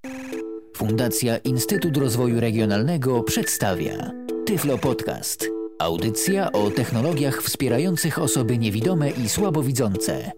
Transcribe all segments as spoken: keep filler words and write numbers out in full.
Fundacja Instytut Rozwoju Regionalnego przedstawia Tyflo Podcast. Audycja o technologiach wspierających osoby niewidome i słabowidzące.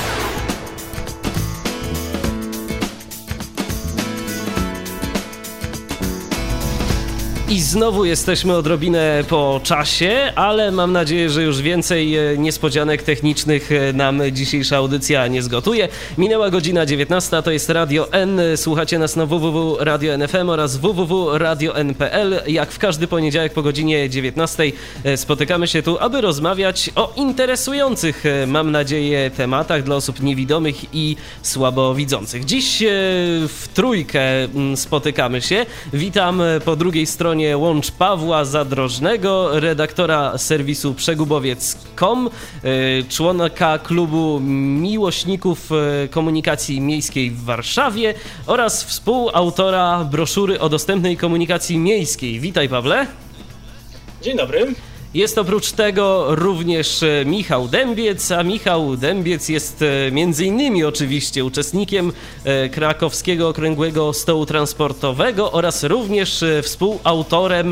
I znowu jesteśmy odrobinę po czasie, ale mam nadzieję, że już więcej niespodzianek technicznych nam dzisiejsza audycja nie zgotuje. Minęła godzina dziewiętnasta, to jest Radio N. Słuchacie nas na w w w kropka radio n f m oraz w w w kropka radio n kropka p l. Jak w każdy poniedziałek po godzinie dziewiętnastej spotykamy się tu, aby rozmawiać o interesujących, mam nadzieję, tematach dla osób niewidomych i słabowidzących. Dziś w trójkę spotykamy się. Witam po drugiej stronie łącz Pawła Zadrożnego, redaktora serwisu przegubowiec kropka com, członka klubu miłośników komunikacji miejskiej w Warszawie oraz współautora broszury o dostępnej komunikacji miejskiej. Witaj, Pawle. Dzień dobry. Jest oprócz tego również Michał Dębiec, a Michał Dębiec jest między innymi oczywiście uczestnikiem Krakowskiego Okrągłego Stołu Transportowego oraz również współautorem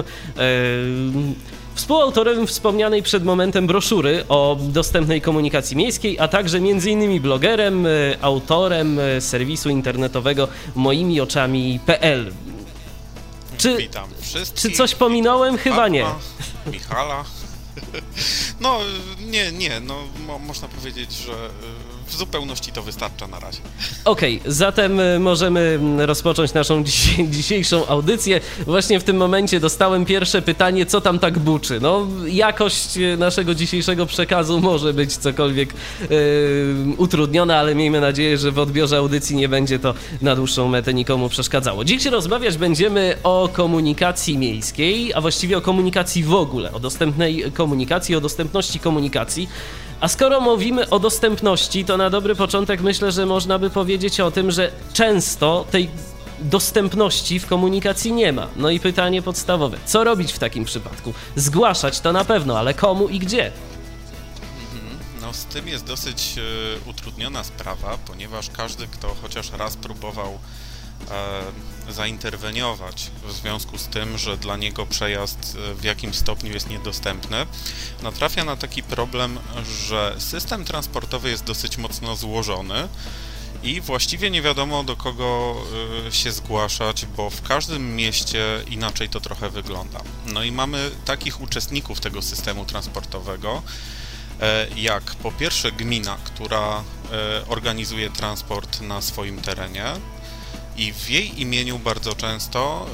Współautorem wspomnianej przed momentem broszury o dostępnej komunikacji miejskiej, a także między innymi blogerem, autorem serwisu internetowego moimi oczami kropka p l. Czy, Witam wszystkich. Czy coś pominąłem? Chyba Pawła, nie. Michala. No, nie, nie, no mo- można powiedzieć, że w zupełności to wystarcza na razie. Okej, okay, zatem możemy rozpocząć naszą dziś- dzisiejszą audycję. Właśnie w tym momencie dostałem pierwsze pytanie, co tam tak buczy. No, jakość naszego dzisiejszego przekazu może być cokolwiek yy, utrudniona, ale miejmy nadzieję, że w odbiorze audycji nie będzie to na dłuższą metę nikomu przeszkadzało. Dziś rozmawiać będziemy o komunikacji miejskiej, a właściwie o komunikacji w ogóle, o dostępnej komunikacji, o dostępności komunikacji. A skoro mówimy o dostępności, to na dobry początek myślę, że można by powiedzieć o tym, że często tej dostępności w komunikacji nie ma. No i pytanie podstawowe, co robić w takim przypadku? Zgłaszać to na pewno, ale komu i gdzie? No z tym jest dosyć e, utrudniona sprawa, ponieważ każdy, kto chociaż raz próbował e, zainterweniować w związku z tym, że dla niego przejazd w jakimś stopniu jest niedostępny, natrafia na taki problem, że system transportowy jest dosyć mocno złożony i właściwie nie wiadomo, do kogo się zgłaszać, bo w każdym mieście inaczej to trochę wygląda. No i mamy takich uczestników tego systemu transportowego, jak po pierwsze gmina, która organizuje transport na swoim terenie i w jej imieniu bardzo często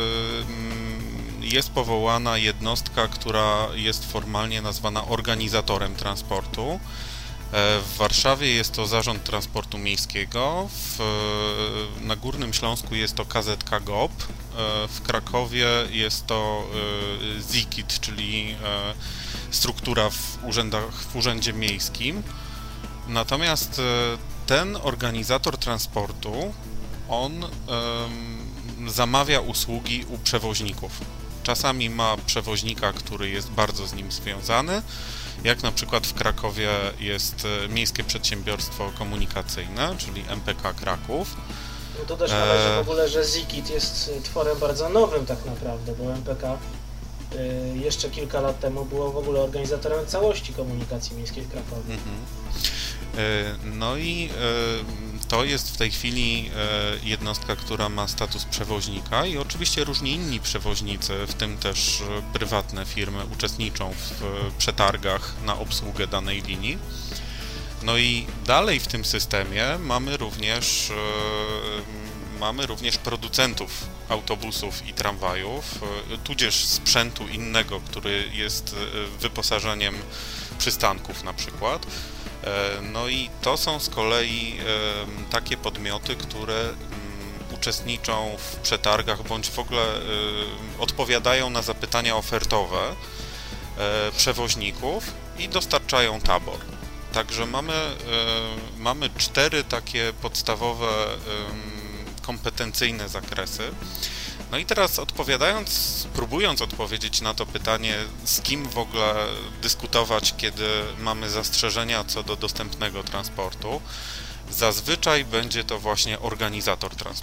jest powołana jednostka, która jest formalnie nazwana organizatorem transportu. W Warszawie jest to Zarząd Transportu Miejskiego, w, na Górnym Śląsku jest to K Z K G O P, w Krakowie jest to ZIKIT, czyli struktura w, urzędach, w Urzędzie Miejskim. Natomiast ten organizator transportu, on um, zamawia usługi u przewoźników. Czasami ma przewoźnika, który jest bardzo z nim związany, jak na przykład w Krakowie jest Miejskie Przedsiębiorstwo Komunikacyjne, czyli M P K Kraków. No to też należy w ogóle, że ZIKIT jest tworem bardzo nowym tak naprawdę, bo M P K y, jeszcze kilka lat temu było w ogóle organizatorem całości komunikacji miejskiej w Krakowie. Mhm. No i to jest w tej chwili jednostka, która ma status przewoźnika i oczywiście różni inni przewoźnicy, w tym też prywatne firmy uczestniczą w przetargach na obsługę danej linii. No i dalej w tym systemie mamy również, mamy również producentów autobusów i tramwajów, tudzież sprzętu innego, który jest wyposażeniem przystanków na przykład. No i to są z kolei takie podmioty, które uczestniczą w przetargach bądź w ogóle odpowiadają na zapytania ofertowe przewoźników i dostarczają tabor. Także mamy, mamy cztery takie podstawowe kompetencyjne zakresy. No i teraz odpowiadając, próbując odpowiedzieć na to pytanie, z kim w ogóle dyskutować, kiedy mamy zastrzeżenia co do dostępnego transportu, zazwyczaj będzie to właśnie organizator transportu.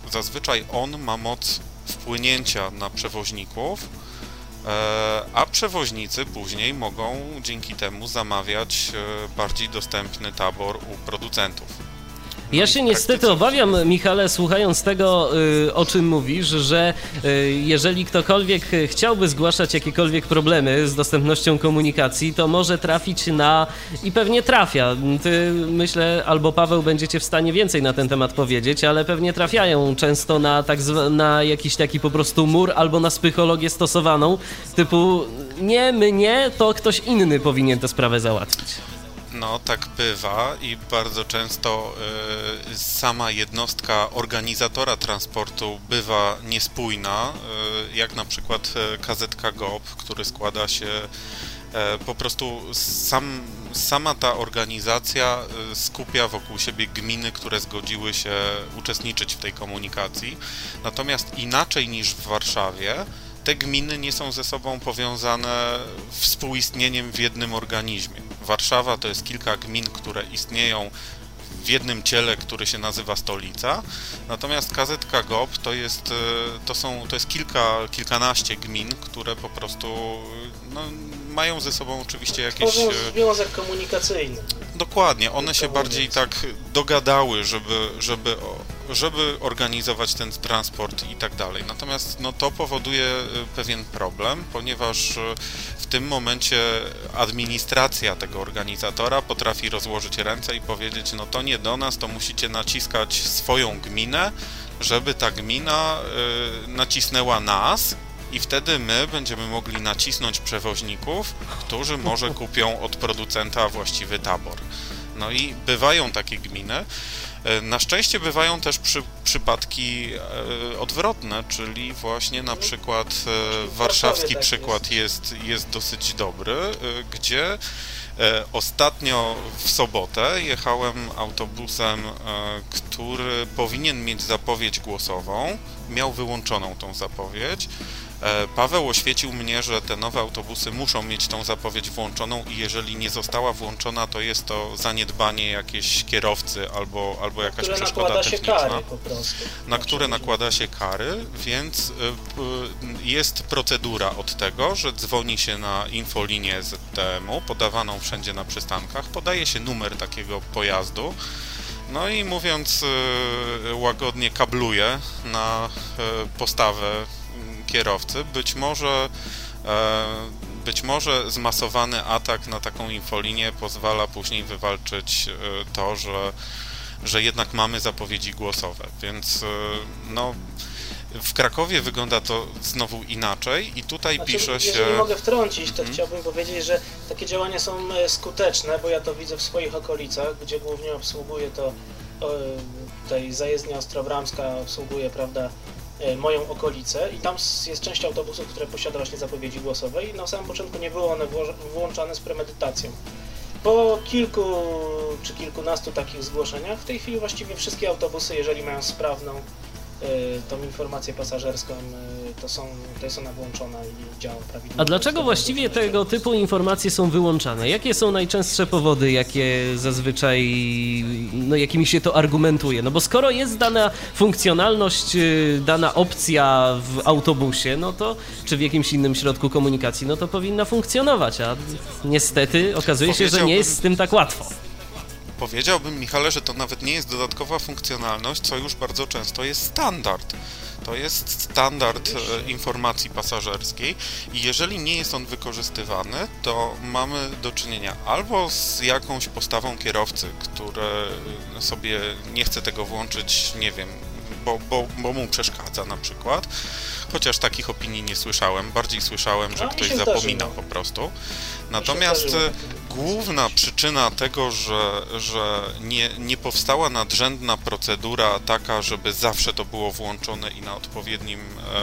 zazwyczaj on ma moc wpłynięcia na przewoźników, a przewoźnicy później mogą dzięki temu zamawiać bardziej dostępny tabor u producentów. Ja się niestety obawiam, Michale, słuchając tego, o czym mówisz, że jeżeli ktokolwiek chciałby zgłaszać jakiekolwiek problemy z dostępnością komunikacji, to może trafić na, i pewnie trafia, ty, myślę, albo Paweł będziecie w stanie więcej na ten temat powiedzieć, ale pewnie trafiają często na, tak zwa, na jakiś taki po prostu mur albo na psychologię stosowaną, typu nie, my nie, to ktoś inny powinien tę sprawę załatwić. No, tak bywa i bardzo często y, sama jednostka organizatora transportu bywa niespójna, y, jak na przykład K Z K G O P, który składa się y, po prostu sam, sama ta organizacja y, skupia wokół siebie gminy, które zgodziły się uczestniczyć w tej komunikacji. Natomiast inaczej niż w Warszawie, te gminy nie są ze sobą powiązane współistnieniem w jednym organizmie. Warszawa to jest kilka gmin, które istnieją w jednym ciele, który się nazywa stolica, natomiast K Z K G O P to jest, to są, to jest kilka, kilkanaście gmin, które po prostu no, mają ze sobą oczywiście jakieś... Tworzą związek komunikacyjny. Dokładnie, one się bardziej tak dogadały, żeby, żeby, żeby organizować ten transport i tak dalej. Natomiast no, to powoduje pewien problem, ponieważ w tym momencie administracja tego organizatora potrafi rozłożyć ręce i powiedzieć, no to nie do nas, to musicie naciskać swoją gminę, żeby ta gmina y, nacisnęła nas, i wtedy my będziemy mogli nacisnąć przewoźników, którzy może kupią od producenta właściwy tabor. No i bywają takie gminy. Na szczęście bywają też przy, przypadki e, odwrotne, czyli właśnie na przykład e, warszawski tak przykład jest, jest dosyć dobry, e, gdzie e, ostatnio w sobotę jechałem autobusem, e, który powinien mieć zapowiedź głosową, miał wyłączoną tą zapowiedź. Paweł oświecił mnie, że te nowe autobusy muszą mieć tą zapowiedź włączoną i jeżeli nie została włączona, to jest to zaniedbanie jakieś kierowcy albo, albo jakaś które przeszkoda techniczna, kary po prostu. na które nakłada się kary, więc jest procedura od tego, że dzwoni się na infolinię Z T M u, podawaną wszędzie na przystankach, podaje się numer takiego pojazdu, no i mówiąc łagodnie kabluje na postawę kierowcy, być może, być może zmasowany atak na taką infolinię pozwala później wywalczyć to, że, że jednak mamy zapowiedzi głosowe, więc no, w Krakowie wygląda to znowu inaczej i tutaj znaczy, pisze się... Jeżeli mogę wtrącić, to mhm. chciałbym powiedzieć, że takie działania są skuteczne, bo ja to widzę w swoich okolicach, gdzie głównie obsługuje to tutaj zajezdnia Ostrobramska, obsługuje, prawda, moją okolicę i tam jest część autobusów, które posiada właśnie zapowiedzi głosowe i na samym początku nie były one włączane z premedytacją. Po kilku czy kilkunastu takich zgłoszeniach w tej chwili właściwie wszystkie autobusy, jeżeli mają sprawną tą informację pasażerską, to są, to jest ona włączona i działa prawidłowo. A dlaczego właściwie tego typu informacje są wyłączane? Jakie są najczęstsze powody, jakie zazwyczaj, no jakimi się to argumentuje? No bo skoro jest dana funkcjonalność, dana opcja w autobusie, no to czy w jakimś innym środku komunikacji, no to powinna funkcjonować, a niestety okazuje się, że nie jest z tym tak łatwo. Powiedziałbym, Michale, że to nawet nie jest dodatkowa funkcjonalność, co już bardzo często jest standard. To jest standard e, informacji pasażerskiej i jeżeli nie jest on wykorzystywany, to mamy do czynienia albo z jakąś postawą kierowcy, który sobie nie chce tego włączyć, nie wiem, bo, bo, bo mu przeszkadza na przykład, chociaż takich opinii nie słyszałem, bardziej słyszałem, że no, ktoś zapomina po prostu. Natomiast główna przyczyna tego, że, że nie, nie powstała nadrzędna procedura taka, żeby zawsze to było włączone i na odpowiednim,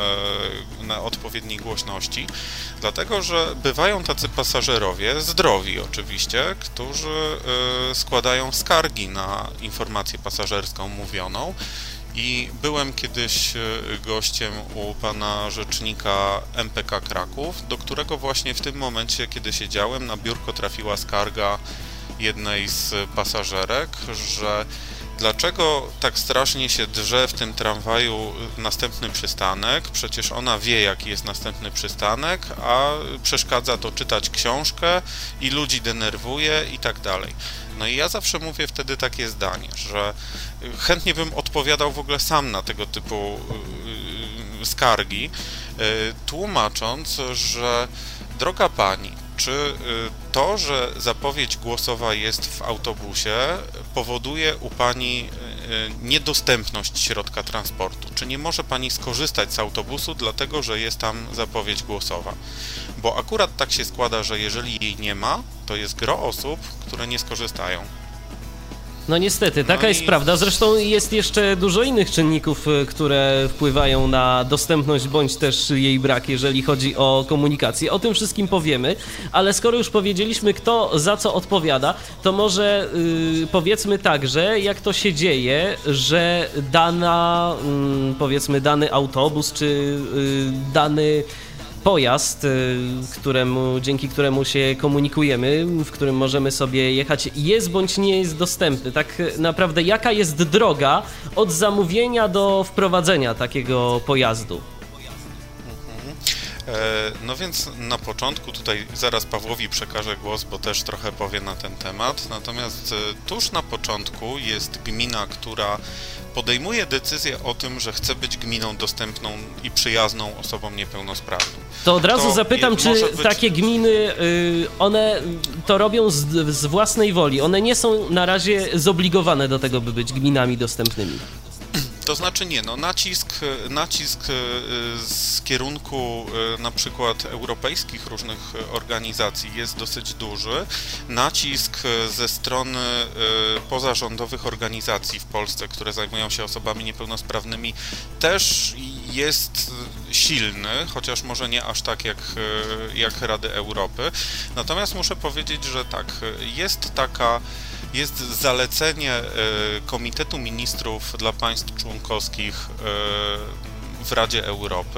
na odpowiedniej głośności, dlatego, że bywają tacy pasażerowie, zdrowi oczywiście, którzy składają skargi na informację pasażerską mówioną. I byłem kiedyś gościem u pana rzecznika M P K Kraków, do którego właśnie w tym momencie, kiedy siedziałem, na biurko trafiła skarga jednej z pasażerek, że Dlaczego tak strasznie się drze w tym tramwaju następny przystanek? Przecież ona wie, jaki jest następny przystanek, a przeszkadza to czytać książkę i ludzi denerwuje i tak dalej. No i ja zawsze mówię wtedy takie zdanie, że chętnie bym odpowiadał w ogóle sam na tego typu skargi, tłumacząc, że droga pani, czy to, że zapowiedź głosowa jest w autobusie, powoduje u pani niedostępność środka transportu? Czy nie może pani skorzystać z autobusu, dlatego że jest tam zapowiedź głosowa? Bo akurat tak się składa, że jeżeli jej nie ma, to jest gro osób, które nie skorzystają. No niestety, taka no jest i... prawda. Zresztą jest jeszcze dużo innych czynników, które wpływają na dostępność bądź też jej brak, jeżeli chodzi o komunikację. O tym wszystkim powiemy, ale skoro już powiedzieliśmy, kto za co odpowiada, to może yy, powiedzmy także, jak to się dzieje, że dana, yy, powiedzmy, dany autobus czy yy, dany pojazd, któremu, dzięki któremu się komunikujemy, w którym możemy sobie jechać, jest bądź nie jest dostępny. Tak naprawdę jaka jest droga od zamówienia do wprowadzenia takiego pojazdu? No więc na początku tutaj zaraz Pawłowi przekażę głos, bo też trochę powie na ten temat. Natomiast tuż na początku jest gmina, która podejmuje decyzję o tym, że chce być gminą dostępną i przyjazną osobom niepełnosprawnym. To od razu to zapytam, czy być... takie gminy, one to robią z, z własnej woli? One nie są na razie zobligowane do tego, by być gminami dostępnymi? To znaczy nie, no nacisk, nacisk z kierunku na przykład europejskich różnych organizacji jest dosyć duży. Nacisk ze strony pozarządowych organizacji w Polsce, które zajmują się osobami niepełnosprawnymi, też jest silny, chociaż może nie aż tak jak, jak Rady Europy. Natomiast muszę powiedzieć, że tak, jest taka Jest zalecenie Komitetu Ministrów dla państw członkowskich w Radzie Europy.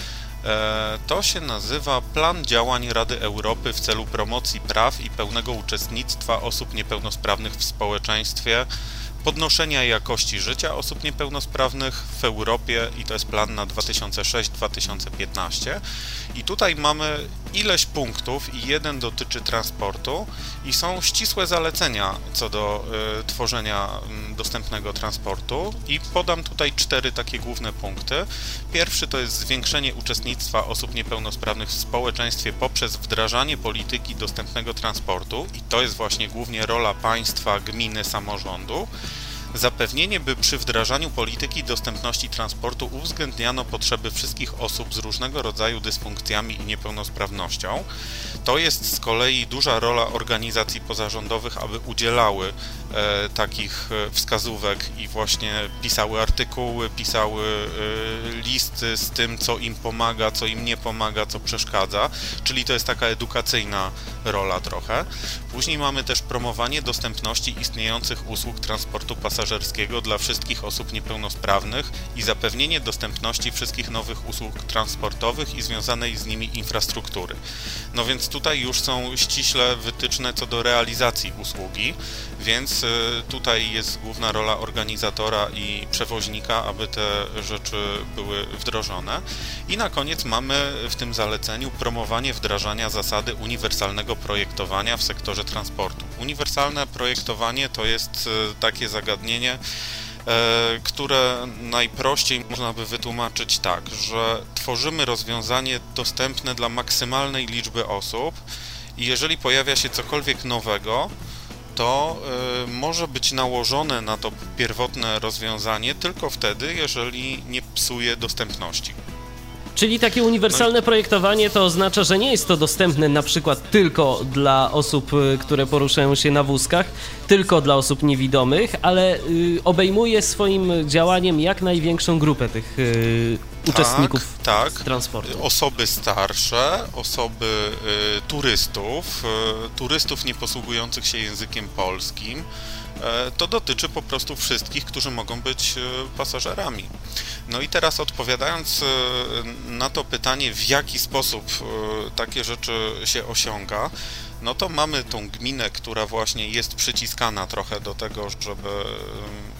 To się nazywa Plan Działań Rady Europy w celu promocji praw i pełnego uczestnictwa osób niepełnosprawnych w społeczeństwie, podnoszenia jakości życia osób niepełnosprawnych w Europie i to jest plan na dwa tysiące szósty do dwa tysiące piętnastego. I tutaj mamy ileś punktów i jeden dotyczy transportu i są ścisłe zalecenia co do y, tworzenia y, dostępnego transportu i podam tutaj cztery takie główne punkty. Pierwszy to jest zwiększenie uczestnictwa osób niepełnosprawnych w społeczeństwie poprzez wdrażanie polityki dostępnego transportu i to jest właśnie głównie rola państwa, gminy, samorządu. Zapewnienie, by przy wdrażaniu polityki dostępności transportu uwzględniano potrzeby wszystkich osób z różnego rodzaju dysfunkcjami i niepełnosprawnością. To jest z kolei duża rola organizacji pozarządowych, aby udzielały e, takich wskazówek i właśnie pisały artykuły, pisały e, listy z tym, co im pomaga, co im nie pomaga, co przeszkadza, czyli to jest taka edukacyjna rola trochę. Później mamy też promowanie dostępności istniejących usług transportu pasażerskiego dla wszystkich osób niepełnosprawnych i zapewnienie dostępności wszystkich nowych usług transportowych i związanej z nimi infrastruktury. No więc tutaj już są ściśle wytyczne co do realizacji usługi, więc tutaj jest główna rola organizatora i przewoźnika, aby te rzeczy były wdrożone. I na koniec mamy w tym zaleceniu promowanie wdrażania zasady uniwersalnego projektowania w sektorze transportu. Uniwersalne projektowanie to jest takie zagadnienie, które najprościej można by wytłumaczyć tak, że tworzymy rozwiązanie dostępne dla maksymalnej liczby osób i jeżeli pojawia się cokolwiek nowego, to y, może być nałożone na to pierwotne rozwiązanie tylko wtedy, jeżeli nie psuje dostępności. Czyli takie uniwersalne projektowanie to oznacza, że nie jest to dostępne na przykład tylko dla osób, które poruszają się na wózkach, tylko dla osób niewidomych, ale y, obejmuje swoim działaniem jak największą grupę tych y, uczestników tak, transportu. Tak, osoby starsze, osoby y, turystów, y, turystów nie posługujących się językiem polskim. To dotyczy po prostu wszystkich, którzy mogą być pasażerami. No i teraz odpowiadając na to pytanie, w jaki sposób takie rzeczy się osiąga, no to mamy tą gminę, która właśnie jest przyciskana trochę do tego, żeby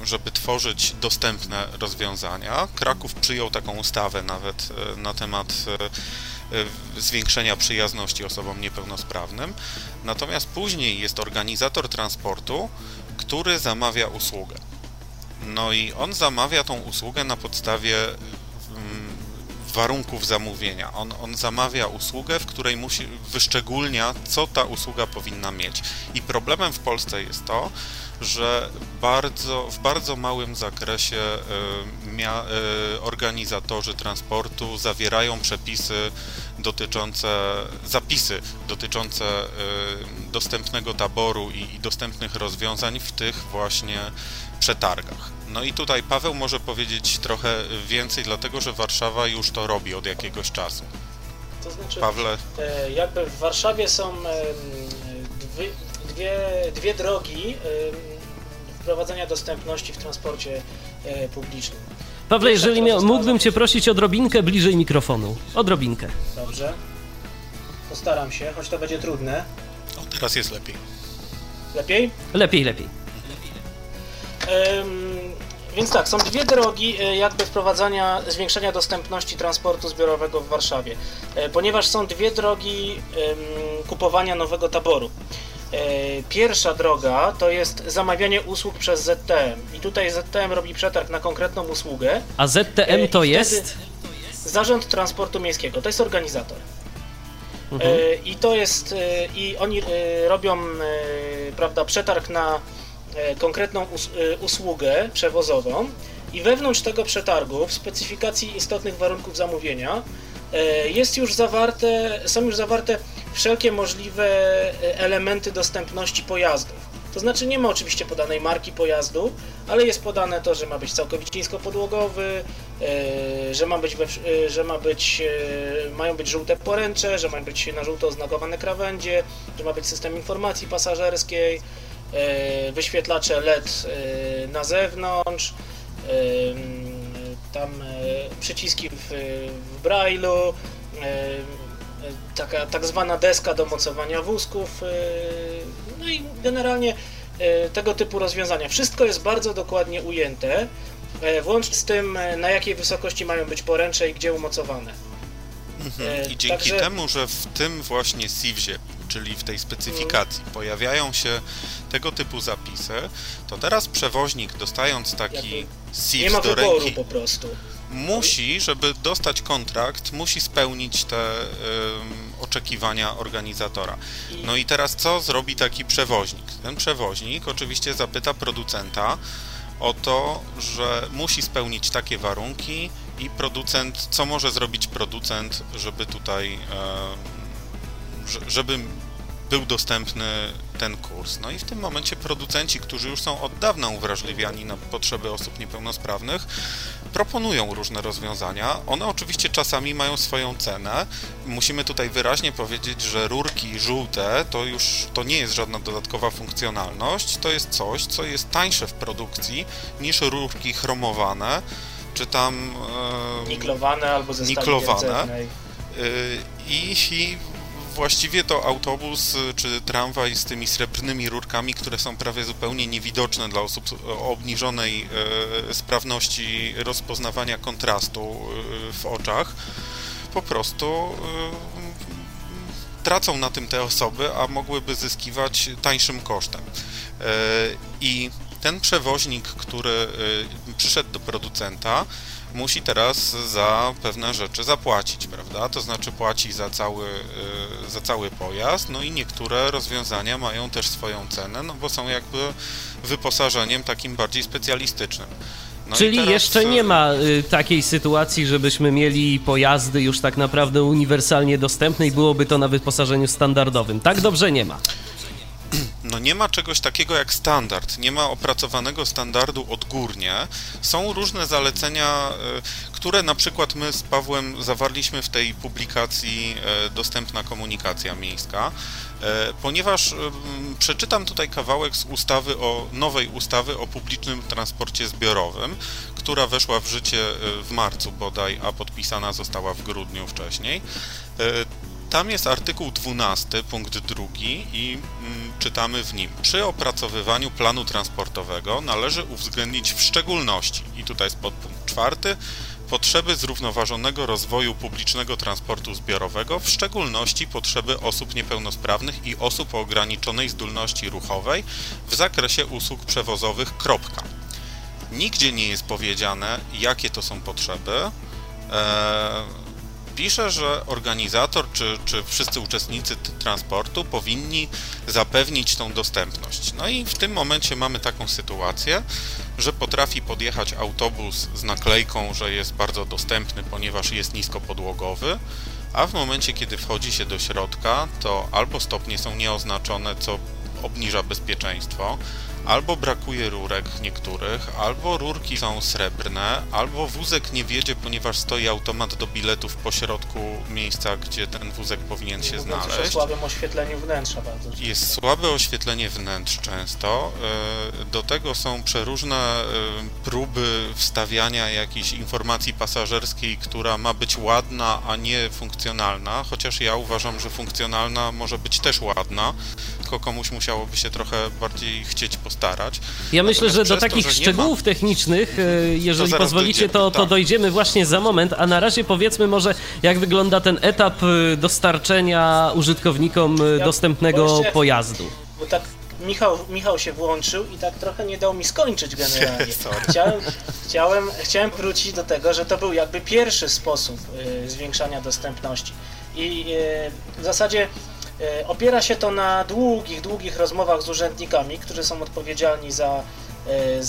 żeby tworzyć dostępne rozwiązania. Kraków przyjął taką ustawę nawet na temat zwiększenia przyjazności osobom niepełnosprawnym. Natomiast później jest organizator transportu, który zamawia usługę. No i on zamawia tą usługę na podstawie warunków zamówienia. On, on zamawia usługę, w której musi, wyszczególnia, co ta usługa powinna mieć. I problemem w Polsce jest to, że bardzo, w bardzo małym zakresie y, mia, y, organizatorzy transportu zawierają przepisy dotyczące, zapisy dotyczące y, dostępnego taboru i, i dostępnych rozwiązań w tych właśnie przetargach. No i tutaj Paweł może powiedzieć trochę więcej, dlatego że Warszawa już to robi od jakiegoś czasu. To znaczy, Pawle? Jakby w Warszawie są dwie, dwie, dwie drogi wprowadzenia dostępności w transporcie publicznym. Pawle, jeżeli mia- mógłbym Cię prosić odrobinkę bliżej mikrofonu. Odrobinkę. Dobrze. Postaram się, choć to będzie trudne. O, teraz jest lepiej. Lepiej? Lepiej, lepiej. Ym, więc tak, są dwie drogi jakby wprowadzania, zwiększenia dostępności transportu zbiorowego w Warszawie, ponieważ są dwie drogi ym, kupowania nowego taboru. Pierwsza droga to jest zamawianie usług przez Z T M i tutaj Z T M robi przetarg na konkretną usługę. A Z T M to jest? Zarząd Transportu Miejskiego, to jest organizator. Mhm. I to jest, i oni robią, prawda, przetarg na konkretną us- usługę przewozową i wewnątrz tego przetargu w specyfikacji istotnych warunków zamówienia jest już zawarte, są już zawarte wszelkie możliwe elementy dostępności pojazdów. To znaczy nie ma oczywiście podanej marki pojazdu, ale jest podane to, że ma być całkowicie niskopodłogowy, że ma być, we, że ma być, mają być żółte poręcze, że mają być na żółto oznakowane krawędzie, że ma być system informacji pasażerskiej, wyświetlacze L E D na zewnątrz, tam przyciski w, w Braille'u, taka tak zwana deska do mocowania wózków, no i generalnie tego typu rozwiązania. Wszystko jest bardzo dokładnie ujęte, włącznie z tym, na jakiej wysokości mają być poręcze i gdzie umocowane. Mhm. I dzięki Także... temu, że w tym właśnie S I W zie, czyli w tej specyfikacji hmm. pojawiają się tego typu zapisy, to teraz przewoźnik, dostając taki S I W do ręki, po prostu. musi, żeby dostać kontrakt, musi spełnić te um, oczekiwania organizatora. No i teraz co zrobi taki przewoźnik? Ten przewoźnik oczywiście zapyta producenta o to, że musi spełnić takie warunki i producent, co może zrobić producent, żeby tutaj, e, żeby był dostępny ten kurs. No i w tym momencie producenci, którzy już są od dawna uwrażliwiani na potrzeby osób niepełnosprawnych, proponują różne rozwiązania. One oczywiście czasami mają swoją cenę. Musimy tutaj wyraźnie powiedzieć, że rurki żółte to już to nie jest żadna dodatkowa funkcjonalność, to jest coś, co jest tańsze w produkcji niż rurki chromowane, czy tam e, niklowane albo ze niklowane. I, I właściwie to autobus czy tramwaj z tymi srebrnymi rurkami, które są prawie zupełnie niewidoczne dla osób o obniżonej e, sprawności rozpoznawania kontrastu e, w oczach, po prostu e, tracą na tym te osoby, a mogłyby zyskiwać tańszym kosztem. E, I ten przewoźnik, który e, przyszedł do producenta, musi teraz za pewne rzeczy zapłacić, prawda? To znaczy płaci za cały, za cały pojazd, no i niektóre rozwiązania mają też swoją cenę, no bo są jakby wyposażeniem takim bardziej specjalistycznym. No Czyli teraz... jeszcze nie ma y, takiej sytuacji, żebyśmy mieli pojazdy już tak naprawdę uniwersalnie dostępne i byłoby to na wyposażeniu standardowym. Tak dobrze nie ma. No nie ma czegoś takiego jak standard, nie ma opracowanego standardu odgórnie. Są różne zalecenia, które na przykład my z Pawłem zawarliśmy w tej publikacji Dostępna komunikacja miejska, ponieważ przeczytam tutaj kawałek z ustawy o nowej ustawy o publicznym transporcie zbiorowym, która weszła w życie w marcu bodaj, a podpisana została w grudniu wcześniej. tam jest artykuł dwunasty, punkt drugi i mm, czytamy w nim: przy opracowywaniu planu transportowego należy uwzględnić w szczególności, i tutaj jest podpunkt czwarty, potrzeby zrównoważonego rozwoju publicznego transportu zbiorowego, w szczególności potrzeby osób niepełnosprawnych i osób o ograniczonej zdolności ruchowej w zakresie usług przewozowych. Kropka. Nigdzie nie jest powiedziane, jakie to są potrzeby. Eee, pisze, że organizator czy, czy wszyscy uczestnicy transportu powinni zapewnić tą dostępność. No i w tym momencie mamy taką sytuację, że potrafi podjechać autobus z naklejką, że jest bardzo dostępny, ponieważ jest niskopodłogowy, a w momencie, kiedy wchodzi się do środka, to albo stopnie są nieoznaczone, co obniża bezpieczeństwo, albo brakuje rurek niektórych, albo rurki są srebrne, albo wózek nie wiedzie, ponieważ stoi automat do biletów pośrodku miejsca, gdzie ten wózek powinien się znaleźć. Jest słabym oświetleniu wnętrza bardzo. Jest słabe oświetlenie wnętrz często. Do tego są przeróżne próby wstawiania jakiejś informacji pasażerskiej, która ma być ładna, a nie funkcjonalna, chociaż ja uważam, że funkcjonalna może być też ładna, tylko komuś musiałoby się trochę bardziej chcieć postarać. Ja myślę, Natomiast że do przez to, takich że nie technicznych, ma... technicznych, jeżeli to pozwolicie, dojdziemy, to, to tak. dojdziemy właśnie za moment, a na razie powiedzmy może, jak wygląda ten etap dostarczenia użytkownikom Ja dostępnego jeszcze, pojazdu. Bo tak Michał, Michał się włączył i tak trochę nie dał mi skończyć generalnie. Chciałem, chciałem, chciałem wrócić do tego, że to był jakby pierwszy sposób y, zwiększania dostępności. I y, w zasadzie y, opiera się to na długich, długich rozmowach z urzędnikami, którzy są odpowiedzialni za, y,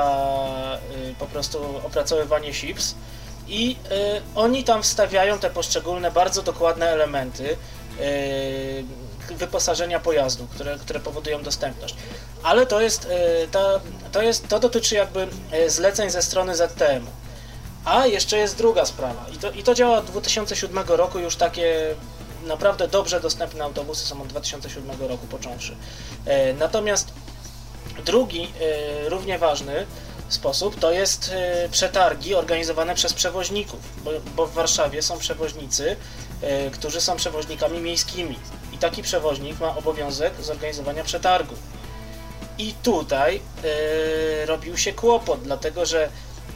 za y, po prostu opracowywanie S I P S. I y, oni tam wstawiają te poszczególne, bardzo dokładne elementy y, wyposażenia pojazdu, które, które powodują dostępność. Ale to jest, to, to jest, to dotyczy jakby zleceń ze strony Z T M. A jeszcze jest druga sprawa i to, i to działa od dwa tysiące siódmego roku, już takie naprawdę dobrze dostępne autobusy są od dwa tysiące siódmego roku począwszy. Natomiast drugi, równie ważny sposób to jest przetargi organizowane przez przewoźników, bo, bo w Warszawie są przewoźnicy, którzy są przewoźnikami miejskimi. I taki przewoźnik ma obowiązek zorganizowania przetargu. I tutaj y, robił się kłopot, dlatego że y,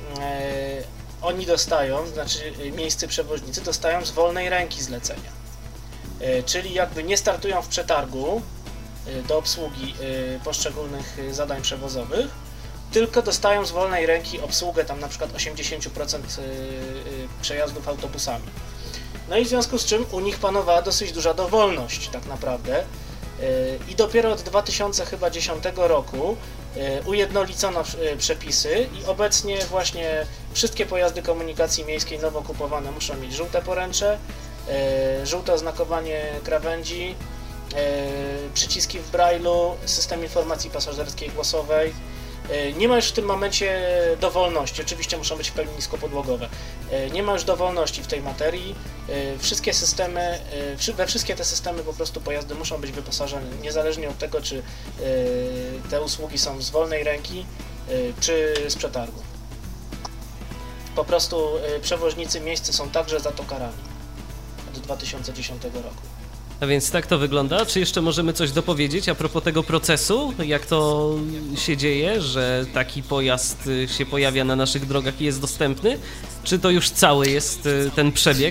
oni dostają, znaczy miejscy przewoźnicy dostają z wolnej ręki zlecenia. Y, czyli jakby nie startują w przetargu y, do obsługi y, poszczególnych y, zadań przewozowych, tylko dostają z wolnej ręki obsługę tam na przykład osiemdziesiąt procent y, y, przejazdów autobusami. No i w związku z czym u nich panowała dosyć duża dowolność tak naprawdę i dopiero od dwa tysiące dziesiątego roku ujednolicono przepisy i obecnie właśnie wszystkie pojazdy komunikacji miejskiej nowo kupowane muszą mieć żółte poręcze, żółte oznakowanie krawędzi, przyciski w Braille'u, system informacji pasażerskiej głosowej. Nie ma już w tym momencie dowolności, oczywiście muszą być w pełni niskopodłogowe. Nie ma już dowolności w tej materii. Wszystkie systemy, we wszystkie te systemy po prostu pojazdy muszą być wyposażone, niezależnie od tego, czy te usługi są z wolnej ręki, czy z przetargu. Po prostu przewoźnicy miejscy są także za to karani od dwa tysiące dziesiątego roku. A więc tak to wygląda. Czy jeszcze możemy coś dopowiedzieć a propos tego procesu? Jak to się dzieje, że taki pojazd się pojawia na naszych drogach i jest dostępny? Czy to już cały jest ten przebieg?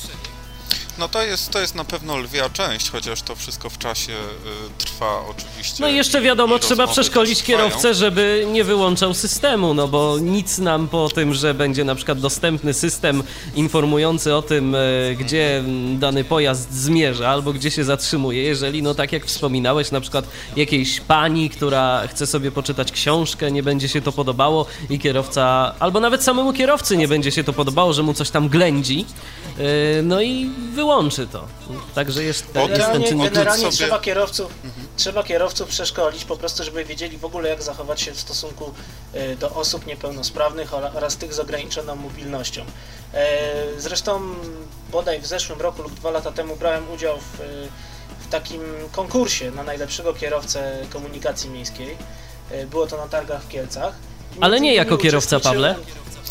No to jest, to jest na pewno lwia część, chociaż to wszystko w czasie y, trwa oczywiście. No i jeszcze wiadomo, i trzeba przeszkolić kierowcę, żeby nie wyłączał systemu, no bo nic nam po tym, że będzie na przykład dostępny system informujący o tym, y, gdzie dany pojazd zmierza albo gdzie się zatrzymuje, jeżeli, no tak jak wspominałeś, na przykład jakiejś pani, która chce sobie poczytać książkę, nie będzie się to podobało i kierowca, albo nawet samemu kierowcy nie będzie się to podobało, że mu coś tam ględzi, y, no i wyłączy łączy to. Także jest, generalnie, jest ten czynnik. generalnie sobie... trzeba kierowców, mhm. trzeba kierowców przeszkolić po prostu, żeby wiedzieli w ogóle, jak zachować się w stosunku do osób niepełnosprawnych oraz tych z ograniczoną mobilnością. Zresztą bodaj w zeszłym roku lub dwa lata temu brałem udział w, w takim konkursie na najlepszego kierowcę komunikacji miejskiej. Było to na targach w Kielcach. Ale nie jako kierowca, Pawle?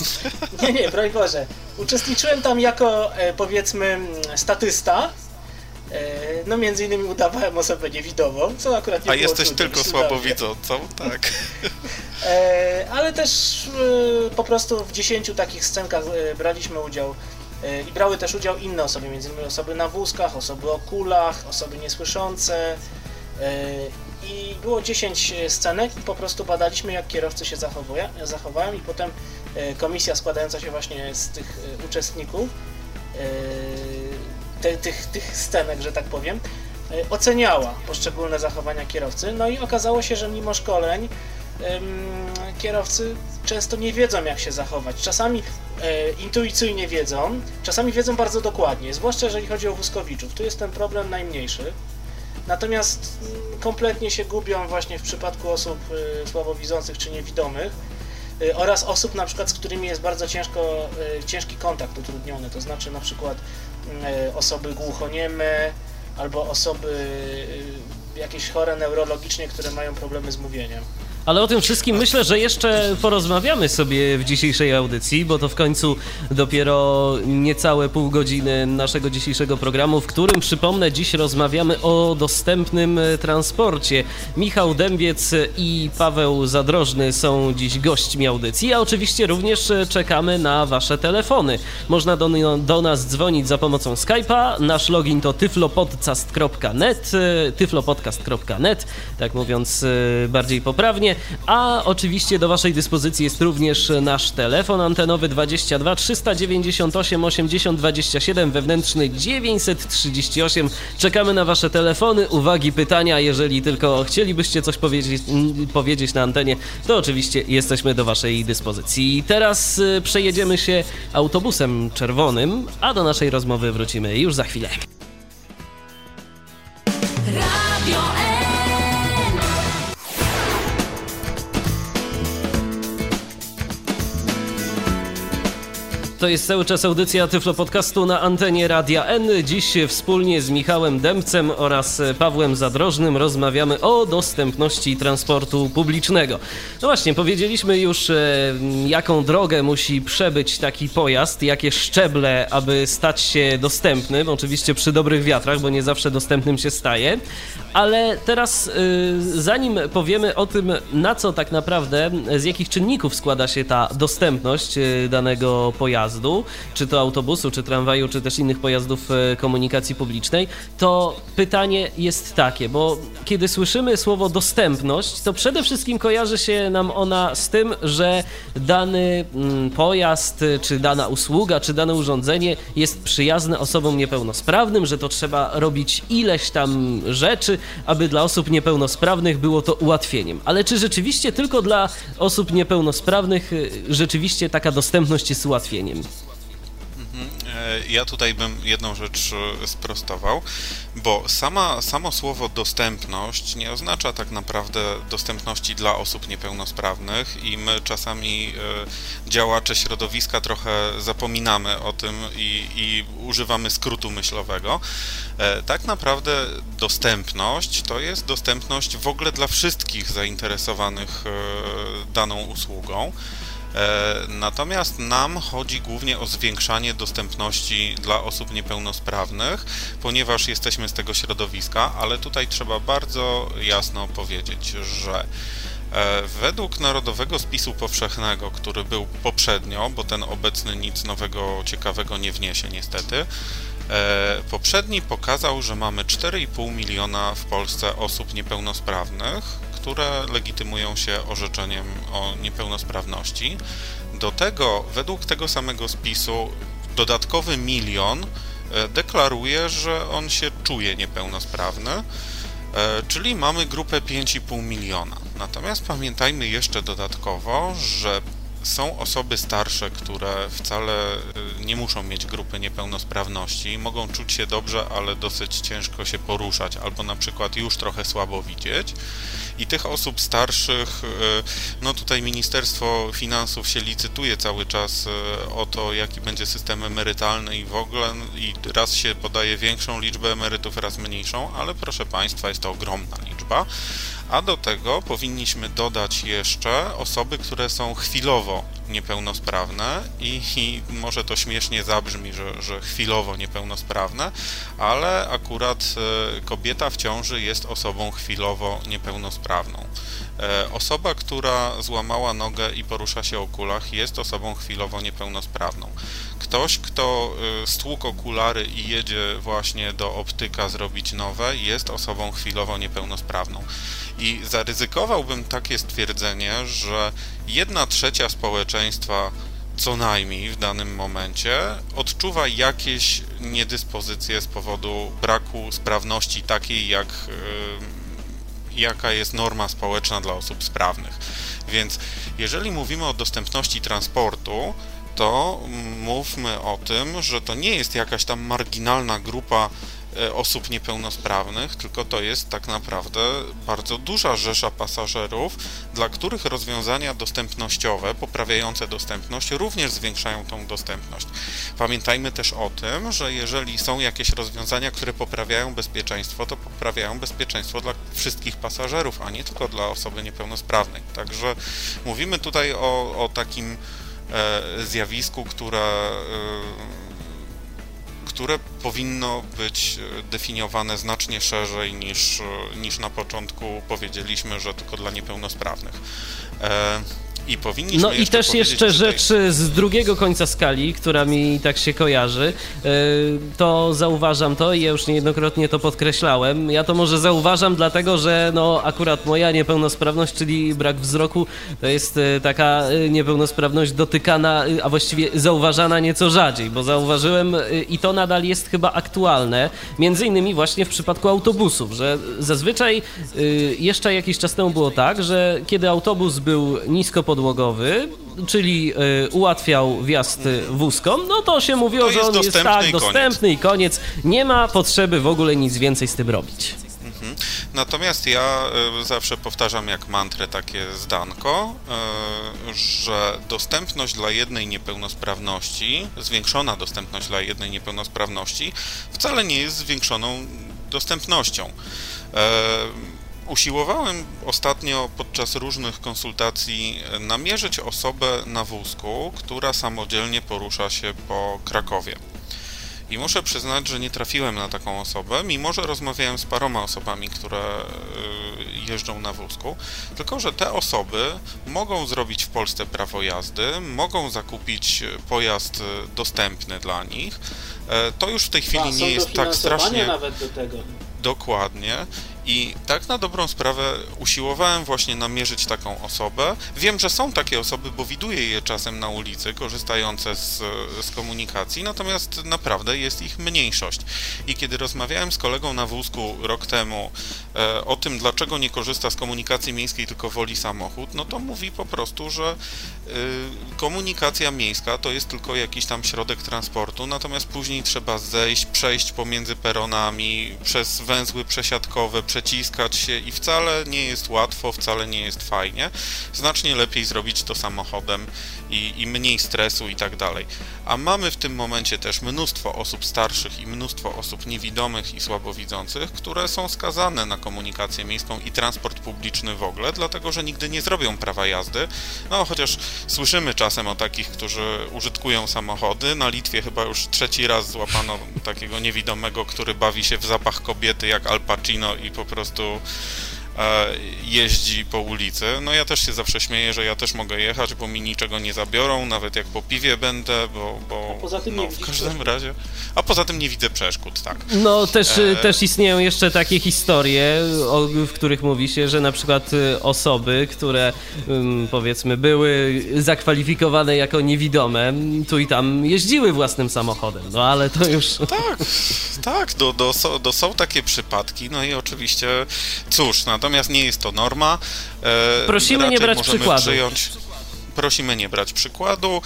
Nie, nie, broń Boże. Uczestniczyłem tam jako, powiedzmy, statysta No między innymi udawałem osobę niewidomą, co akurat nie A było jesteś trudne, tylko przyznaję. słabowidzącą, tak. Ale też po prostu w dziesięciu takich scenkach braliśmy udział i brały też udział inne osoby, między innymi osoby na wózkach, osoby o kulach, osoby niesłyszące. I było dziesięć scenek i po prostu badaliśmy, jak kierowcy się zachowają i potem komisja składająca się właśnie z tych uczestników te, tych, tych scenek, że tak powiem, oceniała poszczególne zachowania kierowcy. No i okazało się, że mimo szkoleń kierowcy często nie wiedzą, jak się zachować. Czasami intuicyjnie wiedzą, czasami wiedzą bardzo dokładnie, zwłaszcza jeżeli chodzi o wózkowiczów. Tu jest ten problem najmniejszy. Natomiast kompletnie się gubią właśnie w przypadku osób słabowidzących czy niewidomych oraz osób na przykład, z którymi jest bardzo ciężko, ciężki kontakt utrudniony, to znaczy na przykład osoby głuchonieme albo osoby jakieś chore neurologicznie, które mają problemy z mówieniem. Ale o tym wszystkim myślę, że jeszcze porozmawiamy sobie w dzisiejszej audycji, bo to w końcu dopiero niecałe pół godziny naszego dzisiejszego programu, w którym, przypomnę, dziś rozmawiamy o dostępnym transporcie. Michał Dębiec i Paweł Zadrożny są dziś gośćmi audycji, a oczywiście również czekamy na wasze telefony. Można do, do nas dzwonić za pomocą Skype'a. Nasz login to tyflopodcast kropka net, tyflopodcast kropka net, tak mówiąc bardziej poprawnie. A oczywiście do waszej dyspozycji jest również nasz telefon antenowy dwadzieścia dwa trzysta dziewięćdziesiąt osiem osiemdziesiąt dwadzieścia siedem, wewnętrzny dziewięćset trzydzieści osiem. Czekamy na wasze telefony, uwagi, pytania. Jeżeli tylko chcielibyście coś powiedzieć, powiedzieć na antenie, to oczywiście jesteśmy do waszej dyspozycji. Teraz przejedziemy się autobusem czerwonym, a do naszej rozmowy wrócimy już za chwilę. Radio To jest cały czas audycja Tyflo Podcastu na antenie Radia N. Dziś wspólnie z Michałem Dębcem oraz Pawłem Zadrożnym rozmawiamy o dostępności transportu publicznego. No właśnie, powiedzieliśmy już, jaką drogę musi przebyć taki pojazd, jakie szczeble, aby stać się dostępnym. Oczywiście przy dobrych wiatrach, bo nie zawsze dostępnym się staje. Ale teraz, zanim powiemy o tym, na co tak naprawdę, z jakich czynników składa się ta dostępność danego pojazdu, czy to autobusu, czy tramwaju, czy też innych pojazdów komunikacji publicznej, to pytanie jest takie, bo kiedy słyszymy słowo dostępność, to przede wszystkim kojarzy się nam ona z tym, że dany pojazd, czy dana usługa, czy dane urządzenie jest przyjazne osobom niepełnosprawnym, że to trzeba robić ileś tam rzeczy, aby dla osób niepełnosprawnych było to ułatwieniem. Ale czy rzeczywiście tylko dla osób niepełnosprawnych rzeczywiście taka dostępność jest ułatwieniem? Ja tutaj bym jedną rzecz sprostował, bo sama, samo słowo dostępność nie oznacza tak naprawdę dostępności dla osób niepełnosprawnych i my czasami działacze środowiska trochę zapominamy o tym i, i używamy skrótu myślowego. Tak naprawdę dostępność to jest dostępność w ogóle dla wszystkich zainteresowanych daną usługą. Natomiast nam chodzi głównie o zwiększanie dostępności dla osób niepełnosprawnych, ponieważ jesteśmy z tego środowiska, ale tutaj trzeba bardzo jasno powiedzieć, że według Narodowego Spisu Powszechnego, który był poprzednio, bo ten obecny nic nowego, ciekawego nie wniesie niestety, poprzedni pokazał, że mamy cztery i pół miliona w Polsce osób niepełnosprawnych, które legitymują się orzeczeniem o niepełnosprawności. Do tego, według tego samego spisu, dodatkowy milion deklaruje, że on się czuje niepełnosprawny, czyli mamy grupę pięć i pół miliona. Natomiast pamiętajmy jeszcze dodatkowo, że są osoby starsze, które wcale nie muszą mieć grupy niepełnosprawności, mogą czuć się dobrze, ale dosyć ciężko się poruszać, albo na przykład już trochę słabo widzieć. I tych osób starszych, no tutaj Ministerstwo Finansów się licytuje cały czas o to, jaki będzie system emerytalny i w ogóle, i raz się podaje większą liczbę emerytów, raz mniejszą, ale proszę Państwa, jest to ogromna liczba. A do tego powinniśmy dodać jeszcze osoby, które są chwilowo niepełnosprawne i, i może to śmiesznie zabrzmi, że, że chwilowo niepełnosprawne, ale akurat kobieta w ciąży jest osobą chwilowo niepełnosprawną. Osoba, która złamała nogę i porusza się o kulach, jest osobą chwilowo niepełnosprawną. Ktoś, kto stłukł okulary i jedzie właśnie do optyka zrobić nowe, jest osobą chwilowo niepełnosprawną. I zaryzykowałbym takie stwierdzenie, że jedna trzecia społeczeństwa co najmniej w danym momencie odczuwa jakieś niedyspozycje z powodu braku sprawności takiej, jak jaka jest norma społeczna dla osób sprawnych. Więc jeżeli mówimy o dostępności transportu, to mówmy o tym, że to nie jest jakaś tam marginalna grupa osób niepełnosprawnych, tylko to jest tak naprawdę bardzo duża rzesza pasażerów, dla których rozwiązania dostępnościowe, poprawiające dostępność, również zwiększają tą dostępność. Pamiętajmy też o tym, że jeżeli są jakieś rozwiązania, które poprawiają bezpieczeństwo, to poprawiają bezpieczeństwo dla wszystkich pasażerów, a nie tylko dla osoby niepełnosprawnej. Także mówimy tutaj o, o takim e, zjawisku, które e, które powinno być definiowane znacznie szerzej niż, niż na początku powiedzieliśmy, że tylko dla niepełnosprawnych. E, I powinniśmy No i też jeszcze rzecz tutaj... z drugiego końca skali, która mi tak się kojarzy, to zauważam to i ja już niejednokrotnie to podkreślałem. Ja to może zauważam dlatego, że no akurat moja niepełnosprawność, czyli brak wzroku, to jest taka niepełnosprawność dotykana, a właściwie zauważana nieco rzadziej, bo zauważyłem i to nadal jest chyba aktualne, między innymi właśnie w przypadku autobusów, że zazwyczaj jeszcze jakiś czas temu było tak, że kiedy autobus był nisko podłogowy, czyli y, ułatwiał wjazd wózkom, no to się mówiło, to że on jest tak dostępny i koniec. Nie ma potrzeby w ogóle nic więcej z tym robić. Mhm. Natomiast ja y, zawsze powtarzam jak mantrę takie zdanko, y, że dostępność dla jednej niepełnosprawności, zwiększona dostępność dla jednej niepełnosprawności wcale nie jest zwiększoną dostępnością. Y, Usiłowałem ostatnio podczas różnych konsultacji namierzyć osobę na wózku, która samodzielnie porusza się po Krakowie. I muszę przyznać, że nie trafiłem na taką osobę, mimo że rozmawiałem z paroma osobami, które jeżdżą na wózku, tylko że te osoby mogą zrobić w Polsce prawo jazdy, mogą zakupić pojazd dostępny dla nich. To już w tej chwili nie jest tak strasznie... nawet do tego. Dokładnie. I tak na dobrą sprawę usiłowałem właśnie namierzyć taką osobę. Wiem, że są takie osoby, bo widuję je czasem na ulicy, korzystające z, z komunikacji, natomiast naprawdę jest ich mniejszość. I kiedy rozmawiałem z kolegą na wózku rok temu e, o tym, dlaczego nie korzysta z komunikacji miejskiej, tylko woli samochód, no to mówi po prostu, że e, komunikacja miejska to jest tylko jakiś tam środek transportu, natomiast później trzeba zejść, przejść pomiędzy peronami, przez węzły przesiadkowe, przeciskać się i wcale nie jest łatwo, wcale nie jest fajnie. Znacznie lepiej zrobić to samochodem i, i mniej stresu i tak dalej. A mamy w tym momencie też mnóstwo osób starszych i mnóstwo osób niewidomych i słabowidzących, które są skazane na komunikację miejską i transport publiczny w ogóle, dlatego że nigdy nie zrobią prawa jazdy. No chociaż słyszymy czasem o takich, którzy użytkują samochody. Na Litwie chyba już trzeci raz złapano takiego niewidomego, który bawi się w zapach kobiety jak Al Pacino i po prostu e, jeździ po ulicy. No ja też się zawsze śmieję, że ja też mogę jechać, bo mi niczego nie zabiorą, nawet jak po piwie będę, bo, bo a poza tym no, nie w każdym przeszkód. razie. A poza tym nie widzę przeszkód, tak. No też, e... też istnieją jeszcze takie historie, o, w których mówi się, że na przykład osoby, które um, powiedzmy były zakwalifikowane jako niewidome, tu i tam jeździły własnym samochodem, no ale to już... Tak, tak, do, do, do, są takie przypadki, no i oczywiście cóż, natomiast nie jest to norma. E, Prosimy nie brać przykładu. Przyjąć, prosimy nie brać przykładu.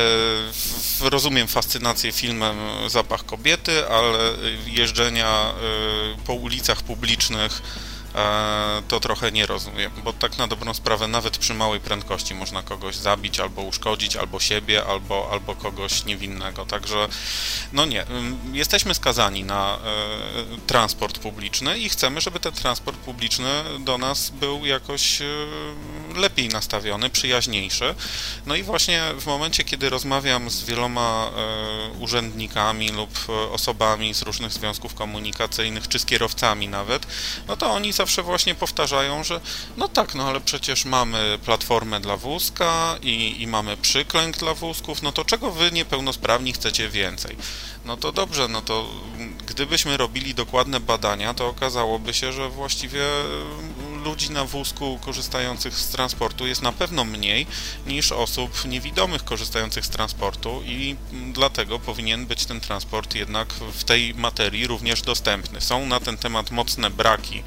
E, rozumiem fascynację filmem Zapach kobiety, ale jeżdżenia e, po ulicach publicznych to trochę nie rozumiem, bo tak na dobrą sprawę nawet przy małej prędkości można kogoś zabić, albo uszkodzić, albo siebie, albo, albo kogoś niewinnego, także no nie, jesteśmy skazani na e, transport publiczny i chcemy, żeby ten transport publiczny do nas był jakoś e, lepiej nastawiony, przyjaźniejszy. No i właśnie w momencie, kiedy rozmawiam z wieloma e, urzędnikami lub osobami z różnych związków komunikacyjnych, czy z kierowcami nawet, no to oni zawsze właśnie powtarzają, że no tak, no ale przecież mamy platformę dla wózka i, i mamy przyklęk dla wózków, no to czego wy niepełnosprawni chcecie więcej? No to dobrze, no to gdybyśmy robili dokładne badania, to okazałoby się, że właściwie ludzi na wózku korzystających z transportu jest na pewno mniej niż osób niewidomych korzystających z transportu i dlatego powinien być ten transport jednak w tej materii również dostępny. Są na ten temat mocne braki,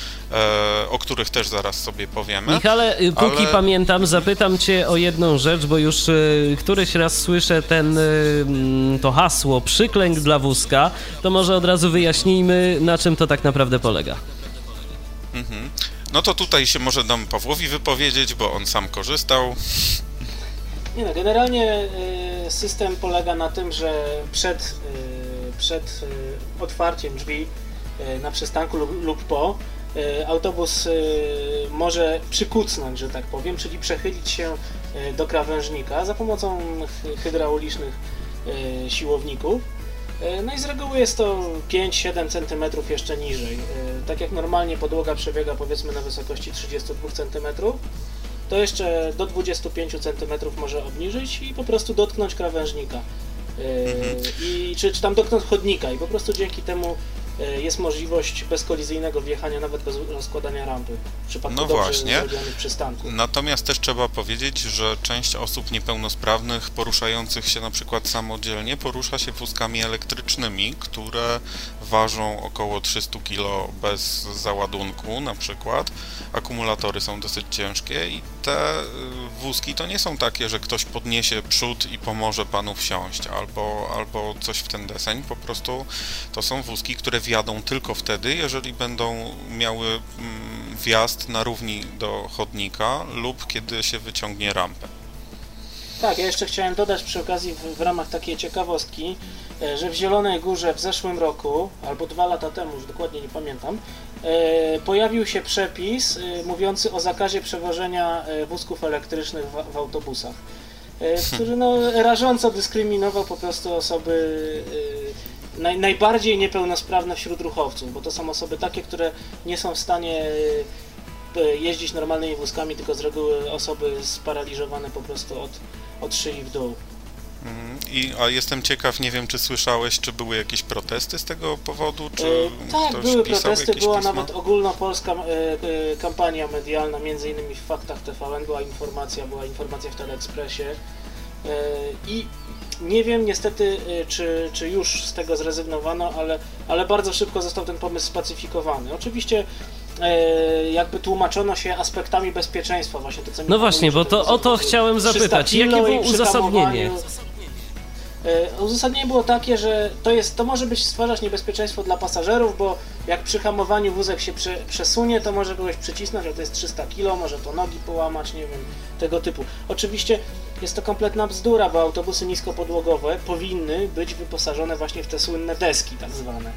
o których też zaraz sobie powiemy. Michale, póki ale... pamiętam, zapytam cię o jedną rzecz, bo już y, któryś raz słyszę ten, y, to hasło przyklęk dla wózka, to może od razu wyjaśnijmy, na czym to tak naprawdę polega. Mhm. No to tutaj się może dam Pawłowi wypowiedzieć, bo on sam korzystał. Nie no, generalnie y, system polega na tym, że przed, y, przed y, otwarciem drzwi y, na przystanku lub, lub po autobus może przykucnąć, że tak powiem, czyli przechylić się do krawężnika za pomocą hydraulicznych siłowników. No i z reguły jest to pięć siedem centymetrów jeszcze niżej. Tak jak normalnie podłoga przebiega powiedzmy na wysokości trzydzieści dwa centymetry, to jeszcze do dwadzieścia pięć centymetrów może obniżyć i po prostu dotknąć krawężnika. I, czy, czy tam dotknąć chodnika i po prostu dzięki temu jest możliwość bezkolizyjnego wjechania nawet bez rozkładania rampy w przypadku no dobrze właśnie. zrobionych przystanków. Natomiast też trzeba powiedzieć, że część osób niepełnosprawnych poruszających się na przykład samodzielnie porusza się wózkami elektrycznymi, które ważą około trzysta kilo bez załadunku na przykład. Akumulatory są dosyć ciężkie i te wózki to nie są takie, że ktoś podniesie przód i pomoże panu wsiąść albo, albo coś w ten deseń. Po prostu to są wózki, które wjadą tylko wtedy, jeżeli będą miały wjazd na równi do chodnika lub kiedy się wyciągnie rampę. Tak, ja jeszcze chciałem dodać przy okazji w, w ramach takiej ciekawostki, że w Zielonej Górze w zeszłym roku, albo dwa lata temu, już dokładnie nie pamiętam, e, pojawił się przepis e, mówiący o zakazie przewożenia e, wózków elektrycznych w, w autobusach, e, który no, rażąco dyskryminował po prostu osoby e, naj, najbardziej niepełnosprawne wśród ruchowców, bo to są osoby takie, które nie są w stanie jeździć normalnymi wózkami, tylko z reguły osoby sparaliżowane po prostu od, od szyi w dół. I, a jestem ciekaw, nie wiem, czy słyszałeś, czy były jakieś protesty z tego powodu, czy e, Tak, ktoś były pisał protesty, była pisma? nawet ogólnopolska e, e, kampania medialna, między innymi w Faktach T V N była informacja, była informacja w Teleekspresie e, i nie wiem niestety, e, czy, czy już z tego zrezygnowano, ale, ale bardzo szybko został ten pomysł spacyfikowany. Oczywiście jakby tłumaczono się aspektami bezpieczeństwa właśnie to, co No właśnie, bo to o to chciałem zapytać. Jakie było uzasadnienie? Uzasadnienie było takie, że to jest, to może być stwarzać niebezpieczeństwo dla pasażerów, bo jak przy hamowaniu wózek się prze, przesunie, to może kogoś przycisnąć, że to jest trzysta kilo, może to nogi połamać, nie wiem, tego typu. Oczywiście jest to kompletna bzdura, bo autobusy niskopodłogowe powinny być wyposażone właśnie w te słynne deski tak zwane.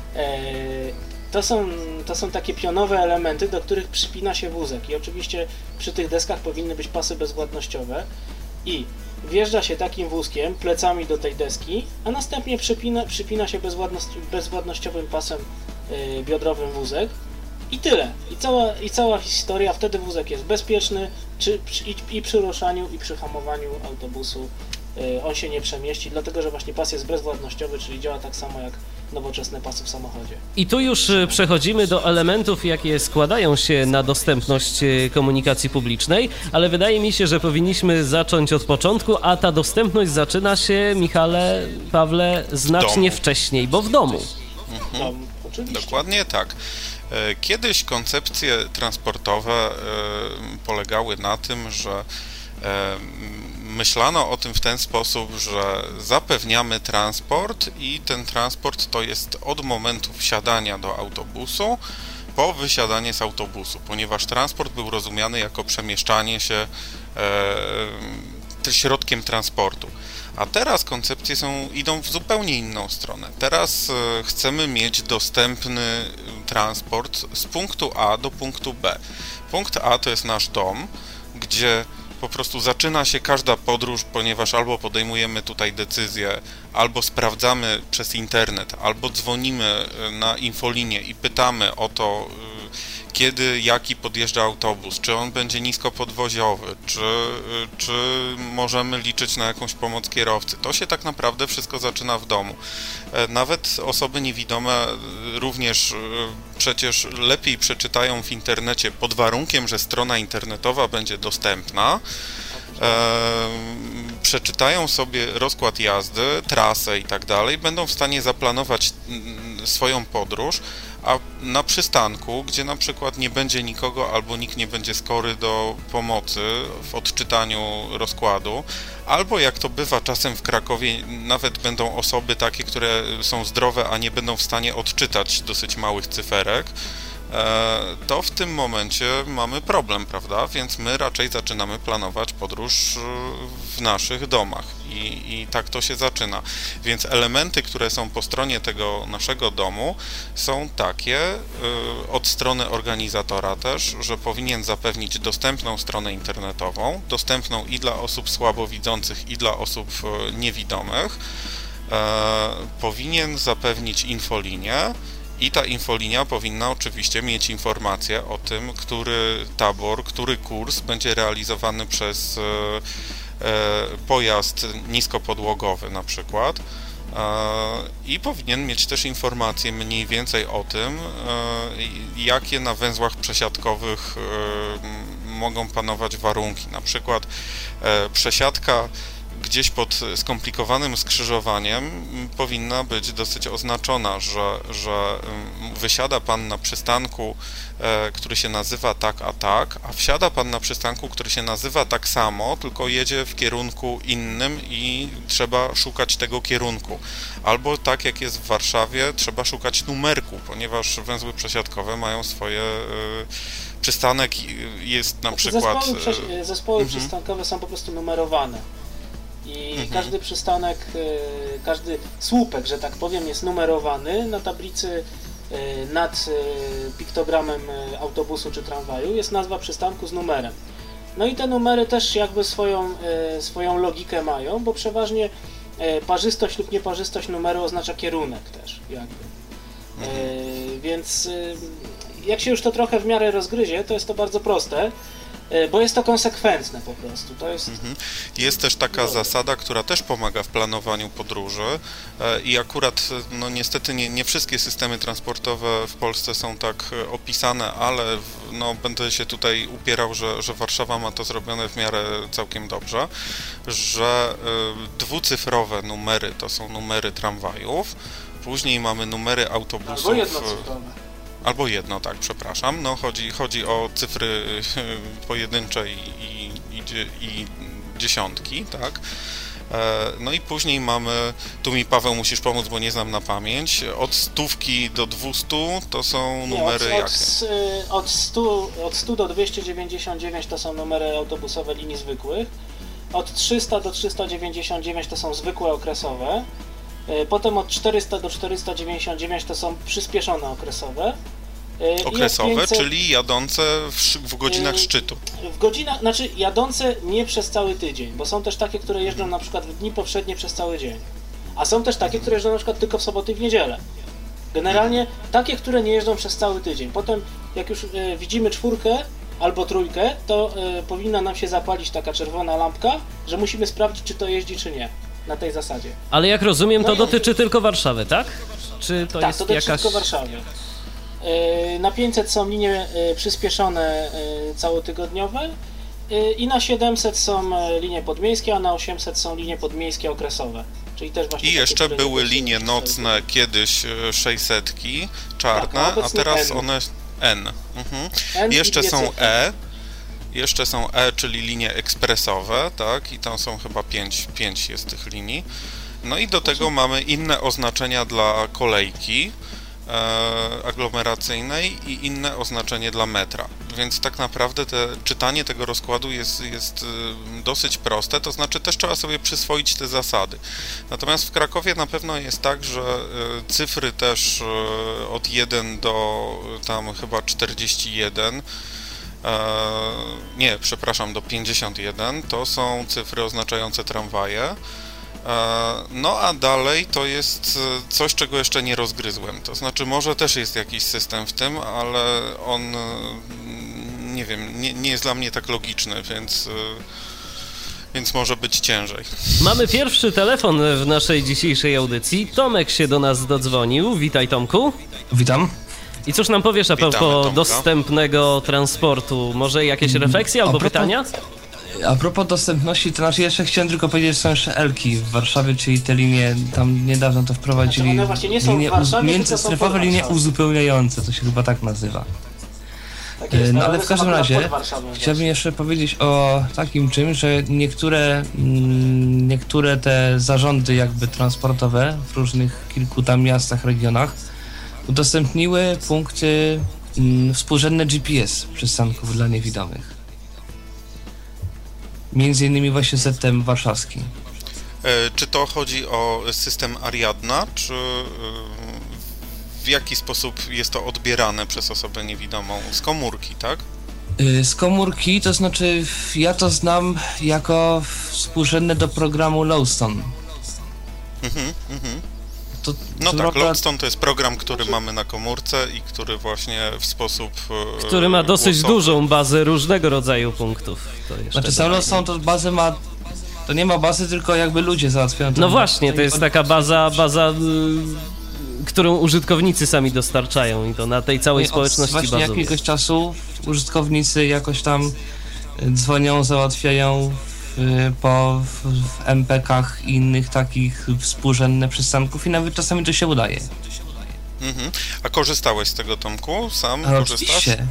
To są, to są takie pionowe elementy, do których przypina się wózek i oczywiście przy tych deskach powinny być pasy bezwładnościowe i wjeżdża się takim wózkiem plecami do tej deski, a następnie przypina, przypina się bezwładność, bezwładnościowym pasem yy, biodrowym wózek i tyle. I cała, i cała historia, wtedy wózek jest bezpieczny czy, i, i przy ruszaniu, i przy hamowaniu autobusu yy, on się nie przemieści, dlatego że właśnie pas jest bezwładnościowy, czyli działa tak samo jak nowoczesne pasy w samochodzie. I tu już przechodzimy do elementów, jakie składają się na dostępność komunikacji publicznej, ale wydaje mi się, że powinniśmy zacząć od początku, a ta dostępność zaczyna się, Michale, Pawle, znacznie wcześniej, bo w domu. Mhm. Dom, oczywiście. Dokładnie tak. Kiedyś koncepcje transportowe polegały na tym, że myślano o tym w ten sposób, że zapewniamy transport i ten transport to jest od momentu wsiadania do autobusu po wysiadanie z autobusu, ponieważ transport był rozumiany jako przemieszczanie się e, środkiem transportu. A teraz koncepcje są, idą w zupełnie inną stronę. Teraz e, chcemy mieć dostępny transport z punktu A do punktu B. Punkt A to jest nasz dom, gdzie po prostu zaczyna się każda podróż, ponieważ albo podejmujemy tutaj decyzję, albo sprawdzamy przez internet, albo dzwonimy na infolinię i pytamy o to, kiedy, jaki podjeżdża autobus, czy on będzie niskopodwoziowy, czy, czy możemy liczyć na jakąś pomoc kierowcy. To się tak naprawdę wszystko zaczyna w domu. Nawet osoby niewidome również przecież lepiej przeczytają w internecie pod warunkiem, że strona internetowa będzie dostępna. E, przeczytają sobie rozkład jazdy, trasę i tak dalej, będą w stanie zaplanować swoją podróż, a na przystanku, gdzie na przykład nie będzie nikogo albo nikt nie będzie skory do pomocy w odczytaniu rozkładu, albo jak to bywa czasem w Krakowie, nawet będą osoby takie, które są zdrowe, a nie będą w stanie odczytać dosyć małych cyferek, to w tym momencie mamy problem, prawda? Więc my raczej zaczynamy planować podróż w naszych domach i, i tak to się zaczyna. Więc elementy, które są po stronie tego naszego domu, są takie od strony organizatora też, że powinien zapewnić dostępną stronę internetową, dostępną i dla osób słabowidzących, i dla osób niewidomych. Powinien zapewnić infolinię. I ta infolinia powinna oczywiście mieć informację o tym, który tabor, który kurs będzie realizowany przez e, e, pojazd niskopodłogowy na przykład. E, I powinien mieć też informacje mniej więcej o tym, e, jakie na węzłach przesiadkowych e, mogą panować warunki. Na przykład e, przesiadka gdzieś pod skomplikowanym skrzyżowaniem powinna być dosyć oznaczona, że, że wysiada pan na przystanku, e, który się nazywa tak a tak, a wsiada pan na przystanku, który się nazywa tak samo, tylko jedzie w kierunku innym i trzeba szukać tego kierunku. Albo tak jak jest w Warszawie, trzeba szukać numerku, ponieważ węzły przesiadkowe mają swoje... E, przystanek jest na przykład... Zespoły, prze- zespoły mhm. przystankowe są po prostu numerowane. I mhm. każdy przystanek, każdy słupek, że tak powiem, jest numerowany na tablicy nad piktogramem autobusu czy tramwaju. Jest nazwa przystanku z numerem. No i te numery też jakby swoją, swoją logikę mają, bo przeważnie parzystość lub nieparzystość numeru oznacza kierunek też jakby. Mhm. Więc jak się już to trochę w miarę rozgryzie, to jest to bardzo proste. Bo jest to konsekwentne po prostu. To jest... Mhm. Jest też taka no. zasada, która też pomaga w planowaniu podróży i akurat no niestety nie, nie wszystkie systemy transportowe w Polsce są tak opisane, ale no, będę się tutaj upierał, że, że Warszawa ma to zrobione w miarę całkiem dobrze, że y, dwucyfrowe numery to są numery tramwajów, później mamy numery autobusów. Albo jednocyfrowe. Albo jedno, tak, przepraszam. No, chodzi, chodzi o cyfry pojedyncze i, i, i, i dziesiątki, tak. No i później mamy, tu mi Paweł musisz pomóc, bo nie znam na pamięć, od stówki do dwustu to są numery nie, od, jakie? Od, od, stu, od stu do dwieście dziewięćdziesiąt dziewięć to są numery autobusowe linii zwykłych, od trzysta do trzysta dziewięćdziesiąt dziewięć to są zwykłe okresowe, potem od czterysta do czterysta dziewięćdziesiąt dziewięć to są przyspieszone okresowe. Okresowe, pięćset, czyli jadące w, w godzinach yy, szczytu. W godzinach, znaczy jadące nie przez cały tydzień, bo są też takie, które jeżdżą na przykład w dni powszednie przez cały dzień. A są też takie, które jeżdżą na przykład tylko w soboty i w niedzielę. Generalnie takie, które nie jeżdżą przez cały tydzień. Potem jak już y, widzimy czwórkę albo trójkę, to y, powinna nam się zapalić taka czerwona lampka, że musimy sprawdzić, czy to jeździ, czy nie. Na tej zasadzie. Ale jak rozumiem, to no dotyczy i... tylko Warszawy, tak? Czy to tak, jest to dotyczy jakaś... tylko Warszawy. Na pięćset są linie przyspieszone całotygodniowe i na siedemset są linie podmiejskie, a na osiemset są linie podmiejskie okresowe. Czyli też właśnie I takie, jeszcze były linie nocne, kiedyś sześćsetki, czarne, tak, a teraz N. one... N. Mhm. N jeszcze są E. Jeszcze są E, czyli linie ekspresowe, tak? I tam są chyba pięć, pięć jest tych linii. No i do tego mamy inne oznaczenia dla kolejki. aglomeracyjnej i inne oznaczenie dla metra. Więc tak naprawdę te, czytanie tego rozkładu jest, jest dosyć proste, to znaczy też trzeba sobie przyswoić te zasady. Natomiast w Krakowie na pewno jest tak, że cyfry też od jeden do tam chyba czterdzieści jeden, nie, przepraszam, do pięćdziesiąt jeden to są cyfry oznaczające tramwaje. No a dalej to jest coś, czego jeszcze nie rozgryzłem. To znaczy może też jest jakiś system w tym, ale on, nie wiem, nie, nie jest dla mnie tak logiczny, więc, więc może być ciężej. Mamy pierwszy telefon w naszej dzisiejszej audycji. Tomek się do nas dodzwonił. Witaj, Tomku. Witam. I cóż nam powiesz a propos dostępnego transportu? Może jakieś refleksje albo propos... pytania? A propos dostępności, to znaczy jeszcze chciałem tylko powiedzieć, że są jeszcze Elki w Warszawie, czyli te linie, tam niedawno to wprowadzili, znaczy one właśnie nie są linie w Warszawie, międzystrefowe linie uzupełniające, to się chyba tak nazywa. Tak jest, no ale w każdym razie chciałbym jeszcze powiedzieć o takim czymś, że niektóre, mm, niektóre te zarządy jakby transportowe w różnych kilku tam miastach, regionach udostępniły punkty mm, współrzędne G P S przystanków dla niewidomych. Między innymi właśnie Z T M warszawski. E, czy to chodzi o system Ariadna, czy e, w jaki sposób jest to odbierane przez osobę niewidomą? Z komórki, tak? E, z komórki, to znaczy ja to znam jako współrzędne do programu Lowstone. Mhm, mhm. To, no to tak, prawda... Lowstone to jest program, który mamy na komórce i który właśnie w sposób e, Który ma dosyć głosowy... dużą bazę różnego rodzaju punktów. To znaczy sam Lowstone to bazę ma... To nie ma bazy, tylko jakby ludzie załatwiają. No właśnie, to jest taka baza, baza y, którą użytkownicy sami dostarczają i to na tej całej społeczności bazuje. Właśnie bazuje. jakiegoś czasu użytkownicy jakoś tam dzwonią, załatwiają po w M P kach i innych takich współrzędne przystanków i nawet czasami to się udaje. Mhm. A korzystałeś z tego, Tomku? Sam Ale korzystasz? Oczywiście.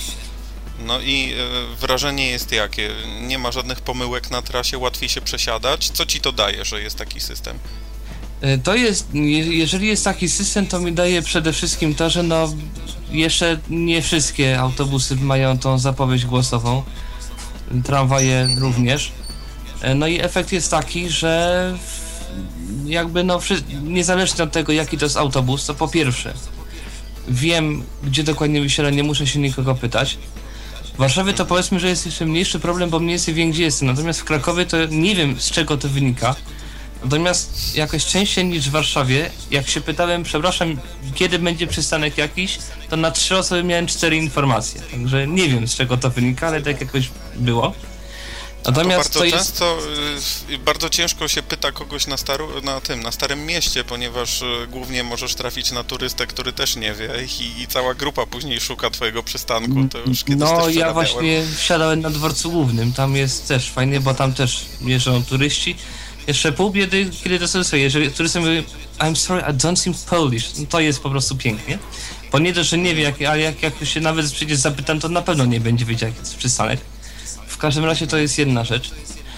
No i y, wrażenie jest jakie? Nie ma żadnych pomyłek na trasie, łatwiej się przesiadać? Co ci to daje, że jest taki system? To jest, jeżeli jest taki system, to mi daje przede wszystkim to, że no jeszcze nie wszystkie autobusy mają tą zapowiedź głosową, tramwaje również. No i efekt jest taki, że jakby no niezależnie od tego, jaki to jest autobus, to po pierwsze wiem, gdzie dokładnie wysiada, nie muszę się nikogo pytać. W Warszawie to powiedzmy, że jest jeszcze mniejszy problem, bo mniej więcej wiem, gdzie jestem, natomiast w Krakowie to nie wiem, z czego to wynika. Natomiast jakoś częściej niż w Warszawie, jak się pytałem, przepraszam, kiedy będzie przystanek jakiś, to na trzy osoby miałem cztery informacje. Także nie wiem, z czego to wynika, ale tak jakoś było. Natomiast to bardzo to jest... często, y, bardzo ciężko się pyta kogoś na, staru, na tym, na Starym Mieście, ponieważ y, głównie możesz trafić na turystę, który też nie wie i, i cała grupa później szuka twojego przystanku. To już kiedyś no też ja właśnie wsiadałem na Dworcu Głównym, tam jest też fajnie, bo tam też jeżdżą turyści. Jeszcze pół biedy, kiedy to sobie słuchaj, jeżeli turysta mówi I'm sorry, I don't seem Polish, no to jest po prostu pięknie. Bo nie to, że nie wie, jak, ale jak, jak się nawet przecież zapytam, to na pewno nie będzie wiedział, jaki jest przystanek. W każdym razie to jest jedna rzecz.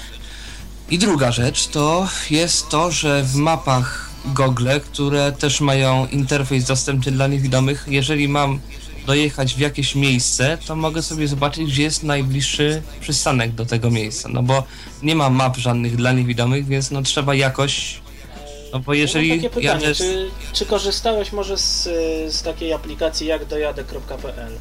I druga rzecz to jest to, że w mapach Google, które też mają interfejs dostępny dla niewidomych, jeżeli mam dojechać w jakieś miejsce, to mogę sobie zobaczyć, gdzie jest najbliższy przystanek do tego miejsca. No bo nie ma map żadnych dla niewidomych, więc no trzeba jakoś... No bo jeżeli... Ja mam takie pytanie, jadę... czy, czy korzystałeś może z, z takiej aplikacji jak dojadę kropka p l?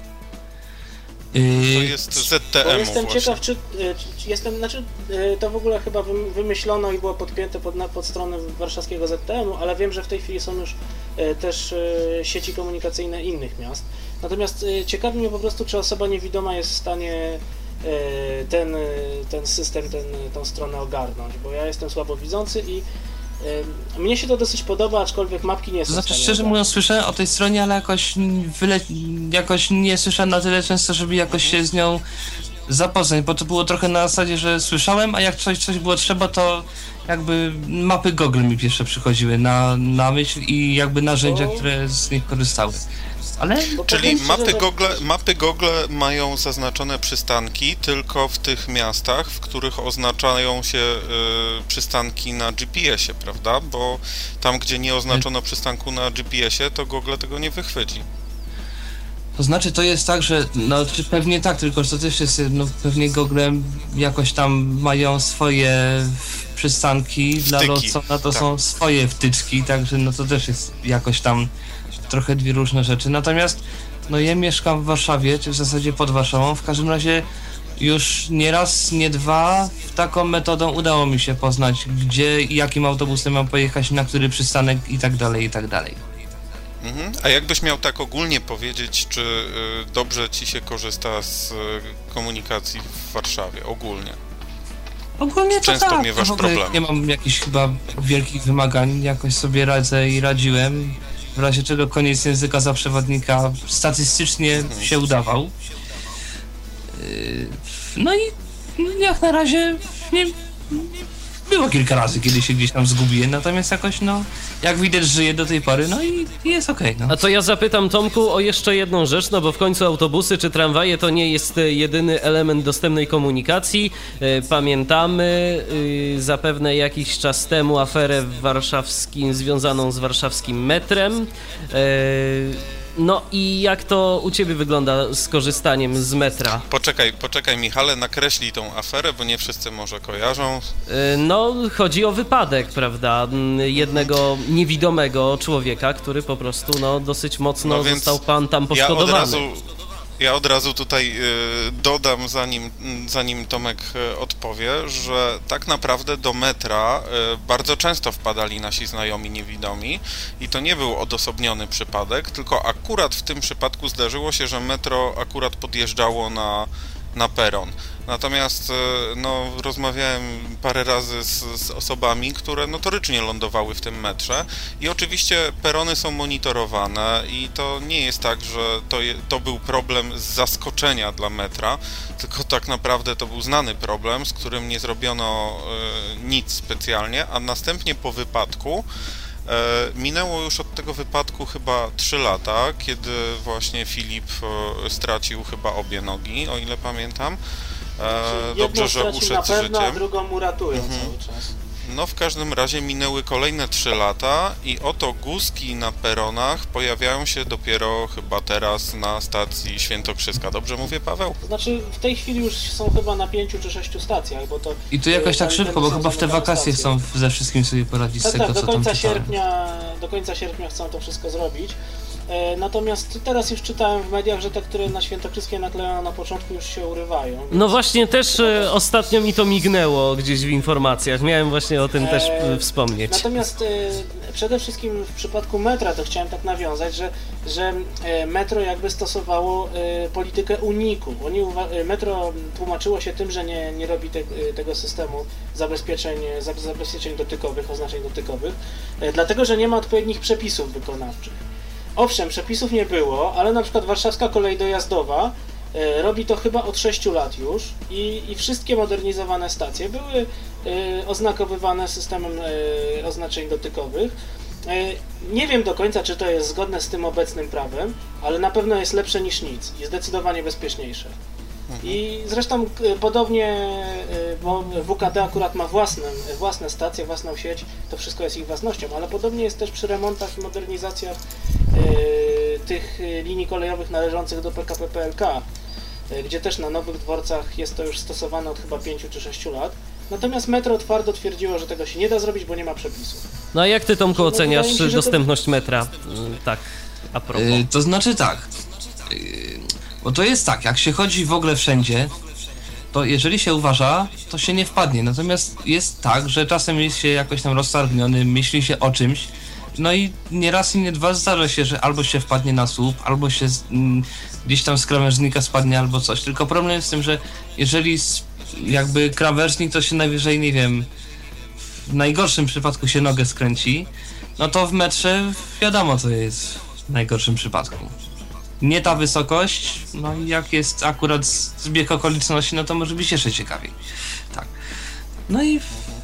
To jest Z T M. Bo jestem właśnie. ciekaw, czy, czy jestem, znaczy to w ogóle chyba wymyślono i było podpięte pod, pod stronę warszawskiego Z T M-u, ale wiem, że w tej chwili są już też sieci komunikacyjne innych miast. Natomiast ciekawi mnie po prostu, czy osoba niewidoma jest w stanie ten, ten system, ten, tą stronę ogarnąć, bo ja jestem słabowidzący i mnie się to dosyć podoba, aczkolwiek mapki nie jestem to znaczy, w stanie szczerze ogarnąć. mówiąc, słyszę o tej stronie, ale jakoś, wyle... jakoś nie słyszę na tyle często, żeby jakoś się z nią zapoznań, bo to było trochę na zasadzie, że słyszałem, a jak coś, coś było trzeba, to jakby mapy Google mi pierwsze przychodziły na, na myśl i jakby narzędzia, O. które z nich korzystały. Ale Bo Czyli powiem ci, mapy że- Google, mapy Google mają zaznaczone przystanki tylko w tych miastach, w których oznaczają się y, przystanki na G P S ie, prawda? Bo tam, gdzie nie oznaczono przystanku na G P S ie, to Google tego nie wychwyci. to znaczy to jest tak, że no czy pewnie tak, tylko że to też jest, no pewnie Google jakoś tam mają swoje przystanki, dla Wtyki, Rodsona to tak. są swoje wtyczki, także no to też jest jakoś tam trochę dwie różne rzeczy. Natomiast no ja mieszkam w Warszawie, czy w zasadzie pod Warszawą, w każdym razie już nie raz, nie dwa taką metodą udało mi się poznać, gdzie i jakim autobusem mam pojechać, na który przystanek i tak dalej, i tak dalej. Mhm. A jakbyś miał tak ogólnie powiedzieć, czy y, dobrze ci się korzysta z y, komunikacji w Warszawie, ogólnie? Ogólnie to Często tak, miewasz w ogóle problemy. nie mam jakichś chyba wielkich wymagań, jakoś sobie radzę i radziłem, w razie czego koniec języka za przewodnika statystycznie Mhm. się udawał. Yy, No i jak na razie nie, było kilka razy, kiedy się gdzieś tam zgubiłem, natomiast jakoś no, jak widać, żyję do tej pory, no i jest okej, no. A to ja zapytam Tomku o jeszcze jedną rzecz, no bo w końcu autobusy czy tramwaje to nie jest e, jedyny element dostępnej komunikacji. E, Pamiętamy y, zapewne jakiś czas temu aferę warszawskim związaną z warszawskim metrem. E, No i jak to u ciebie wygląda z korzystaniem z metra? Poczekaj, poczekaj Michale, nakreślij tą aferę, bo nie wszyscy może kojarzą. E, No, chodzi o wypadek, prawda, m, jednego niewidomego człowieka, który po prostu, no, dosyć mocno No więc został pan tam Ja poszkodowany. od razu, ja od razu tutaj y, dodam, zanim, zanim Tomek y, odpowie, że tak naprawdę do metra y, bardzo często wpadali nasi znajomi niewidomi i to nie był odosobniony przypadek, tylko akurat w tym przypadku zdarzyło się, że metro akurat podjeżdżało na, na peron. Natomiast no, rozmawiałem parę razy z, z osobami, które notorycznie lądowały w tym metrze i oczywiście perony są monitorowane i to nie jest tak, że to, je, to był problem z zaskoczenia dla metra, tylko tak naprawdę to był znany problem, z którym nie zrobiono y, nic specjalnie, a następnie po wypadku E, minęło już od tego wypadku chyba trzy lata, kiedy właśnie Filip e, stracił chyba obie nogi, o ile pamiętam. E, dobrze, że straci uszedł na z pewno, a życiem. drugą uratują Mhm. cały czas. No w każdym razie minęły kolejne trzy lata i oto guzki na peronach pojawiają się dopiero chyba teraz na stacji Świętokrzyska. Dobrze mówię, Paweł? To znaczy w tej chwili już są chyba na pięciu czy sześciu stacjach, bo to... I tu jakoś e, tak tam- szybko, tam bo są chyba w te zamykane wakacje stacje. chcą ze wszystkim sobie poradzić z Tak, tego, tak, do co tam końca czytałem. sierpnia, do końca sierpnia chcą to wszystko zrobić. E, Natomiast teraz już czytałem w mediach, że te, które na Świętokrzyskie naklejono na początku, już się urywają. No właśnie, też e, ostatnio mi to mignęło gdzieś w informacjach. Miałem właśnie o tym też e, wspomnieć. Natomiast e, przede wszystkim w przypadku metra to chciałem tak nawiązać, że, że e, metro jakby stosowało e, politykę uniku. Oni uwa- e, metro tłumaczyło się tym, że nie, nie robi te, e, tego systemu zabezpieczeń, za- zabezpieczeń dotykowych, oznaczeń dotykowych, e, dlatego że nie ma odpowiednich przepisów wykonawczych. Owszem, przepisów nie było, ale na przykład Warszawska Kolej Dojazdowa e, robi to chyba od sześciu lat już i, i wszystkie modernizowane stacje były e, oznakowywane systemem e, oznaczeń dotykowych. E, nie wiem do końca, czy to jest zgodne z tym obecnym prawem, ale na pewno jest lepsze niż nic i zdecydowanie bezpieczniejsze. I zresztą e, podobnie, e, bo W K D akurat ma własne, własne stacje, własną sieć, to wszystko jest ich własnością, ale podobnie jest też przy remontach i modernizacjach e, tych linii kolejowych należących do P K P P L K, e, gdzie też na nowych dworcach jest to już stosowane od chyba pięciu czy sześciu lat. Natomiast metro twardo twierdziło, że tego się nie da zrobić, bo nie ma przepisów. No a jak ty, Tomku, No, oceniasz wydaje mi się, że to- dostępność metra? Mm, Tak, a propos. Y, to znaczy tak, y, bo to jest tak, jak się chodzi w ogóle wszędzie, to jeżeli się uważa, to się nie wpadnie. Natomiast jest tak, że czasem jest się jakoś tam roztargniony, myśli się o czymś, no i nie raz i nie dwa zdarza się, że albo się wpadnie na słup, albo się z, mm, gdzieś tam z krawężnika spadnie, albo coś. Tylko problem jest w tym, że jeżeli s- jakby krawężnik, to się najwyżej, nie wiem, w najgorszym przypadku się nogę skręci, no to w metrze wiadomo, co jest w najgorszym przypadku. nie ta wysokość, no i jak jest akurat zbieg okoliczności, no to może być jeszcze ciekawiej. Tak. No i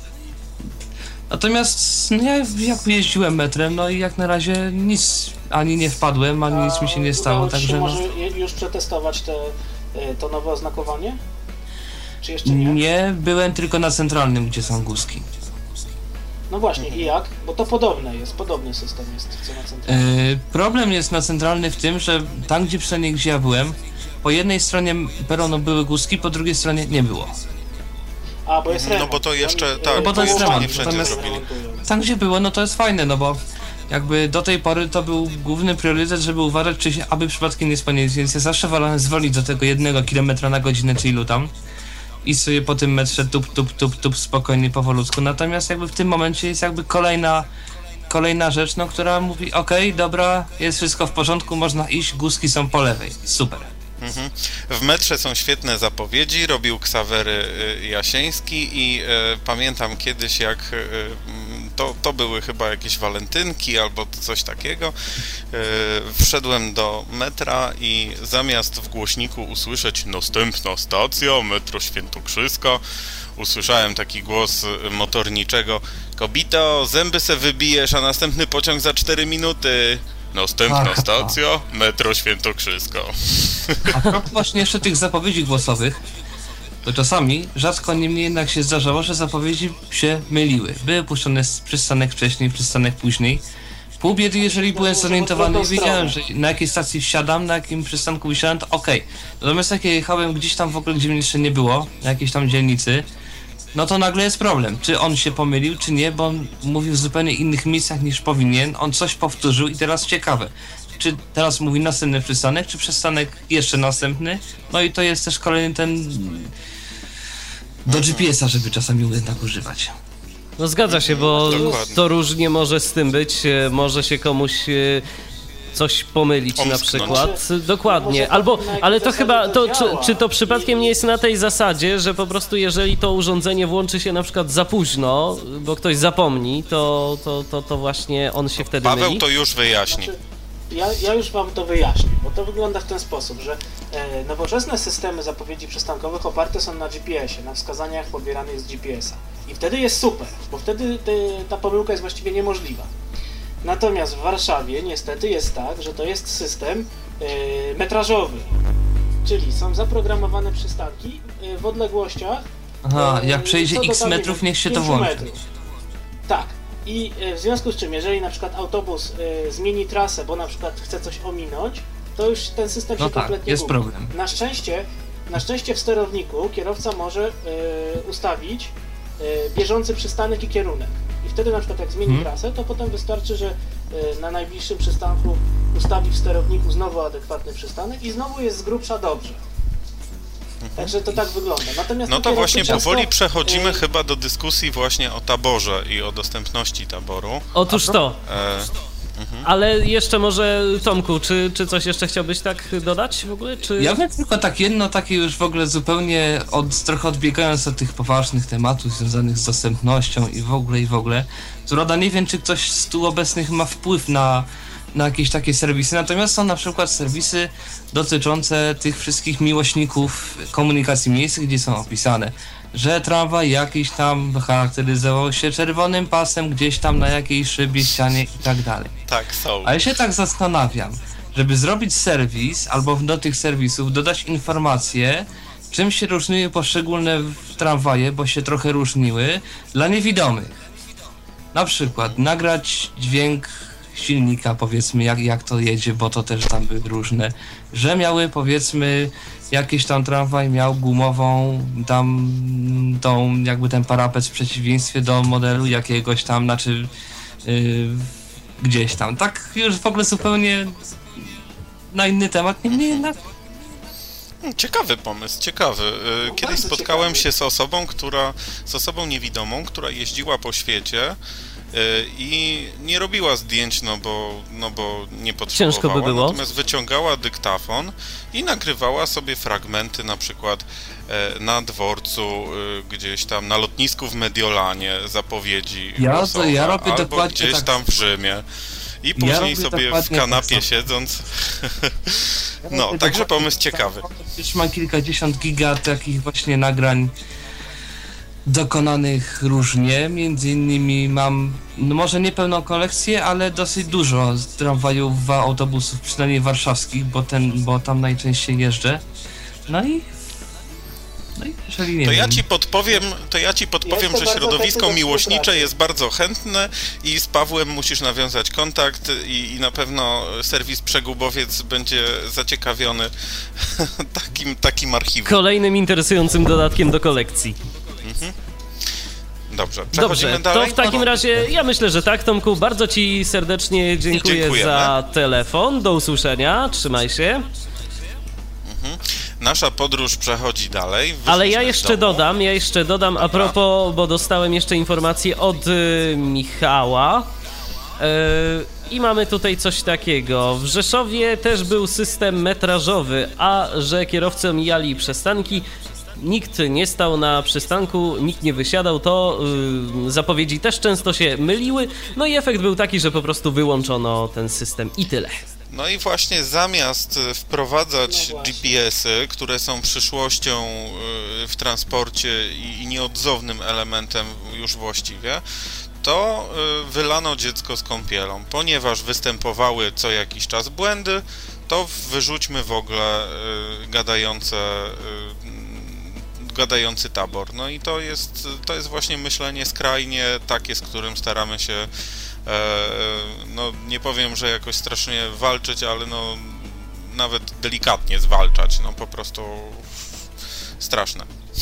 natomiast no ja jak jeździłem metrem, no i jak na razie nic, ani nie wpadłem, ani nic mi się nie stało, udało ci także się no... może już przetestować te, to nowe oznakowanie? Czy jeszcze nie? Nie, byłem tylko na centralnym, gdzie są guzki. No właśnie, i jak? Bo to podobne jest, podobny system jest co na centralnym. Yy, problem jest na centralny w tym, że tam, gdzie przynajmniej gdzie ja byłem, po jednej stronie peronu były guzki, po drugiej stronie nie było. A, bo jest remont. No bo to jeszcze, Oni, tak, e, bo to jest jeszcze remont, nie wszędzie natomiast- zrobili. Tam, gdzie było, no to jest fajne, no bo jakby do tej pory to był główny priorytet, żeby uważać, czy się, aby przypadkiem nie spłonęli, więc ja zawsze wolałem zwolnić do tego jednego kilometra na godzinę, czy ilu tam, i sobie po tym metrze tup, tup, tup, tup, spokojnie, powolutku. Natomiast jakby w tym momencie jest jakby kolejna kolejna rzecz, no, która mówi, okej, dobra, jest wszystko w porządku, można iść, guzki są po lewej, super. Mhm. W metrze są świetne zapowiedzi, robił Ksawery y, Jasieński i y, pamiętam kiedyś jak y, to, to były chyba jakieś walentynki albo coś takiego. Y, wszedłem do metra i zamiast w głośniku usłyszeć następna stacja, metro Świętokrzyska, usłyszałem taki głos motorniczego: kobito, zęby se wybijesz, a następny pociąg za cztery minuty. Następna Ach, stacja, metro Świętokrzysko. A propos właśnie jeszcze tych zapowiedzi głosowych, to czasami, rzadko niemniej jednak się zdarzało, że zapowiedzi się myliły. Były puszczone z przystanek wcześniej, przystanek później. Pół biedy, jeżeli byłem zorientowany i wiedziałem, że na jakiej stacji wsiadam, na jakim przystanku wysiadam, to okej. Okay. Natomiast jak ja jechałem gdzieś tam w ogóle, gdzie mnie jeszcze nie było, na jakiejś tam dzielnicy, no to nagle jest problem. Czy on się pomylił, czy nie, bo on mówił w zupełnie innych miejscach niż powinien. On coś powtórzył i teraz ciekawe. Czy teraz mówi następny przystanek, czy przystanek jeszcze następny? No i to jest też kolejny ten do G P S-a, żeby czasami jednak używać. No zgadza się, bo Dokładnie. to różnie może z tym być. e, Może się komuś e, coś pomylić na Omsknąć. przykład. Dokładnie. Może to Albo, na jakiej ale to zasadzie chyba, to to, czy, działa? czy to przypadkiem nie jest na tej zasadzie, że po prostu jeżeli to urządzenie włączy się na przykład za późno, bo ktoś zapomni, to, to, to, to właśnie on się wtedy Paweł myli? to już wyjaśni. Znaczy, ja, ja już wam to wyjaśnię, bo to wygląda w ten sposób, że e, nowoczesne systemy zapowiedzi przystankowych oparte są na G P S-ie, na wskazaniach pobieranych z G P S-a. I wtedy jest super, bo wtedy te, ta pomyłka jest właściwie niemożliwa. Natomiast w Warszawie niestety jest tak, że to jest system e, metrażowy, czyli są zaprogramowane przystanki e, w odległościach. Aha, e, jak przejdzie co do x tam, metrów, nie wiem, niech się to pięciu włączy. metrów. Tak. I e, w związku z czym, jeżeli na przykład autobus e, zmieni trasę, bo na przykład chce coś ominąć, to już ten system No się tak, kompletnie jest gubi. problem. Na szczęście, na szczęście w sterowniku kierowca może e, ustawić e, bieżący przystanek i kierunek. I wtedy na przykład jak zmieni Hmm. trasę, to potem wystarczy, że e, na najbliższym przystanku ustawi w sterowniku znowu adekwatny przystanek i znowu jest z grubsza dobrze. Także to tak wygląda. Natomiast No tu to kierowcy właśnie często, powoli przechodzimy e, chyba do dyskusji właśnie o taborze i o dostępności taboru. Otóż to. E, Ale jeszcze może, Tomku, czy, czy coś jeszcze chciałbyś tak dodać w ogóle? Czy... Ja bym tylko tak jedno, takie już w ogóle zupełnie od, trochę odbiegając od tych poważnych tematów związanych z dostępnością i w ogóle, i w ogóle. Co prawda nie wiem, czy ktoś z tu obecnych ma wpływ na, na jakieś takie serwisy, natomiast są na przykład serwisy dotyczące tych wszystkich miłośników komunikacji miejskiej, gdzie są opisane, że tramwaj jakiś tam charakteryzował się czerwonym pasem gdzieś tam na jakiejś szybie, ścianie i tak dalej. tak, są. A ja się tak zastanawiam, żeby zrobić serwis, albo do tych serwisów dodać informacje, czym się różniły poszczególne tramwaje, bo się trochę różniły, dla niewidomych. Na przykład nagrać dźwięk silnika, powiedzmy, jak, jak to jedzie, bo to też tam były różne, że miały, powiedzmy, jakiś tam tramwaj miał gumową tam tą, jakby ten parapet w przeciwieństwie do modelu jakiegoś tam, znaczy yy, gdzieś tam. Tak już w ogóle zupełnie na inny temat, niemniej jednak. Ciekawy pomysł, ciekawy. No, Kiedyś bardzo spotkałem ciekawy. się z osobą, która, z osobą niewidomą, która jeździła po świecie i nie robiła zdjęć, no bo, no bo nie potrzebowała. Ciężko by było. Natomiast wyciągała dyktafon i nagrywała sobie fragmenty, na przykład na dworcu, gdzieś tam na lotnisku w Mediolanie, zapowiedzi Ja to- losowe, ja robię albo dokładnie gdzieś tak. tam w Rzymie. I Ja później robię sobie w dokładnie tak kanapie samo. siedząc No, także pomysł ciekawy. Już mam kilkadziesiąt giga takich właśnie nagrań dokonanych różnie, między innymi mam, no może nie pełną kolekcję, ale dosyć dużo z tramwajów, autobusów, przynajmniej warszawskich, bo, ten, bo tam najczęściej jeżdżę. No i No i jeżeli nie to wiem. ja ci podpowiem, to ja ci podpowiem, że środowisko miłośnicze jest bardzo chętne i z Pawłem musisz nawiązać kontakt i, i na pewno serwis Przegubowiec będzie zaciekawiony takim, takim archiwum. Kolejnym interesującym dodatkiem do kolekcji. Mhm. Dobrze, przechodzimy Dobrze, dalej? to w takim razie ja myślę, że tak, Tomku, bardzo ci serdecznie dziękuję Dziękujemy. za telefon. Do usłyszenia, trzymaj się. Mhm. Nasza podróż przechodzi dalej. Ale ja jeszcze dodam, ja jeszcze dodam Dobra. a propos, bo dostałem jeszcze informację od y, Michała y, i mamy tutaj coś takiego. W Rzeszowie też był system metrażowy, a że kierowcy omijali przystanki, nikt nie stał na przystanku, nikt nie wysiadał, to y, zapowiedzi też często się myliły, no i efekt był taki, że po prostu wyłączono ten system i tyle. No i właśnie zamiast wprowadzać no G P S-y, które są przyszłością w transporcie i nieodzownym elementem już właściwie, to wylano dziecko z kąpielą. Ponieważ występowały co jakiś czas błędy, to wyrzućmy w ogóle gadające, gadający tabor. No i to jest, to jest właśnie myślenie skrajnie takie, z którym staramy się no nie powiem, że jakoś strasznie walczyć, ale no nawet delikatnie zwalczać, no po prostu straszne.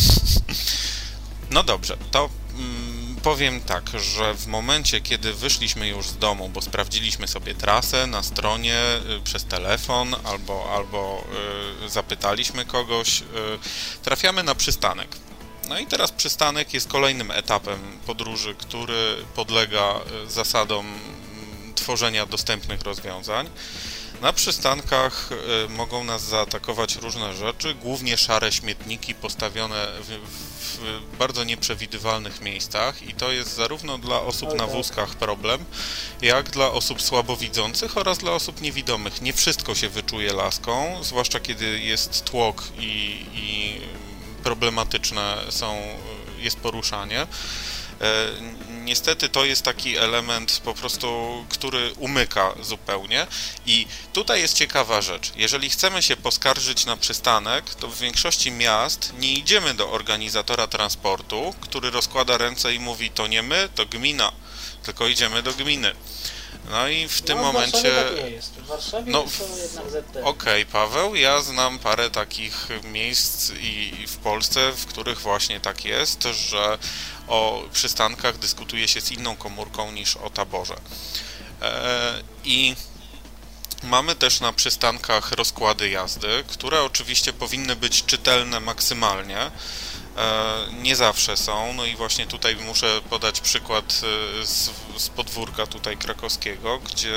No dobrze, to mm, powiem tak, że w momencie, kiedy wyszliśmy już z domu, bo sprawdziliśmy sobie trasę na stronie y, przez telefon albo, albo y, zapytaliśmy kogoś, y, trafiamy na przystanek. No i teraz przystanek jest kolejnym etapem podróży, który podlega zasadom tworzenia dostępnych rozwiązań. Na przystankach mogą nas zaatakować różne rzeczy, głównie szare śmietniki postawione w, w bardzo nieprzewidywalnych miejscach i to jest zarówno dla osób na wózkach problem, jak dla osób słabowidzących oraz dla osób niewidomych. Nie wszystko się wyczuje laską, zwłaszcza kiedy jest tłok i, i problematyczne są, jest poruszanie. Niestety to jest taki element po prostu, który umyka zupełnie i tutaj jest ciekawa rzecz. Jeżeli chcemy się poskarżyć na przystanek, to w większości miast nie idziemy do organizatora transportu, który rozkłada ręce i mówi to nie my, to gmina, tylko idziemy do gminy. No i w tym no, momencie... W Warszawie tak nie jest. W Warszawie no, są jednak Z T. Okej, okay, Paweł, ja znam parę takich miejsc i w Polsce, w których właśnie tak jest, że o przystankach dyskutuje się z inną komórką niż o taborze. E, I mamy też na przystankach rozkłady jazdy, które oczywiście powinny być czytelne maksymalnie. Nie zawsze są, no i właśnie tutaj muszę podać przykład z, z podwórka tutaj krakowskiego, gdzie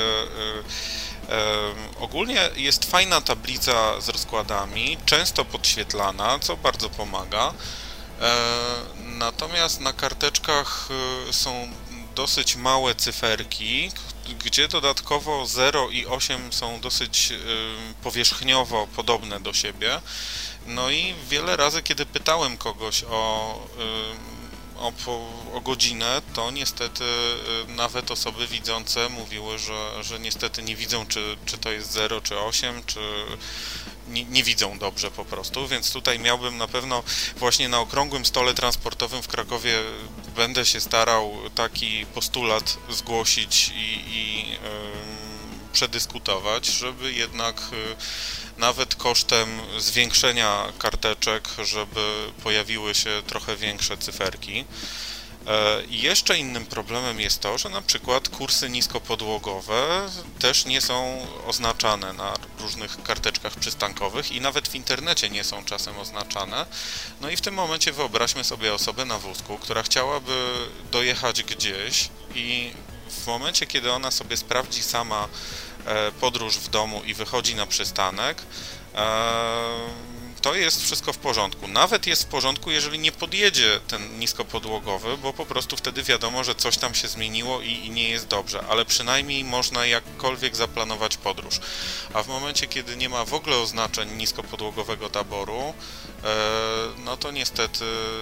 ogólnie jest fajna tablica z rozkładami, często podświetlana, co bardzo pomaga, natomiast na karteczkach są dosyć małe cyferki, gdzie dodatkowo zero i osiem są dosyć powierzchniowo podobne do siebie. No i wiele razy, kiedy pytałem kogoś o, o, o godzinę, to niestety nawet osoby widzące mówiły, że, że niestety nie widzą, czy, czy to jest zero, czy osiem, czy nie, nie widzą dobrze po prostu, więc tutaj miałbym na pewno właśnie na okrągłym stole transportowym w Krakowie będę się starał taki postulat zgłosić i, i yy, przedyskutować, żeby jednak yy, nawet kosztem zwiększenia karteczek, żeby pojawiły się trochę większe cyferki. I jeszcze innym problemem jest to, że na przykład kursy niskopodłogowe też nie są oznaczane na różnych karteczkach przystankowych i nawet w internecie nie są czasem oznaczane. No i w tym momencie wyobraźmy sobie osobę na wózku, która chciałaby dojechać gdzieś i w momencie, kiedy ona sobie sprawdzi sama podróż w domu i wychodzi na przystanek, to jest wszystko w porządku. Nawet jest w porządku, jeżeli nie podjedzie ten niskopodłogowy, bo po prostu wtedy wiadomo, że coś tam się zmieniło i, i nie jest dobrze, ale przynajmniej można jakkolwiek zaplanować podróż. A w momencie, kiedy nie ma w ogóle oznaczeń niskopodłogowego taboru, e, no to niestety...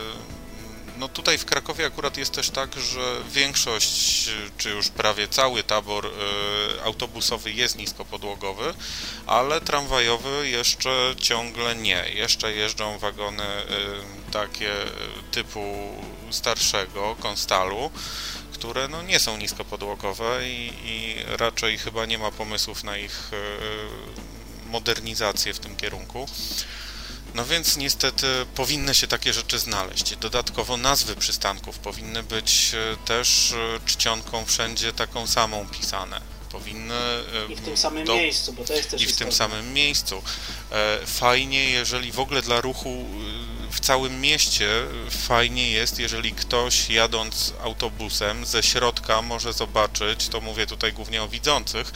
No tutaj w Krakowie akurat jest też tak, że większość, czy już prawie cały tabor y, autobusowy jest niskopodłogowy, ale tramwajowy jeszcze ciągle nie. Jeszcze jeżdżą wagony y, takie typu starszego, Konstalu, które no, nie są niskopodłogowe i, i raczej chyba nie ma pomysłów na ich y, modernizację w tym kierunku. No więc niestety powinny się takie rzeczy znaleźć. Dodatkowo nazwy przystanków powinny być też czcionką wszędzie taką samą pisane. Powinny... I w tym samym do... miejscu, bo to jest też I w istotne. tym samym miejscu. Fajnie, jeżeli w ogóle dla ruchu w całym mieście, fajnie jest, jeżeli ktoś jadąc autobusem ze środka może zobaczyć, to mówię tutaj głównie o widzących,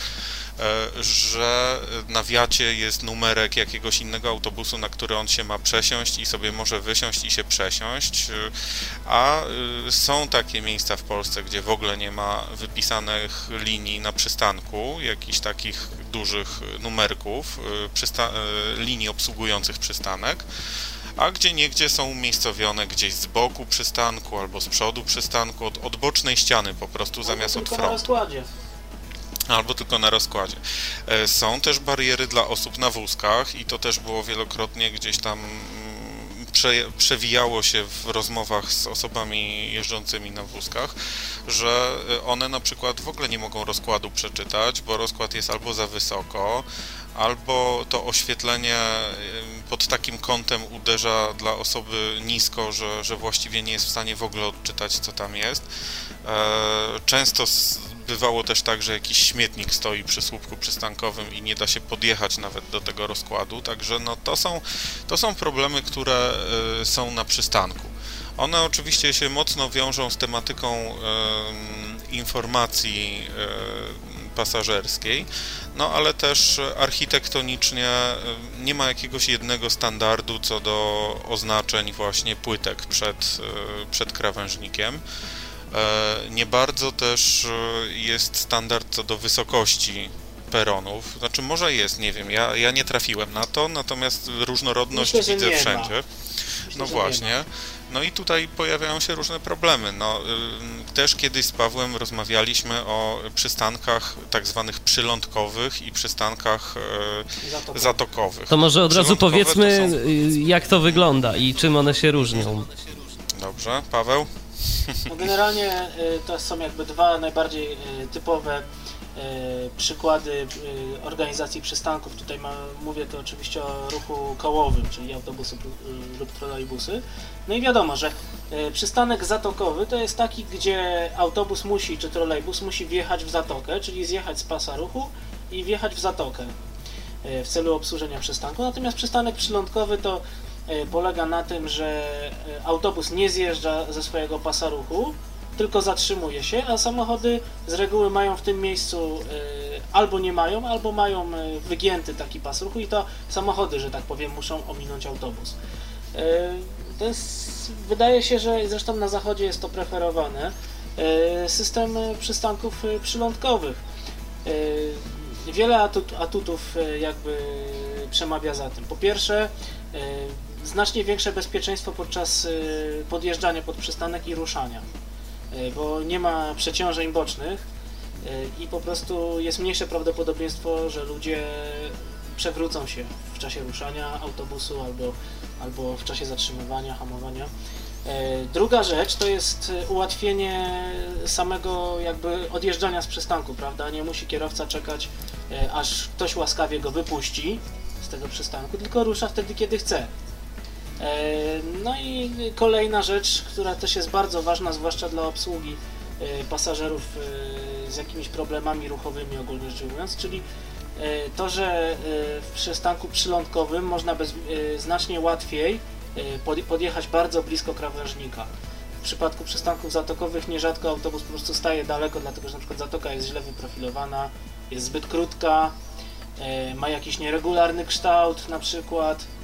że na wiacie jest numerek jakiegoś innego autobusu, na który on się ma przesiąść i sobie może wysiąść i się przesiąść, a są takie miejsca w Polsce, gdzie w ogóle nie ma wypisanych linii na przystanku, jakichś takich dużych numerków, przysta- linii obsługujących przystanek, a gdzie niegdzie są umiejscowione gdzieś z boku przystanku albo z przodu przystanku, od, od bocznej ściany po prostu, albo zamiast od frontu. Na rozkładzie. Albo tylko na rozkładzie. Są też bariery dla osób na wózkach i to też było wielokrotnie gdzieś tam prze, przewijało się w rozmowach z osobami jeżdżącymi na wózkach, że one na przykład w ogóle nie mogą rozkładu przeczytać, bo rozkład jest albo za wysoko, albo to oświetlenie pod takim kątem uderza dla osoby nisko, że, że właściwie nie jest w stanie w ogóle odczytać, co tam jest. Często bywało też tak, że jakiś śmietnik stoi przy słupku przystankowym i nie da się podjechać nawet do tego rozkładu, także no to są, to są problemy, które są na przystanku. One oczywiście się mocno wiążą z tematyką e, informacji e, pasażerskiej, no ale też architektonicznie nie ma jakiegoś jednego standardu co do oznaczeń właśnie płytek przed, przed krawężnikiem. Nie bardzo też jest standard co do wysokości peronów, znaczy może jest, nie wiem, ja, ja nie trafiłem na to, natomiast różnorodność Myślę, widzę nie wszędzie. Myślę, no właśnie. No i tutaj pojawiają się różne problemy. No, y, też kiedyś z Pawłem rozmawialiśmy o przystankach tak zwanych przylądkowych i przystankach y, zatokowych. zatokowych. To może od razu powiedzmy, to są... jak to wygląda i czym one się różnią. Dobrze, Paweł? No generalnie y, to są jakby dwa najbardziej y, typowe przykłady organizacji przystanków. Tutaj ma, mówię to oczywiście o ruchu kołowym, czyli autobusy lub trolejbusy. No i wiadomo, że przystanek zatokowy to jest taki, gdzie autobus musi, czy trolejbus musi wjechać w zatokę, czyli zjechać z pasa ruchu i wjechać w zatokę w celu obsłużenia przystanku. Natomiast przystanek przylądkowy to polega na tym, że autobus nie zjeżdża ze swojego pasa ruchu, tylko zatrzymuje się, a samochody z reguły mają w tym miejscu y, albo nie mają, albo mają y, wygięty taki pas ruchu i to samochody, że tak powiem, muszą ominąć autobus. Y, to jest, wydaje się, że zresztą na zachodzie jest to preferowane, y, system przystanków y, przylądkowych. Y, wiele atut, atutów y, jakby przemawia za tym. Po pierwsze, y, znacznie większe bezpieczeństwo podczas y, podjeżdżania pod przystanek i ruszania, bo nie ma przeciążeń bocznych i po prostu jest mniejsze prawdopodobieństwo, że ludzie przewrócą się w czasie ruszania autobusu albo, albo w czasie zatrzymywania, hamowania. Druga rzecz to jest ułatwienie samego jakby odjeżdżania z przystanku, prawda? Nie musi kierowca czekać, aż ktoś łaskawie go wypuści z tego przystanku, tylko rusza wtedy, kiedy chce. No i kolejna rzecz, która też jest bardzo ważna, zwłaszcza dla obsługi pasażerów z jakimiś problemami ruchowymi, ogólnie rzecz ujmując, czyli to, że w przystanku przylądkowym można bez, znacznie łatwiej podjechać bardzo blisko krawężnika. W przypadku przystanków zatokowych nierzadko autobus po prostu staje daleko, dlatego że na przykład zatoka jest źle wyprofilowana, jest zbyt krótka, ma jakiś nieregularny kształt na przykład.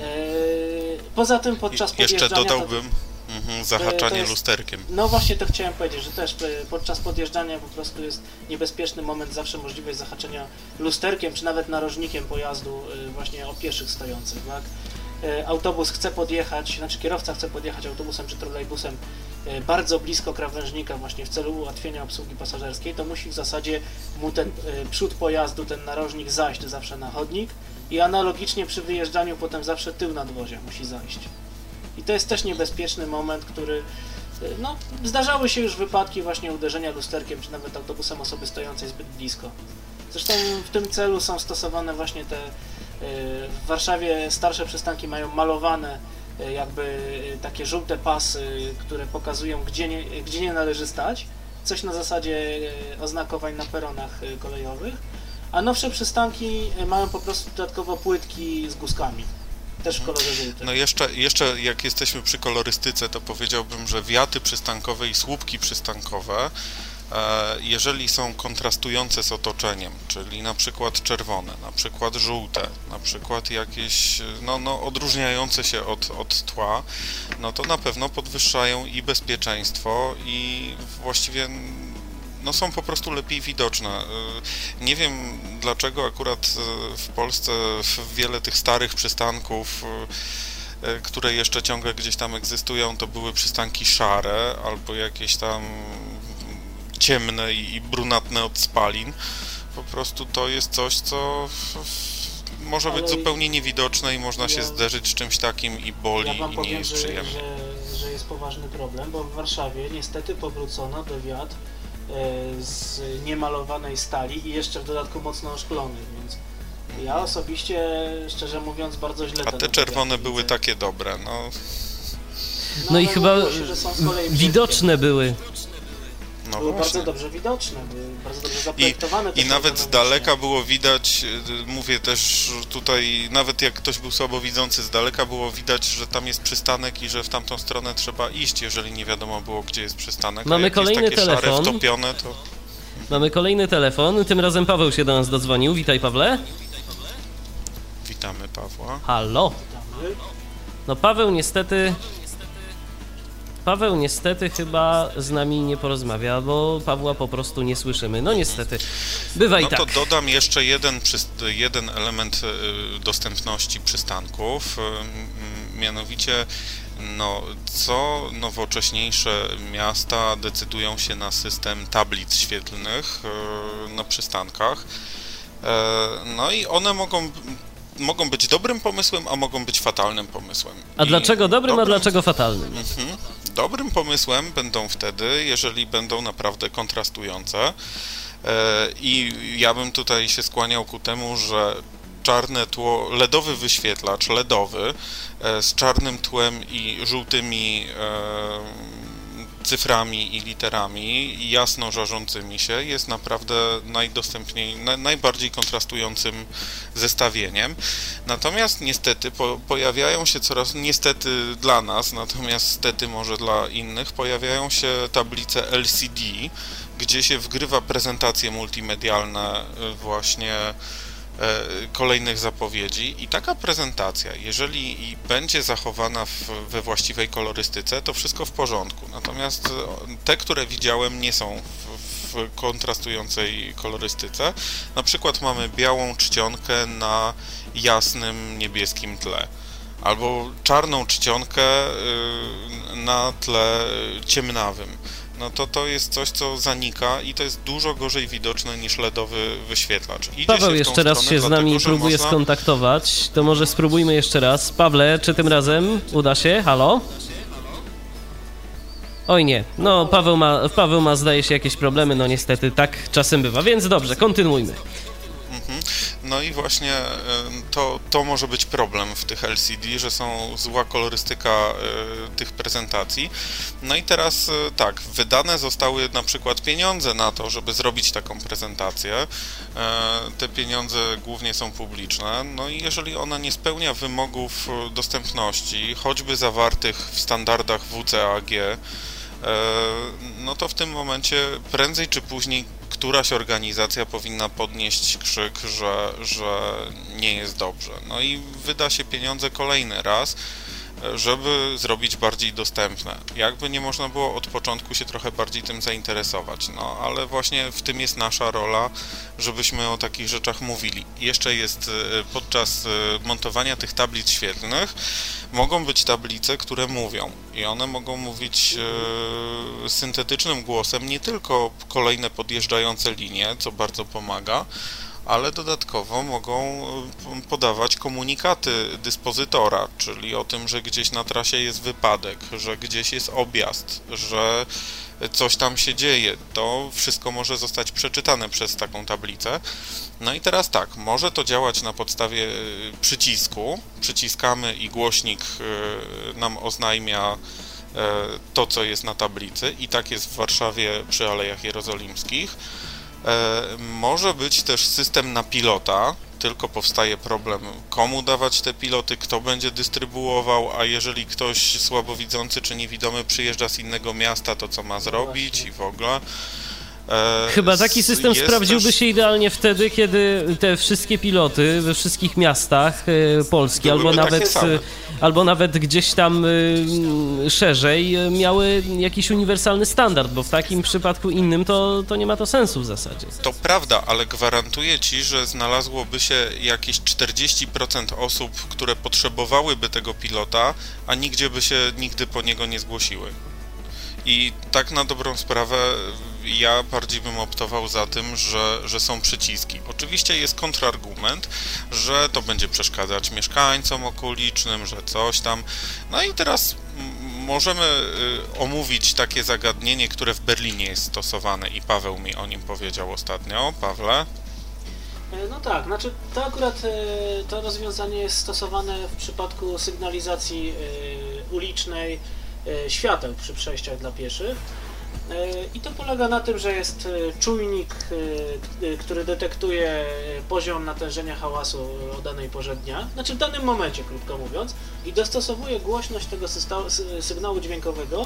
Poza tym podczas podjeżdżania... Jeszcze dodałbym to, mhm, zahaczanie jest, lusterkiem. No właśnie to chciałem powiedzieć, że też podczas podjeżdżania po prostu jest niebezpieczny moment, zawsze możliwość zahaczenia lusterkiem, czy nawet narożnikiem pojazdu właśnie o pieszych stojących, tak? Autobus chce podjechać, znaczy kierowca chce podjechać autobusem czy trolejbusem bardzo blisko krawężnika właśnie w celu ułatwienia obsługi pasażerskiej, to musi w zasadzie mu ten przód pojazdu, ten narożnik zajść zawsze na chodnik i analogicznie przy wyjeżdżaniu potem zawsze tył nadwozia musi zajść. I to jest też niebezpieczny moment, który, no, zdarzały się już wypadki właśnie uderzenia lusterkiem czy nawet autobusem osoby stojącej zbyt blisko. Zresztą w tym celu są stosowane właśnie te, w Warszawie starsze przystanki mają malowane jakby takie żółte pasy, które pokazują, gdzie nie, gdzie nie należy stać, coś na zasadzie oznakowań na peronach kolejowych, a nowsze przystanki mają po prostu dodatkowo płytki z guzkami, też w kolorze żółtym. No jeszcze, jeszcze jak jesteśmy przy kolorystyce, to powiedziałbym, że wiaty przystankowe i słupki przystankowe, jeżeli są kontrastujące z otoczeniem, czyli na przykład czerwone, na przykład żółte, na przykład jakieś no, no, odróżniające się od, od tła, no to na pewno podwyższają i bezpieczeństwo i właściwie no, są po prostu lepiej widoczne. Nie wiem dlaczego akurat w Polsce wiele tych starych przystanków, które jeszcze ciągle gdzieś tam egzystują, to były przystanki szare albo jakieś tam ciemne i brunatne od spalin. Po prostu to jest coś, co może być Ale zupełnie niewidoczne i można ja, się zderzyć z czymś takim i boli ja i nie powiem, jest przyjemnie. Że, że jest poważny problem, bo w Warszawie niestety powrócono do wiat e, z niemalowanej stali i jeszcze w dodatku mocno oszklonych, więc ja osobiście, szczerze mówiąc, bardzo źle A te czerwone były widzę. Takie dobre, no. No, no i chyba się, widoczne były. No były właśnie. Bardzo dobrze widoczne, były bardzo dobrze zaprojektowane. I, i nawet z daleka było widać, mówię też tutaj, nawet jak ktoś był słabowidzący, z daleka było widać, że tam jest przystanek i że w tamtą stronę trzeba iść, jeżeli nie wiadomo było, gdzie jest przystanek. Mamy A jak kolejny jest takie telefon. Szare, wtopione, to... Mamy kolejny telefon, tym razem Paweł się do nas dodzwonił. Witaj, Pawle. Witamy Pawła. Halo. No Paweł niestety... Paweł niestety chyba z nami nie porozmawia, bo Pawła po prostu nie słyszymy. No niestety, bywa i no tak. No to dodam jeszcze jeden, jeden element dostępności przystanków, mianowicie no, co nowocześniejsze miasta decydują się na system tablic świetlnych na przystankach. No i one mogą... mogą być dobrym pomysłem, a mogą być fatalnym pomysłem. A I dlaczego dobrym, dobrym, a dlaczego fatalnym? Mhm. Dobrym pomysłem będą wtedy, jeżeli będą naprawdę kontrastujące. I ja bym tutaj się skłaniał ku temu, że czarne tło, ledowy wyświetlacz, ledowy, z czarnym tłem i żółtymi cyframi i literami jasno żarzącymi się jest naprawdę najdostępniej, na, najbardziej kontrastującym zestawieniem. Natomiast niestety po, pojawiają się coraz, niestety dla nas, natomiast stety może dla innych, pojawiają się tablice L C D, gdzie się wgrywa prezentacje multimedialne właśnie kolejnych zapowiedzi i taka prezentacja, jeżeli będzie zachowana w, we właściwej kolorystyce, to wszystko w porządku. Natomiast te, które widziałem, nie są w, w kontrastującej kolorystyce. Na przykład mamy białą czcionkę na jasnym niebieskim tle. Albo czarną czcionkę na tle ciemnawym. No to to jest coś, co zanika i to jest dużo gorzej widoczne niż ledowy wyświetlacz. Idzie Paweł jeszcze raz się z nami próbuje można... skontaktować, to może spróbujmy jeszcze raz. Pawle, czy tym razem uda się? Halo? Oj nie, no Paweł ma, Paweł ma zdaje się jakieś problemy, no niestety tak czasem bywa, więc dobrze, kontynuujmy. No i właśnie to, to może być problem w tych L C D, że są zła kolorystyka tych prezentacji. No i teraz tak, wydane zostały na przykład pieniądze na to, żeby zrobić taką prezentację. Te pieniądze głównie są publiczne, no i jeżeli ona nie spełnia wymogów dostępności, choćby zawartych w standardach W C A G, no to w tym momencie prędzej czy później któraś organizacja powinna podnieść krzyk, że, że nie jest dobrze. No i wyda się pieniądze kolejny raz, żeby zrobić bardziej dostępne. Jakby nie można było od początku się trochę bardziej tym zainteresować, no ale właśnie w tym jest nasza rola, żebyśmy o takich rzeczach mówili. Jeszcze jest podczas montowania tych tablic świetlnych mogą być tablice, które mówią i one mogą mówić e, syntetycznym głosem nie tylko kolejne podjeżdżające linie, co bardzo pomaga, ale dodatkowo mogą podawać komunikaty dyspozytora, czyli o tym, że gdzieś na trasie jest wypadek, że gdzieś jest objazd, że coś tam się dzieje. To wszystko może zostać przeczytane przez taką tablicę. No i teraz tak, może to działać na podstawie przycisku. Przyciskamy i głośnik nam oznajmia to, co jest na tablicy, i tak jest w Warszawie przy Alejach Jerozolimskich. E, może być też system na pilota, tylko powstaje problem, komu dawać te piloty, kto będzie dystrybuował, a jeżeli ktoś słabowidzący czy niewidomy przyjeżdża z innego miasta, to co ma zrobić i w ogóle. E, Chyba taki system sprawdziłby też się idealnie wtedy, kiedy te wszystkie piloty we wszystkich miastach e, Polski, albo nawet, albo nawet gdzieś tam e, szerzej miały jakiś uniwersalny standard, bo w takim przypadku innym to, to nie ma to sensu w zasadzie. To prawda, ale gwarantuję Ci, że znalazłoby się jakieś czterdzieści procent osób, które potrzebowałyby tego pilota, a nigdzie by się nigdy po niego nie zgłosiły. I tak na dobrą sprawę ja bardziej bym optował za tym, że, że są przyciski. Oczywiście jest kontrargument, że to będzie przeszkadzać mieszkańcom okolicznym, że coś tam. No i teraz możemy omówić takie zagadnienie, które w Berlinie jest stosowane i Paweł mi o nim powiedział ostatnio. Pawle? No tak, znaczy to akurat to rozwiązanie jest stosowane w przypadku sygnalizacji ulicznej, świateł przy przejściach dla pieszych i to polega na tym, że jest czujnik, który detektuje poziom natężenia hałasu o danej porze dnia, znaczy w danym momencie, krótko mówiąc, i dostosowuje głośność tego sygnału dźwiękowego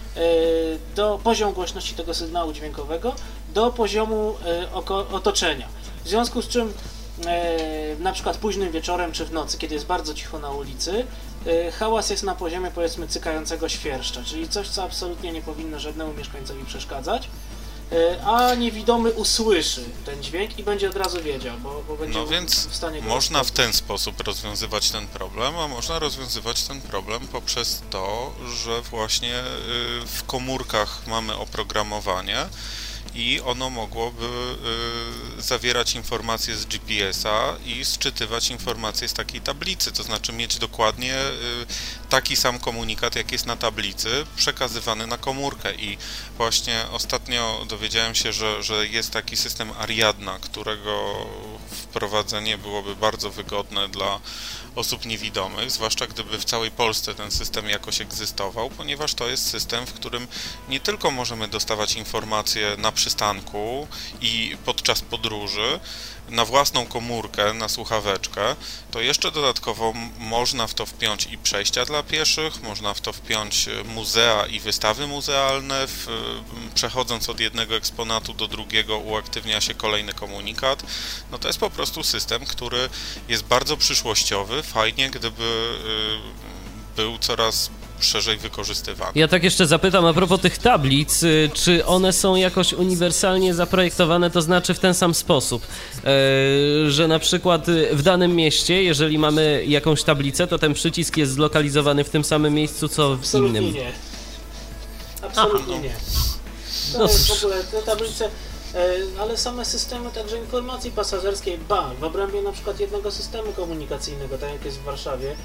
do poziomu głośności tego sygnału dźwiękowego do poziomu otoczenia. W związku z czym na przykład późnym wieczorem czy w nocy, kiedy jest bardzo cicho na ulicy, hałas jest na poziomie, powiedzmy, cykającego świerszcza, czyli coś, co absolutnie nie powinno żadnemu mieszkańcowi przeszkadzać, a niewidomy usłyszy ten dźwięk i będzie od razu wiedział, bo, bo będzie no więc w stanie go można rozpoznać. w ten sposób rozwiązywać ten problem, a można rozwiązywać ten problem poprzez to, że właśnie w komórkach mamy oprogramowanie i ono mogłoby y, zawierać informacje z G P S a i sczytywać informacje z takiej tablicy, to znaczy mieć dokładnie y, taki sam komunikat, jak jest na tablicy, przekazywany na komórkę. I właśnie ostatnio dowiedziałem się, że, że jest taki system Ariadna, którego wprowadzenie byłoby bardzo wygodne dla osób niewidomych, zwłaszcza gdyby w całej Polsce ten system jakoś egzystował, ponieważ to jest system, w którym nie tylko możemy dostawać informacje na przystanku i podczas podróży, na własną komórkę, na słuchaweczkę, to jeszcze dodatkowo można w to wpiąć i przejścia dla pieszych, można w to wpiąć muzea i wystawy muzealne, w, przechodząc od jednego eksponatu do drugiego uaktywnia się kolejny komunikat. No to jest po prostu system, który jest bardzo przyszłościowy, fajnie gdyby y, był coraz szerzej wykorzystywany. Ja tak jeszcze zapytam a propos tych tablic, czy one są jakoś uniwersalnie zaprojektowane, to znaczy w ten sam sposób, że na przykład w danym mieście, jeżeli mamy jakąś tablicę, to ten przycisk jest zlokalizowany w tym samym miejscu, co w Absolutnie innym? nie. Absolutnie nie. To No jest cóż. w ogóle te tablice, ale same systemy także informacji pasażerskiej, ba, w obrębie na przykład jednego systemu komunikacyjnego, tak jak jest w Warszawie,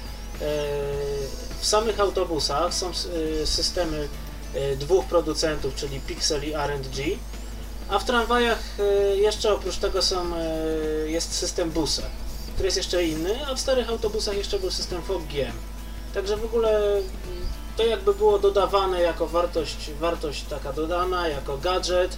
w samych autobusach są systemy dwóch producentów, czyli Pixel i R and G, a w tramwajach jeszcze oprócz tego są, jest system Busa, który jest jeszcze inny, a w starych autobusach jeszcze był system F O G G M. Także w ogóle to jakby było dodawane jako wartość, wartość taka dodana, jako gadżet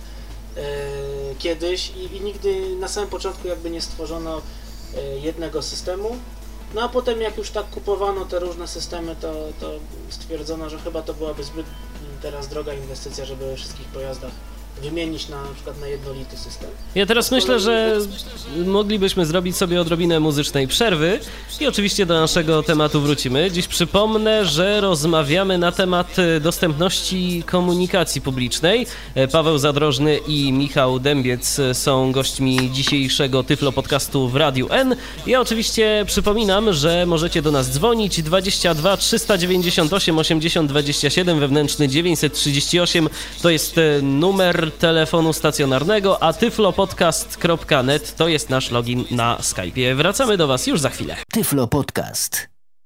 kiedyś i, i nigdy na samym początku jakby nie stworzono jednego systemu. No a potem jak już tak kupowano te różne systemy, to, to stwierdzono, że chyba to byłaby zbyt teraz droga inwestycja, żeby we wszystkich pojazdach wymienić na, na przykład na jednolity system. Ja teraz myślę, że moglibyśmy zrobić sobie odrobinę muzycznej przerwy i oczywiście do naszego tematu wrócimy. Dziś przypomnę, że rozmawiamy na temat dostępności komunikacji publicznej. Paweł Zadrożny i Michał Dębiec są gośćmi dzisiejszego Tyflo Podcastu w Radiu N. Ja oczywiście przypominam, że możecie do nas dzwonić dwadzieścia dwa trzysta dziewięćdziesiąt osiem osiemdziesiąt dwadzieścia siedem, wewnętrzny dziewięćset trzydzieści osiem, to jest numer telefonu stacjonarnego, a tyflopodcast kropka net to jest nasz login na Skype'ie. Wracamy do Was już za chwilę. Tyflo Podcast.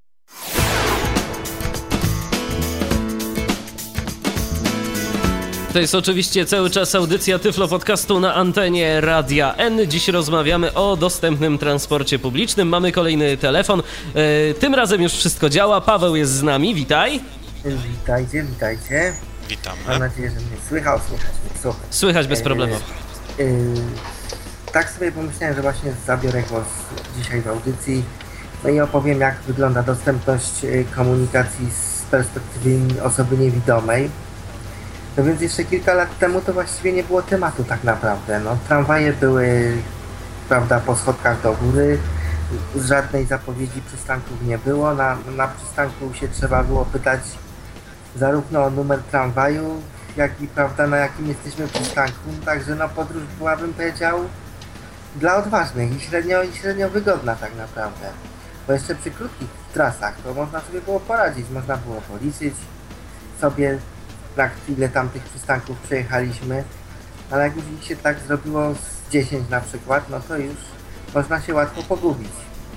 To jest oczywiście cały czas audycja Tyflo Podcastu na antenie Radia N. Dziś rozmawiamy o dostępnym transporcie publicznym. Mamy kolejny telefon. E, tym razem już wszystko działa. Paweł jest z nami. Witaj. Witajcie, witajcie. Witamy. Mam nadzieję, że mnie słychał, słychać mnie, słuchaj. Słychać bez problemu. E, e, tak sobie pomyślałem, że właśnie zabiorę głos dzisiaj w audycji. No i opowiem, jak wygląda dostępność komunikacji z perspektywy osoby niewidomej. No więc jeszcze kilka lat temu to właściwie nie było tematu tak naprawdę. No, tramwaje były, prawda, po schodkach do góry, żadnej zapowiedzi przystanków nie było. Na, na przystanku się trzeba było pytać zarówno o numer tramwaju, jak i, prawda, na jakim jesteśmy przystanku. Także no, podróż była, bym powiedział, dla odważnych i średnio, i średnio wygodna tak naprawdę. Bo jeszcze przy krótkich trasach to można sobie było poradzić, można było policzyć sobie, na ile tam tych przystanków przejechaliśmy, ale jak już ich się tak zrobiło z dziesięć na przykład, no to już można się łatwo pogubić.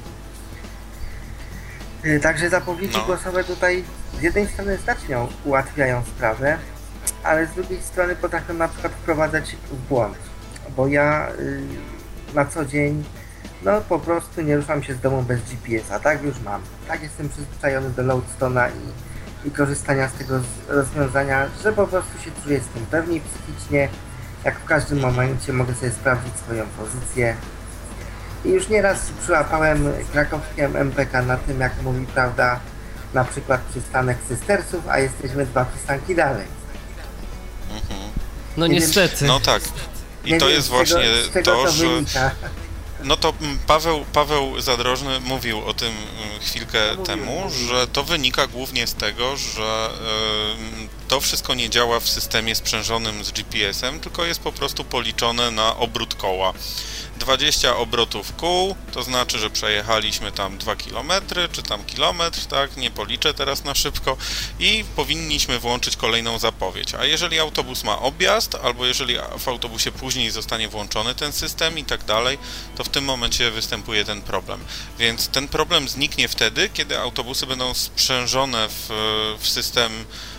Yy, także zapowiedzi no. głosowe tutaj z jednej strony znacznie ułatwiają sprawę, ale z drugiej strony potrafią na przykład wprowadzać w błąd, bo ja yy, na co dzień no po prostu nie ruszam się z domu bez G P S a, tak już mam. Tak jestem przyzwyczajony do Loadstone'a i i korzystania z tego rozwiązania, że po prostu się czuję z tym pewniej psychicznie, jak w każdym momencie mogę sobie sprawdzić swoją pozycję. I już nieraz przyłapałem krakowskie M P K na tym, jak mówi, prawda, na przykład przystanek Cystersów, a jesteśmy dwa przystanki dalej. Mhm. No Nie niestety. No tak. I Nie to wiem, jest z czego- właśnie z czego to, to że... wynika. No to mm, Paweł, Paweł Zadrożny mówił o tym mm, chwilkę Mówił, temu, mówił. że to wynika głównie z tego, że ym, to wszystko nie działa w systemie sprzężonym z G P S em, tylko jest po prostu policzone na obrót koła. dwadzieścia obrotów kół, to znaczy, że przejechaliśmy tam dwa kilometry, czy tam kilometr, tak, nie policzę teraz na szybko i powinniśmy włączyć kolejną zapowiedź. A jeżeli autobus ma objazd, albo jeżeli w autobusie później zostanie włączony ten system i tak dalej, to w tym momencie występuje ten problem. Więc ten problem zniknie wtedy, kiedy autobusy będą sprzężone w, w system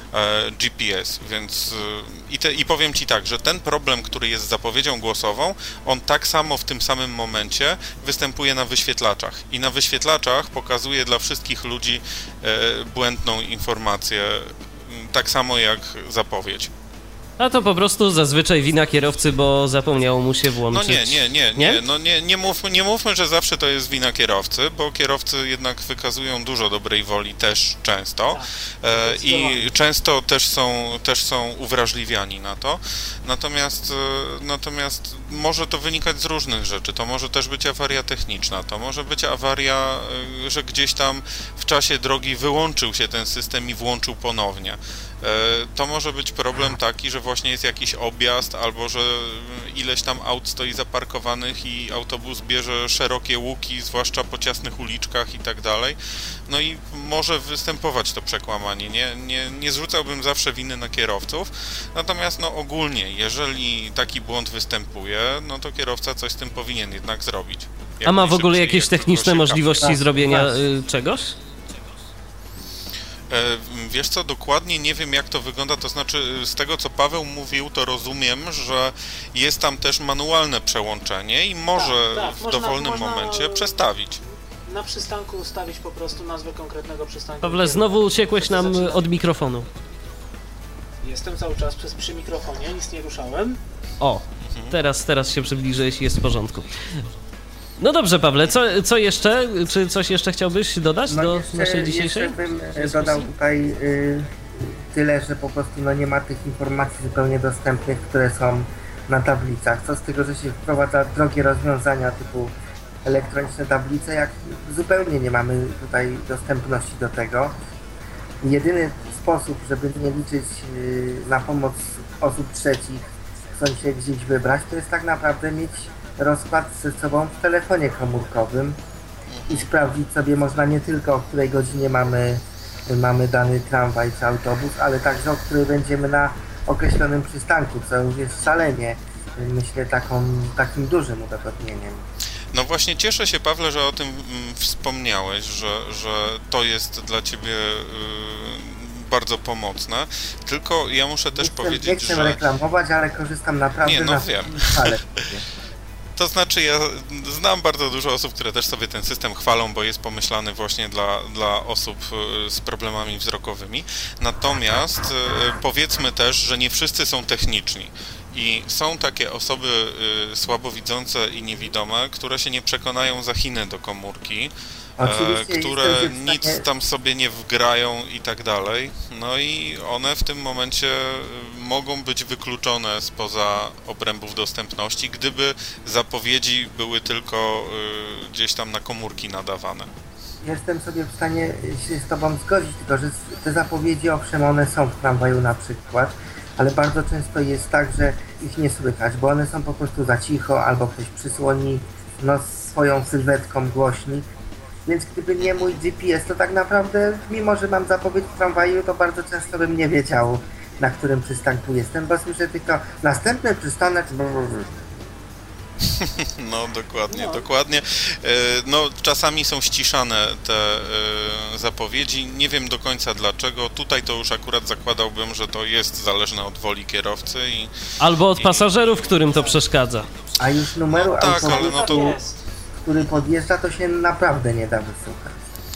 G P S, więc i, te, i powiem Ci tak, że ten problem, który jest z zapowiedzią głosową, on tak samo w tym samym momencie występuje na wyświetlaczach i na wyświetlaczach pokazuje dla wszystkich ludzi e, błędną informację, tak samo jak zapowiedź. A to po prostu zazwyczaj wina kierowcy, bo zapomniało mu się No włączyć. nie, nie, nie, Nie? nie, no nie, nie, mówmy, nie mówmy, że zawsze to jest wina kierowcy, bo kierowcy jednak wykazują dużo dobrej woli też często e, i często też są, też są uwrażliwiani na to, natomiast, e, natomiast może to wynikać z różnych rzeczy, to może też być awaria techniczna, to może być awaria, e, że gdzieś tam w czasie drogi wyłączył się ten system i włączył ponownie. To może być problem taki, że właśnie jest jakiś objazd, albo że ileś tam aut stoi zaparkowanych i autobus bierze szerokie łuki, zwłaszcza po ciasnych uliczkach i tak dalej. No i może występować to przekłamanie. Nie, nie, nie zrzucałbym zawsze winy na kierowców, natomiast no ogólnie, jeżeli taki błąd występuje, no to kierowca coś z tym powinien jednak zrobić. Jak A ma w ogóle najszybciej, jakieś jak tylko techniczne się możliwości kapnie. zrobienia Tak. y, czegoś? Wiesz co, dokładnie nie wiem, jak to wygląda, to znaczy z tego, co Paweł mówił, to rozumiem, że jest tam też manualne przełączenie i może Tak, tak, w można- dowolnym można- momencie przestawić. Na przystanku ustawić po prostu nazwę konkretnego przystanku. Pawle, znowu uciekłeś nam Zaczyna. od mikrofonu. Jestem cały czas przez, przy mikrofonie, nic nie ruszałem. O, teraz, teraz się przybliżyłeś i jest w porządku. No dobrze, Pawle, co, co jeszcze? Czy coś jeszcze chciałbyś dodać No do jeszcze, naszej dzisiejszej jeszcze bym dyskusji? dodał tutaj y, tyle, że po prostu no, nie ma tych informacji zupełnie dostępnych, które są na tablicach. Co z tego, że się wprowadza drogie rozwiązania typu elektroniczne tablice, jak zupełnie nie mamy tutaj dostępności do tego. Jedyny sposób, żeby nie liczyć na pomoc osób trzecich, chcąc się gdzieś wybrać, to jest tak naprawdę mieć rozkład ze sobą w telefonie komórkowym i sprawdzić sobie można nie tylko o której godzinie mamy, mamy dany tramwaj czy autobus, ale także o której będziemy na określonym przystanku, co już jest szalenie, myślę, taką, takim dużym udogodnieniem. No właśnie cieszę się, Pawle, że o tym mm, wspomniałeś, że, że to jest dla Ciebie y, bardzo pomocne, tylko ja muszę też nie chcę, powiedzieć, nie chcę że... reklamować, ale korzystam naprawdę nie, no na wiem. fale. To znaczy, ja znam bardzo dużo osób, które też sobie ten system chwalą, bo jest pomyślany właśnie dla, dla osób z problemami wzrokowymi. Natomiast powiedzmy też, że nie wszyscy są techniczni. I są takie osoby y, słabowidzące i niewidome, które się nie przekonają za Chiny do komórki, e, które nic stanie... tam sobie nie wgrają i tak dalej. No i one w tym momencie mogą być wykluczone spoza obrębów dostępności, gdyby zapowiedzi były tylko y, gdzieś tam na komórki nadawane. Jestem sobie w stanie się z Tobą zgodzić, tylko że te zapowiedzi, owszem, one są w tramwaju na przykład, ale bardzo często jest tak, że ich nie słychać, bo one są po prostu za cicho, albo ktoś przysłoni no, swoją sylwetką głośnik. Więc gdyby nie mój G P S, to tak naprawdę, mimo że mam zapowiedź w tramwaju, to bardzo często bym nie wiedział, na którym przystanku jestem, bo słyszę tylko następny przystanek. No dokładnie, no. dokładnie. No czasami są ściszane te zapowiedzi, nie wiem do końca dlaczego. Tutaj to już akurat zakładałbym, że to jest zależne od woli kierowcy i... Albo od i... pasażerów, którym to przeszkadza. A już numeru no, tak, autobusu, ale no to... który podjeżdża, to się naprawdę nie da wysłuchać.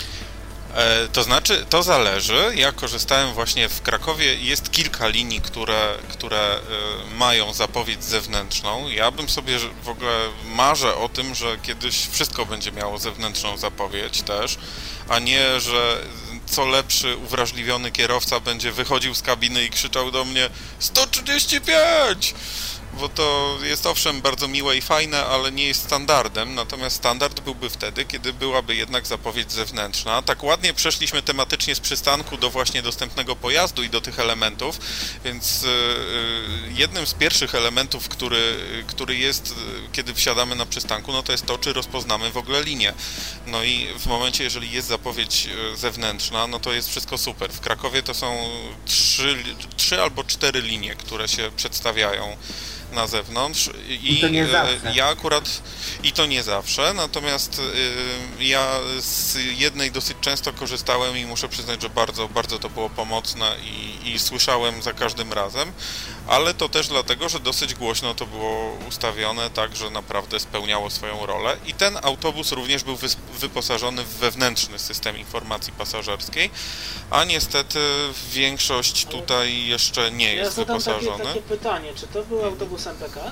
E, to znaczy, to zależy. Ja korzystałem właśnie w Krakowie, jest kilka linii, które, które e, mają zapowiedź zewnętrzną. Ja bym sobie w ogóle marzę o tym, że kiedyś wszystko będzie miało zewnętrzną zapowiedź też, a nie, że co lepszy uwrażliwiony kierowca będzie wychodził z kabiny i krzyczał do mnie sto trzydzieści pięć! Bo to jest owszem bardzo miłe i fajne, ale nie jest standardem, natomiast standard byłby wtedy, kiedy byłaby jednak zapowiedź zewnętrzna. Tak ładnie przeszliśmy tematycznie z przystanku do właśnie dostępnego pojazdu i do tych elementów, więc jednym z pierwszych elementów, który, który jest, kiedy wsiadamy na przystanku, no to jest to, czy rozpoznamy w ogóle linię. No i w momencie, jeżeli jest zapowiedź zewnętrzna, no to jest wszystko super. W Krakowie to są trzy, trzy albo cztery linie, które się przedstawiają na zewnątrz i, I to nie zawsze. ja akurat i to nie zawsze, natomiast y, ja z jednej dosyć często korzystałem i muszę przyznać, że bardzo, bardzo to było pomocne i, i słyszałem za każdym razem, ale to też dlatego, że dosyć głośno to było ustawione tak, że naprawdę spełniało swoją rolę i ten autobus również był wys- wyposażony w wewnętrzny system informacji pasażerskiej, a niestety większość tutaj jeszcze nie jest ja wyposażony. Ja zadam takie pytanie, czy to był autobus M P K?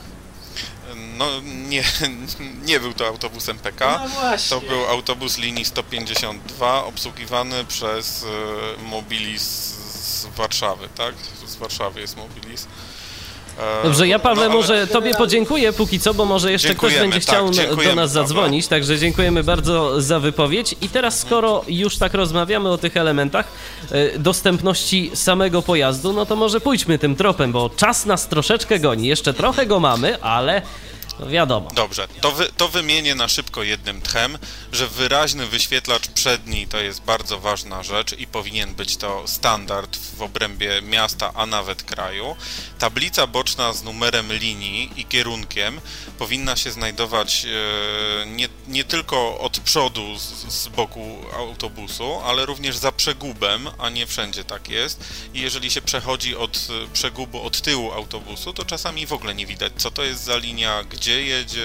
No nie, nie był to autobus M P K, no właśnie. To był autobus linii sto pięćdziesiąt dwa obsługiwany przez Mobilis z Warszawy, tak? Z Warszawy jest Mobilis. Dobrze, ja Pawle no, ale... może Tobie podziękuję póki co, bo może jeszcze dziękujemy, ktoś będzie chciał tak, do nas zadzwonić, Pawle. Także dziękujemy bardzo za wypowiedź. I teraz skoro już tak rozmawiamy o tych elementach e, dostępności samego pojazdu, no to może pójdźmy tym tropem, bo czas nas troszeczkę goni. Jeszcze trochę go mamy, ale no wiadomo. Dobrze, to, wy, to wymienię na szybko jednym tchem, że wyraźny wyświetlacz przedni to jest bardzo ważna rzecz i powinien być to standard w obrębie miasta, a nawet kraju. Tablica boczna z numerem linii i kierunkiem powinna się znajdować e, nie, nie tylko od przodu z, z boku autobusu, ale również za przegubem, a nie wszędzie tak jest. I jeżeli się przechodzi od przegubu od tyłu autobusu, to czasami w ogóle nie widać, co to jest za linia, gdzie jedzie.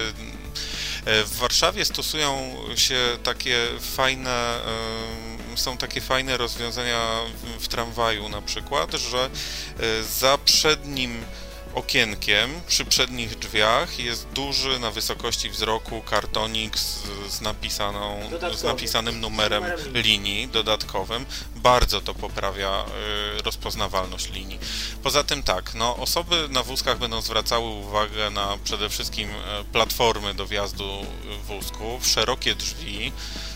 W Warszawie stosują się takie fajne, są takie fajne rozwiązania w tramwaju na przykład, że za przednim okienkiem przy przednich drzwiach jest duży na wysokości wzroku kartonik z, z, napisaną, z napisanym numerem linii dodatkowym. Bardzo to poprawia y, rozpoznawalność linii. Poza tym tak, no, osoby na wózkach będą zwracały uwagę na przede wszystkim platformy do wjazdu wózków, szerokie drzwi.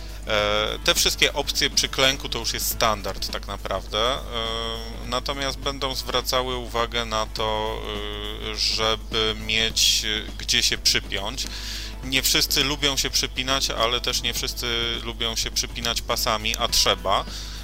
Te wszystkie opcje przyklęku to już jest standard tak naprawdę, natomiast będą zwracały uwagę na to, żeby mieć gdzie się przypiąć. Nie wszyscy lubią się przypinać, ale też nie wszyscy lubią się przypinać pasami, a trzeba,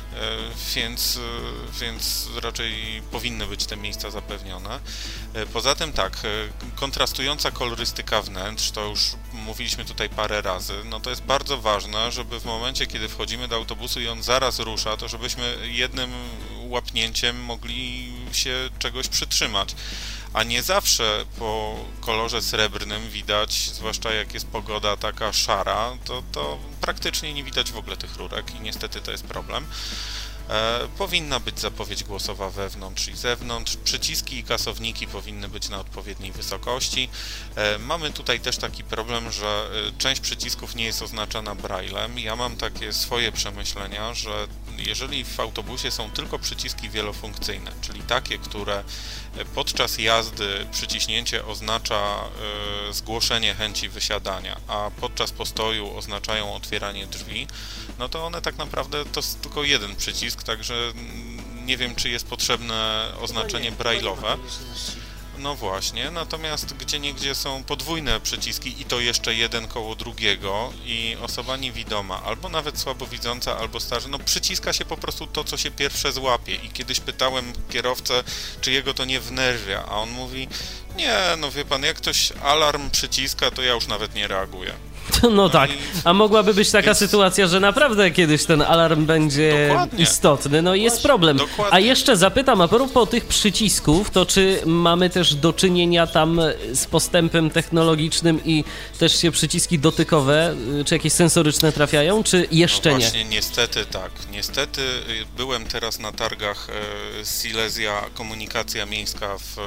więc, więc raczej powinny być te miejsca zapewnione. Poza tym tak, kontrastująca kolorystyka wnętrz, to już mówiliśmy tutaj parę razy, no to jest bardzo ważne, żeby w momencie, kiedy wchodzimy do autobusu i on zaraz rusza, to żebyśmy jednym łapnięciem mogli się czegoś przytrzymać. A nie zawsze po kolorze srebrnym widać, zwłaszcza jak jest pogoda taka szara, to, to praktycznie nie widać w ogóle tych rurek i niestety to jest problem. E, powinna być zapowiedź głosowa wewnątrz i zewnątrz, przyciski i kasowniki powinny być na odpowiedniej wysokości. E, mamy tutaj też taki problem, że część przycisków nie jest oznaczona braillem. Ja mam takie swoje przemyślenia, że jeżeli w autobusie są tylko przyciski wielofunkcyjne, czyli takie, które podczas jazdy przyciśnięcie oznacza y, zgłoszenie chęci wysiadania, a podczas postoju oznaczają otwieranie drzwi, no to one tak naprawdę to jest tylko jeden przycisk, także nie wiem, czy jest potrzebne oznaczenie braille'owe. No właśnie, natomiast gdzieniegdzie są podwójne przyciski i to jeszcze jeden koło drugiego i osoba niewidoma, albo nawet słabowidząca, albo starsza, no przyciska się po prostu to, co się pierwsze złapie i kiedyś pytałem kierowcę, czy jego to nie wnerwia, a on mówi, nie, no wie pan, jak ktoś alarm przyciska, to ja już nawet nie reaguję. No, no tak, a mogłaby być taka więc... sytuacja, że naprawdę kiedyś ten alarm będzie dokładnie. Istotny, no i jest problem. Dokładnie. A jeszcze zapytam, a propos tych przycisków, to czy mamy też do czynienia tam z postępem technologicznym i też się przyciski dotykowe, czy jakieś sensoryczne trafiają, czy jeszcze no nie? Właśnie, niestety tak. Niestety byłem teraz na targach Silesia Komunikacja Miejska w,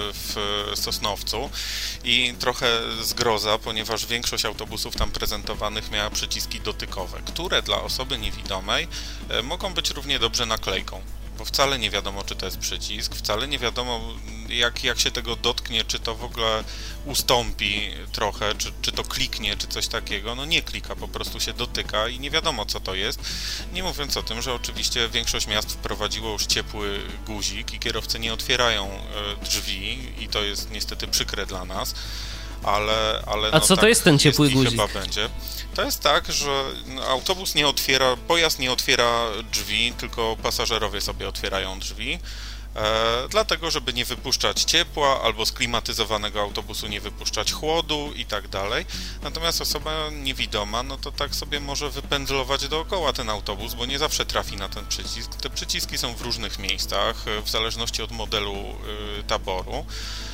w Sosnowcu i trochę zgroza, ponieważ większość autobusów tam prezentowanych miała przyciski dotykowe, które dla osoby niewidomej mogą być równie dobrze naklejką, bo wcale nie wiadomo, czy to jest przycisk, wcale nie wiadomo, jak, jak się tego dotknie, czy to w ogóle ustąpi trochę, czy, czy to kliknie, czy coś takiego. No nie klika, po prostu się dotyka i nie wiadomo, co to jest. Nie mówiąc o tym, że oczywiście większość miast wprowadziło już ciepły guzik i kierowcy nie otwierają drzwi i to jest niestety przykre dla nas. Ale, ale A no co tak to jest ten ciepły jest guzik? Chyba będzie. To jest tak, że autobus nie otwiera, pojazd nie otwiera drzwi, tylko pasażerowie sobie otwierają drzwi, e, dlatego żeby nie wypuszczać ciepła albo z klimatyzowanego autobusu nie wypuszczać chłodu i tak dalej. Natomiast osoba niewidoma, no to tak sobie może wypędzlować dookoła ten autobus, bo nie zawsze trafi na ten przycisk. Te przyciski są w różnych miejscach, w zależności od modelu y, taboru.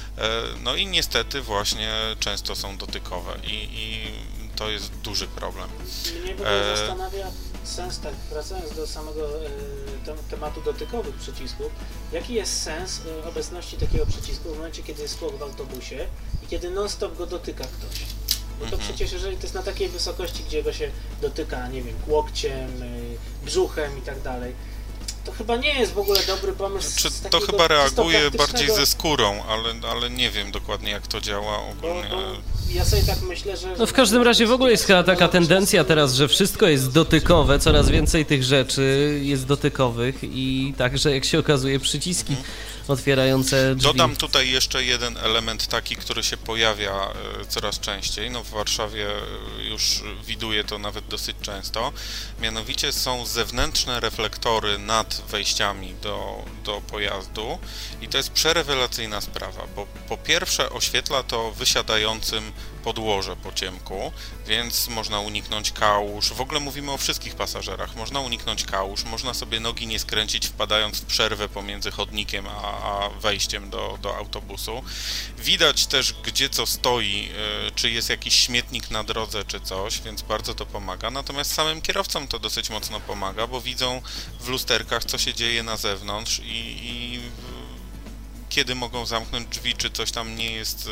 No i niestety właśnie często są dotykowe i, i to jest duży problem. Mnie w ogóle e... zastanawia sens, tak wracając do samego e, tematu dotykowych przycisków, jaki jest sens e, obecności takiego przycisku w momencie, kiedy jest tłok w autobusie i kiedy non-stop go dotyka ktoś? Bo to mhm. przecież jeżeli to jest na takiej wysokości, gdzie go się dotyka, nie wiem, łokciem, e, brzuchem i tak dalej, to chyba nie jest w ogóle dobry pomysł. Czy to chyba reaguje bardziej ze skórą, ale, ale nie wiem dokładnie, jak to działa ogólnie. Bo, bo ja sobie tak myślę, że... No w każdym razie w ogóle jest chyba taka tendencja teraz, że wszystko jest dotykowe, coraz więcej tych rzeczy jest dotykowych i także, jak się okazuje, przyciski mhm. otwierające drzwi. Dodam tutaj jeszcze jeden element taki, który się pojawia coraz częściej. No w Warszawie już widuję to nawet dosyć często. Mianowicie są zewnętrzne reflektory nad wejściami do, do pojazdu i to jest przerewelacyjna sprawa, bo po pierwsze oświetla to wysiadającym podłoże po ciemku, więc można uniknąć kałuż. W ogóle mówimy o wszystkich pasażerach. Można uniknąć kałuż, można sobie nogi nie skręcić wpadając w przerwę pomiędzy chodnikiem a, a wejściem do, do autobusu. Widać też, gdzie co stoi, y, czy jest jakiś śmietnik na drodze, czy coś, więc bardzo to pomaga. Natomiast samym kierowcom to dosyć mocno pomaga, bo widzą w lusterkach, co się dzieje na zewnątrz i, i kiedy mogą zamknąć drzwi, czy coś tam nie jest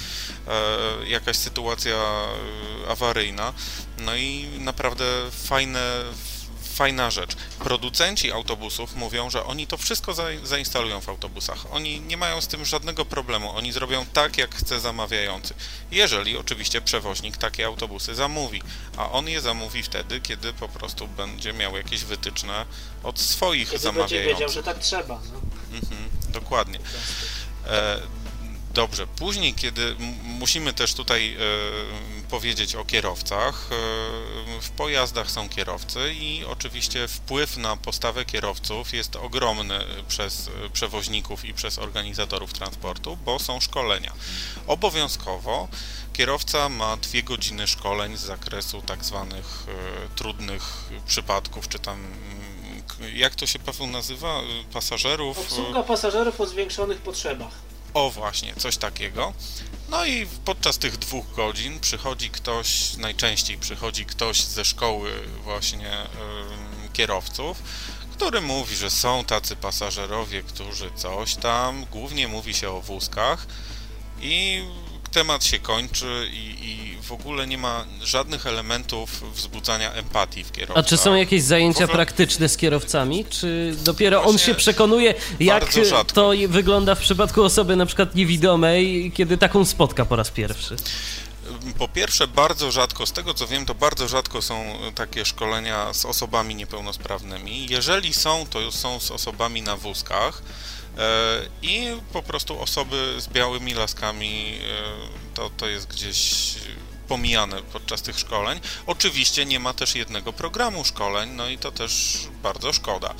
e, jakaś sytuacja awaryjna. No i naprawdę fajne, fajna rzecz. Producenci autobusów mówią, że oni to wszystko za, zainstalują w autobusach. Oni nie mają z tym żadnego problemu. Oni zrobią tak, jak chce zamawiający. Jeżeli oczywiście przewoźnik takie autobusy zamówi, a on je zamówi wtedy, kiedy po prostu będzie miał jakieś wytyczne od swoich kiedy zamawiających. Będzie wiedział, że tak trzeba. No. Mhm, dokładnie. E, Dobrze, później, kiedy musimy też tutaj e, powiedzieć o kierowcach, e, w pojazdach są kierowcy i oczywiście wpływ na postawę kierowców jest ogromny przez przewoźników i przez organizatorów transportu, bo są szkolenia. Obowiązkowo kierowca ma dwie godziny szkoleń z zakresu tak zwanych e, trudnych przypadków, czy tam jak to się, Paweł, nazywa? Pasażerów? Obsługa pasażerów o zwiększonych potrzebach. O właśnie, coś takiego. No i podczas tych dwóch godzin przychodzi ktoś, najczęściej przychodzi ktoś ze szkoły właśnie yy, kierowców, który mówi, że są tacy pasażerowie, którzy coś tam, głównie mówi się o wózkach i temat się kończy i, i w ogóle nie ma żadnych elementów wzbudzania empatii w kierowcach. A czy są jakieś zajęcia ogóle... praktyczne z kierowcami? Czy dopiero Właśnie on się przekonuje, jak to wygląda w przypadku osoby na przykład niewidomej, kiedy taką spotka po raz pierwszy? Po pierwsze, bardzo rzadko, z tego co wiem, to bardzo rzadko są takie szkolenia z osobami niepełnosprawnymi. Jeżeli są, to są z osobami na wózkach. I po prostu osoby z białymi laskami to, to jest gdzieś pomijane podczas tych szkoleń. Oczywiście nie ma też jednego programu szkoleń, no i to też bardzo szkoda.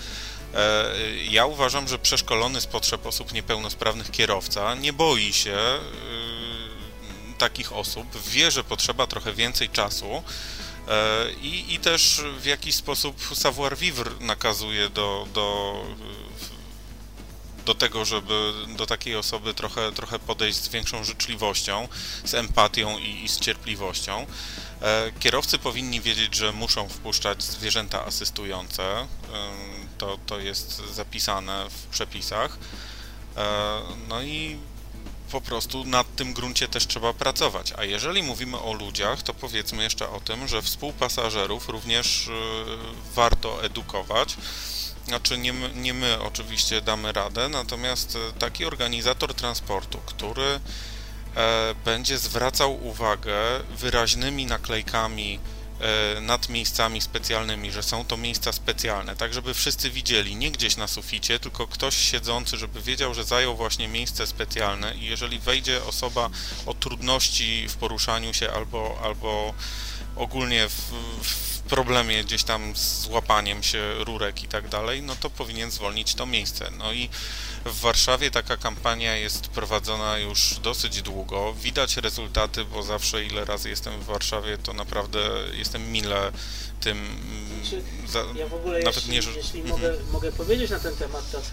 Ja uważam, że przeszkolony z potrzeb osób niepełnosprawnych kierowca nie boi się takich osób, wie, że potrzeba trochę więcej czasu i, i też w jakiś sposób savoir vivre nakazuje do, do do tego, żeby do takiej osoby trochę, trochę podejść z większą życzliwością, z empatią i, i z cierpliwością. E, kierowcy powinni wiedzieć, że muszą wpuszczać zwierzęta asystujące. E, to, to jest zapisane w przepisach. E, no i po prostu nad tym gruncie też trzeba pracować. A jeżeli mówimy o ludziach, to powiedzmy jeszcze o tym, że współpasażerów również e, warto edukować. Znaczy nie my, nie my oczywiście damy radę, natomiast taki organizator transportu, który e, będzie zwracał uwagę wyraźnymi naklejkami e, nad miejscami specjalnymi, że są to miejsca specjalne, tak żeby wszyscy widzieli, nie gdzieś na suficie, tylko ktoś siedzący, żeby wiedział, że zajął właśnie miejsce specjalne i jeżeli wejdzie osoba o trudności w poruszaniu się albo, albo ogólnie w, w problemie gdzieś tam z łapaniem się rurek i tak dalej, no to powinien zwolnić to miejsce. No i w Warszawie taka kampania jest prowadzona już dosyć długo. Widać rezultaty, bo zawsze ile razy jestem w Warszawie, to naprawdę jestem mile tym... Znaczy, za, ja w ogóle, nawet jeśli, nie, że... jeśli mhm. mogę, mogę powiedzieć na ten temat, to,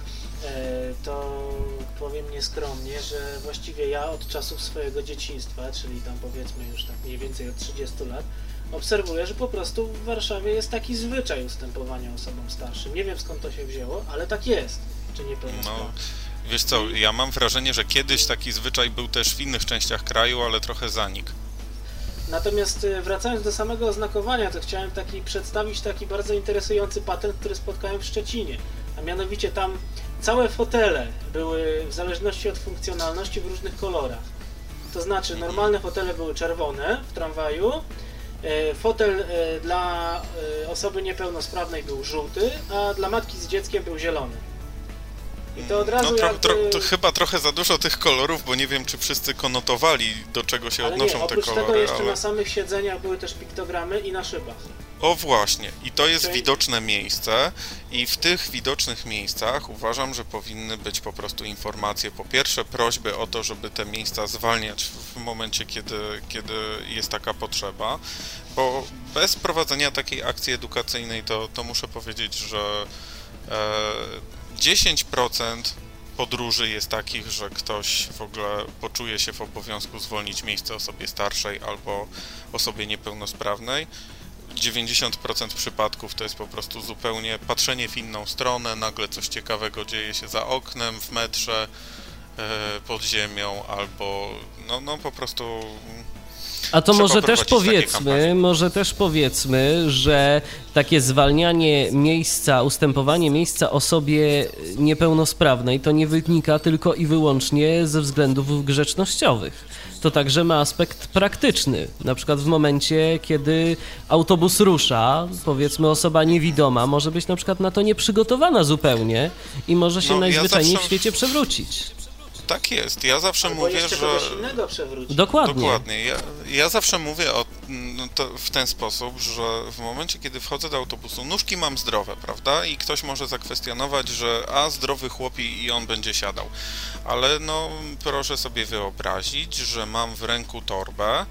to powiem nieskromnie, że właściwie ja od czasów swojego dzieciństwa, czyli tam powiedzmy już tak mniej więcej od trzydziestu lat, obserwuję, że po prostu w Warszawie jest taki zwyczaj ustępowania osobom starszym. Nie wiem skąd to się wzięło, ale tak jest. Czy niepełnosprawnie. No, wiesz co, ja mam wrażenie, że kiedyś taki zwyczaj był też w innych częściach kraju, ale trochę zanikł. Natomiast wracając do samego oznakowania, to chciałem taki przedstawić taki bardzo interesujący patent, który spotkałem w Szczecinie. A mianowicie tam całe fotele były w zależności od funkcjonalności w różnych kolorach. To znaczy normalne fotele były czerwone w tramwaju, fotel dla osoby niepełnosprawnej był żółty, a dla matki z dzieckiem był zielony. I to od razu no, tro, jakby... tro, to chyba trochę za dużo tych kolorów, bo nie wiem, czy wszyscy konotowali, do czego się ale odnoszą nie, te kolory. oprócz tego jeszcze ale... na samych siedzeniach były też piktogramy i na szybach. O właśnie, i to jest Czyli... widoczne miejsce i w tych widocznych miejscach uważam, że powinny być po prostu informacje. Po pierwsze prośby o to, żeby te miejsca zwalniać w momencie, kiedy, kiedy jest taka potrzeba, bo bez prowadzenia takiej akcji edukacyjnej to, to muszę powiedzieć, że e, dziesięć procent podróży jest takich, że ktoś w ogóle poczuje się w obowiązku zwolnić miejsce osobie starszej albo osobie niepełnosprawnej. dziewięćdziesiąt procent przypadków to jest po prostu zupełnie patrzenie w inną stronę, nagle coś ciekawego dzieje się za oknem, w metrze pod ziemią, albo no, no po prostu... A to może też powiedzmy, może też powiedzmy, że takie zwalnianie miejsca, ustępowanie miejsca osobie niepełnosprawnej to nie wynika tylko i wyłącznie ze względów grzecznościowych. To także ma aspekt praktyczny. Na przykład w momencie, kiedy autobus rusza, powiedzmy osoba niewidoma może być na przykład na to nieprzygotowana zupełnie i może się no, najzwyczajniej ja zawsze... w świecie przewrócić. Tak jest. Ja zawsze Albo mówię, jeszcze że... kogoś innego przewrócić. Dokładnie. Dokładnie. Ja, ja zawsze mówię o, no to w ten sposób, że w momencie, kiedy wchodzę do autobusu, nóżki mam zdrowe, prawda? I ktoś może zakwestionować, że a, zdrowy chłopi i on będzie siadał. Ale no, proszę sobie wyobrazić, że mam w ręku torbę,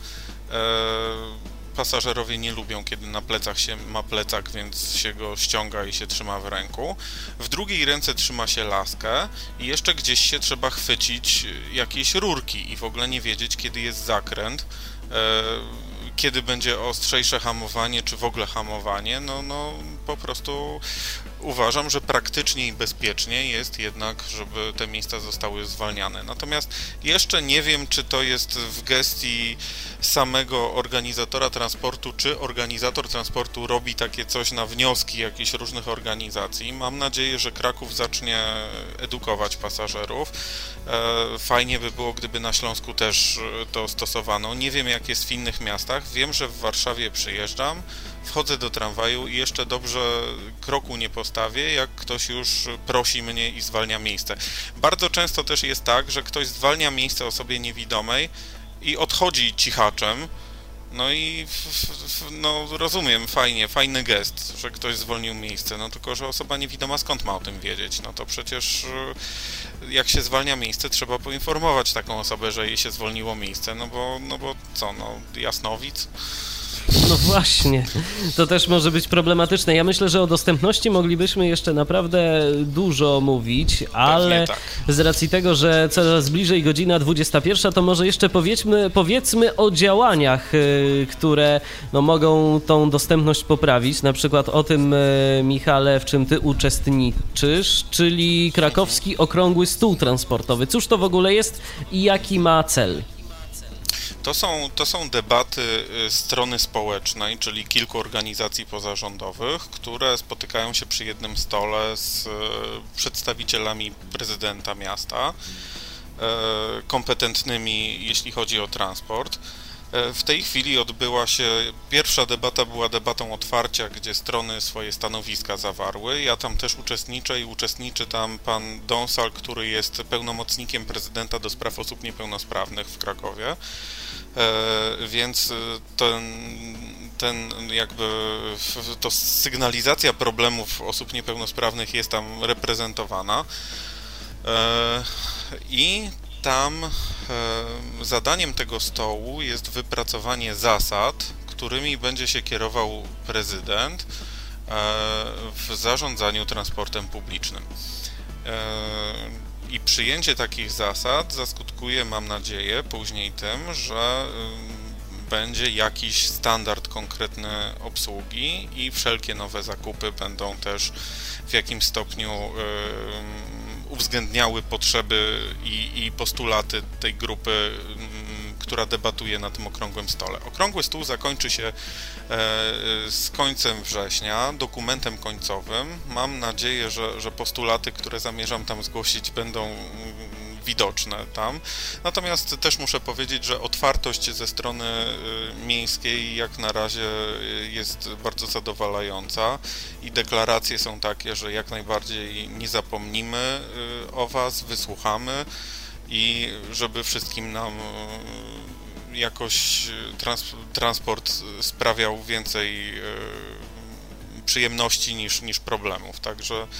e, pasażerowie nie lubią, kiedy na plecach się ma plecak, więc się go ściąga i się trzyma w ręku. W drugiej ręce trzyma się laskę i jeszcze gdzieś się trzeba chwycić jakieś rurki i w ogóle nie wiedzieć, kiedy jest zakręt, e, kiedy będzie ostrzejsze hamowanie, czy w ogóle hamowanie. No, no po prostu uważam, że praktycznie i bezpiecznie jest jednak, żeby te miejsca zostały zwalniane. Natomiast jeszcze nie wiem, czy to jest w gestii samego organizatora transportu, czy organizator transportu robi takie coś na wnioski jakichś różnych organizacji. Mam nadzieję, że Kraków zacznie edukować pasażerów. Fajnie by było, gdyby na Śląsku też to stosowano. Nie wiem, jak jest w innych miastach. Wiem, że w Warszawie przyjeżdżam, wchodzę do tramwaju i jeszcze dobrze kroku nie postawię, jak ktoś już prosi mnie i zwalnia miejsce. Bardzo często też jest tak, że ktoś zwalnia miejsce osobie niewidomej i odchodzi cichaczem. No i f, f, no rozumiem, fajnie, fajny gest, że ktoś zwolnił miejsce, no tylko, że osoba niewidoma skąd ma o tym wiedzieć? No to przecież jak się zwalnia miejsce, trzeba poinformować taką osobę, że jej się zwolniło miejsce, no bo, no bo co, no jasnowic? No właśnie, to też może być problematyczne. Ja myślę, że o dostępności moglibyśmy jeszcze naprawdę dużo mówić, ale tak. Z racji tego, że coraz bliżej godzina dwudziesta pierwsza, to może jeszcze powiedzmy, powiedzmy o działaniach, które no, mogą tą dostępność poprawić. Na przykład o tym, Michale, w czym ty uczestniczysz, czyli Krakowski Okrągły Stół Transportowy. Cóż to w ogóle jest i jaki ma cel? To są, to są debaty strony społecznej, czyli kilku organizacji pozarządowych, które spotykają się przy jednym stole z przedstawicielami prezydenta miasta, kompetentnymi, jeśli chodzi o transport. W tej chwili odbyła się, pierwsza debata była debatą otwarcia, gdzie strony swoje stanowiska zawarły. Ja tam też uczestniczę i uczestniczy tam pan Donsal, który jest pełnomocnikiem prezydenta do spraw osób niepełnosprawnych w Krakowie. E, więc ten, ten jakby to sygnalizacja problemów osób niepełnosprawnych jest tam reprezentowana. E, I tam e, zadaniem tego stołu jest wypracowanie zasad, którymi będzie się kierował prezydent e, w zarządzaniu transportem publicznym. E, I przyjęcie takich zasad zaskutkuje, mam nadzieję, później tym, że y, będzie jakiś standard konkretny obsługi i wszelkie nowe zakupy będą też w jakimś stopniu y, uwzględniały potrzeby i, i postulaty tej grupy, y, która debatuje na tym okrągłym stole. Okrągły stół zakończy się z końcem września, dokumentem końcowym. Mam nadzieję, że, że postulaty, które zamierzam tam zgłosić, będą widoczne tam. Natomiast też muszę powiedzieć, że otwartość ze strony miejskiej jak na razie jest bardzo zadowalająca i deklaracje są takie, że jak najbardziej nie zapomnimy o Was, wysłuchamy i żeby wszystkim nam jakoś trans, transport sprawiał więcej e, przyjemności niż, niż problemów. Także e,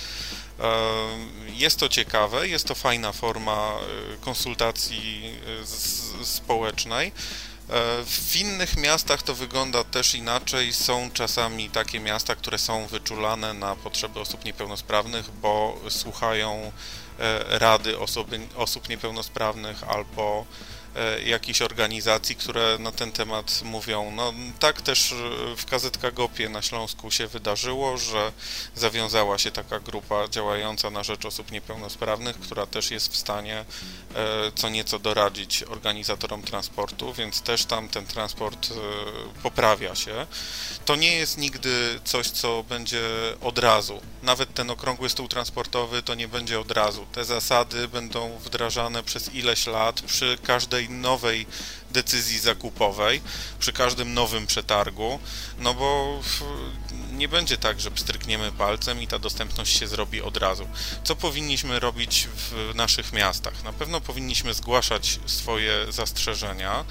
jest to ciekawe, jest to fajna forma konsultacji z, społecznej. E, w innych miastach to wygląda też inaczej. Są czasami takie miasta, które są wyczulane na potrzeby osób niepełnosprawnych, bo słuchają e, rady osoby, osób niepełnosprawnych albo jakichś organizacji, które na ten temat mówią. No, tak też w K Z K Gopie na Śląsku się wydarzyło, że zawiązała się taka grupa działająca na rzecz osób niepełnosprawnych, która też jest w stanie co nieco doradzić organizatorom transportu, więc też tam ten transport poprawia się. To nie jest nigdy coś, co będzie od razu. Nawet ten okrągły stół transportowy to nie będzie od razu. Te zasady będą wdrażane przez ileś lat przy każdej nowej decyzji zakupowej, przy każdym nowym przetargu, no bo nie będzie tak, że pstrykniemy palcem i ta dostępność się zrobi od razu. Co powinniśmy robić w naszych miastach? Na pewno powinniśmy zgłaszać swoje zastrzeżenia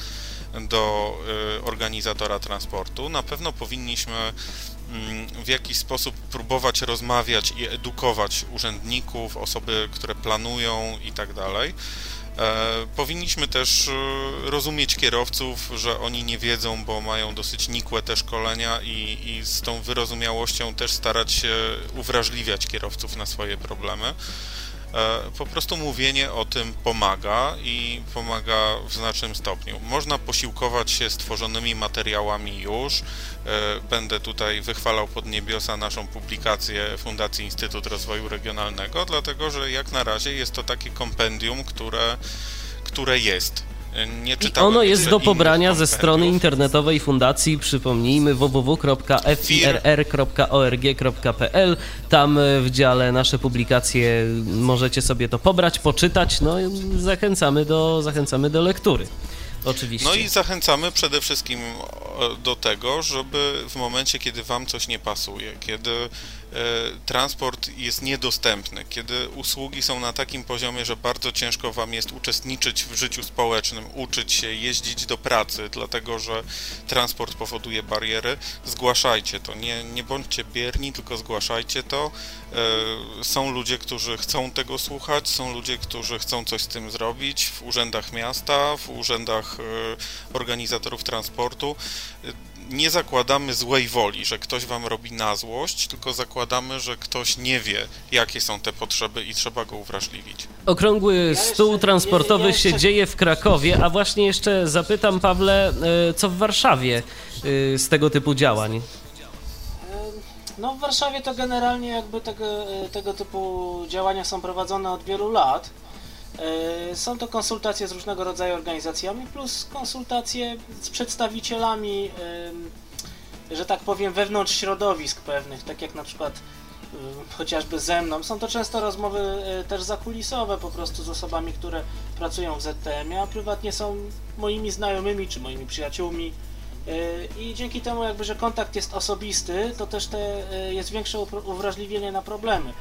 do organizatora transportu. Na pewno powinniśmy w jakiś sposób próbować rozmawiać i edukować urzędników, osoby, które planują i tak dalej. Powinniśmy też rozumieć kierowców, że oni nie wiedzą, bo mają dosyć nikłe te szkolenia i, i z tą wyrozumiałością też starać się uwrażliwiać kierowców na swoje problemy. Po prostu mówienie o tym pomaga i pomaga w znacznym stopniu. Można posiłkować się stworzonymi materiałami już. Będę tutaj wychwalał pod niebiosa naszą publikację Fundacji Instytut Rozwoju Regionalnego, dlatego że jak na razie jest to takie kompendium, które, które jest. Nie I ono jest do pobrania ze strony internetowej fundacji, przypomnijmy, w w w kropka f i r r kropka org kropka p l. Tam w dziale nasze publikacje możecie sobie to pobrać, poczytać, no i zachęcamy do, zachęcamy do lektury. Oczywiście. No i zachęcamy przede wszystkim do tego, żeby w momencie, kiedy wam coś nie pasuje, kiedy e, transport jest niedostępny, kiedy usługi są na takim poziomie, że bardzo ciężko wam jest uczestniczyć w życiu społecznym, uczyć się, jeździć do pracy, dlatego że transport powoduje bariery, zgłaszajcie to. Nie, nie bądźcie bierni, tylko zgłaszajcie to. E, są ludzie, którzy chcą tego słuchać, są ludzie, którzy chcą coś z tym zrobić w urzędach miasta, w urzędach e, organizatorów transportu. Nie zakładamy złej woli, że ktoś wam robi na złość, tylko zakładamy, że ktoś nie wie, jakie są te potrzeby i trzeba go uwrażliwić. Okrągły stół transportowy się dzieje w Krakowie, a właśnie jeszcze zapytam, Pawle, co w Warszawie z tego typu działań? No w Warszawie to generalnie jakby tego, tego typu działania są prowadzone od wielu lat. Są to konsultacje z różnego rodzaju organizacjami, plus konsultacje z przedstawicielami, że tak powiem, wewnątrz środowisk pewnych, tak jak na przykład chociażby ze mną. Są to często rozmowy też zakulisowe, po prostu z osobami, które pracują w Z T M-ie, a prywatnie są moimi znajomymi czy moimi przyjaciółmi. I dzięki temu jakby, że kontakt jest osobisty, to też te, jest większe uwrażliwienie na problemy.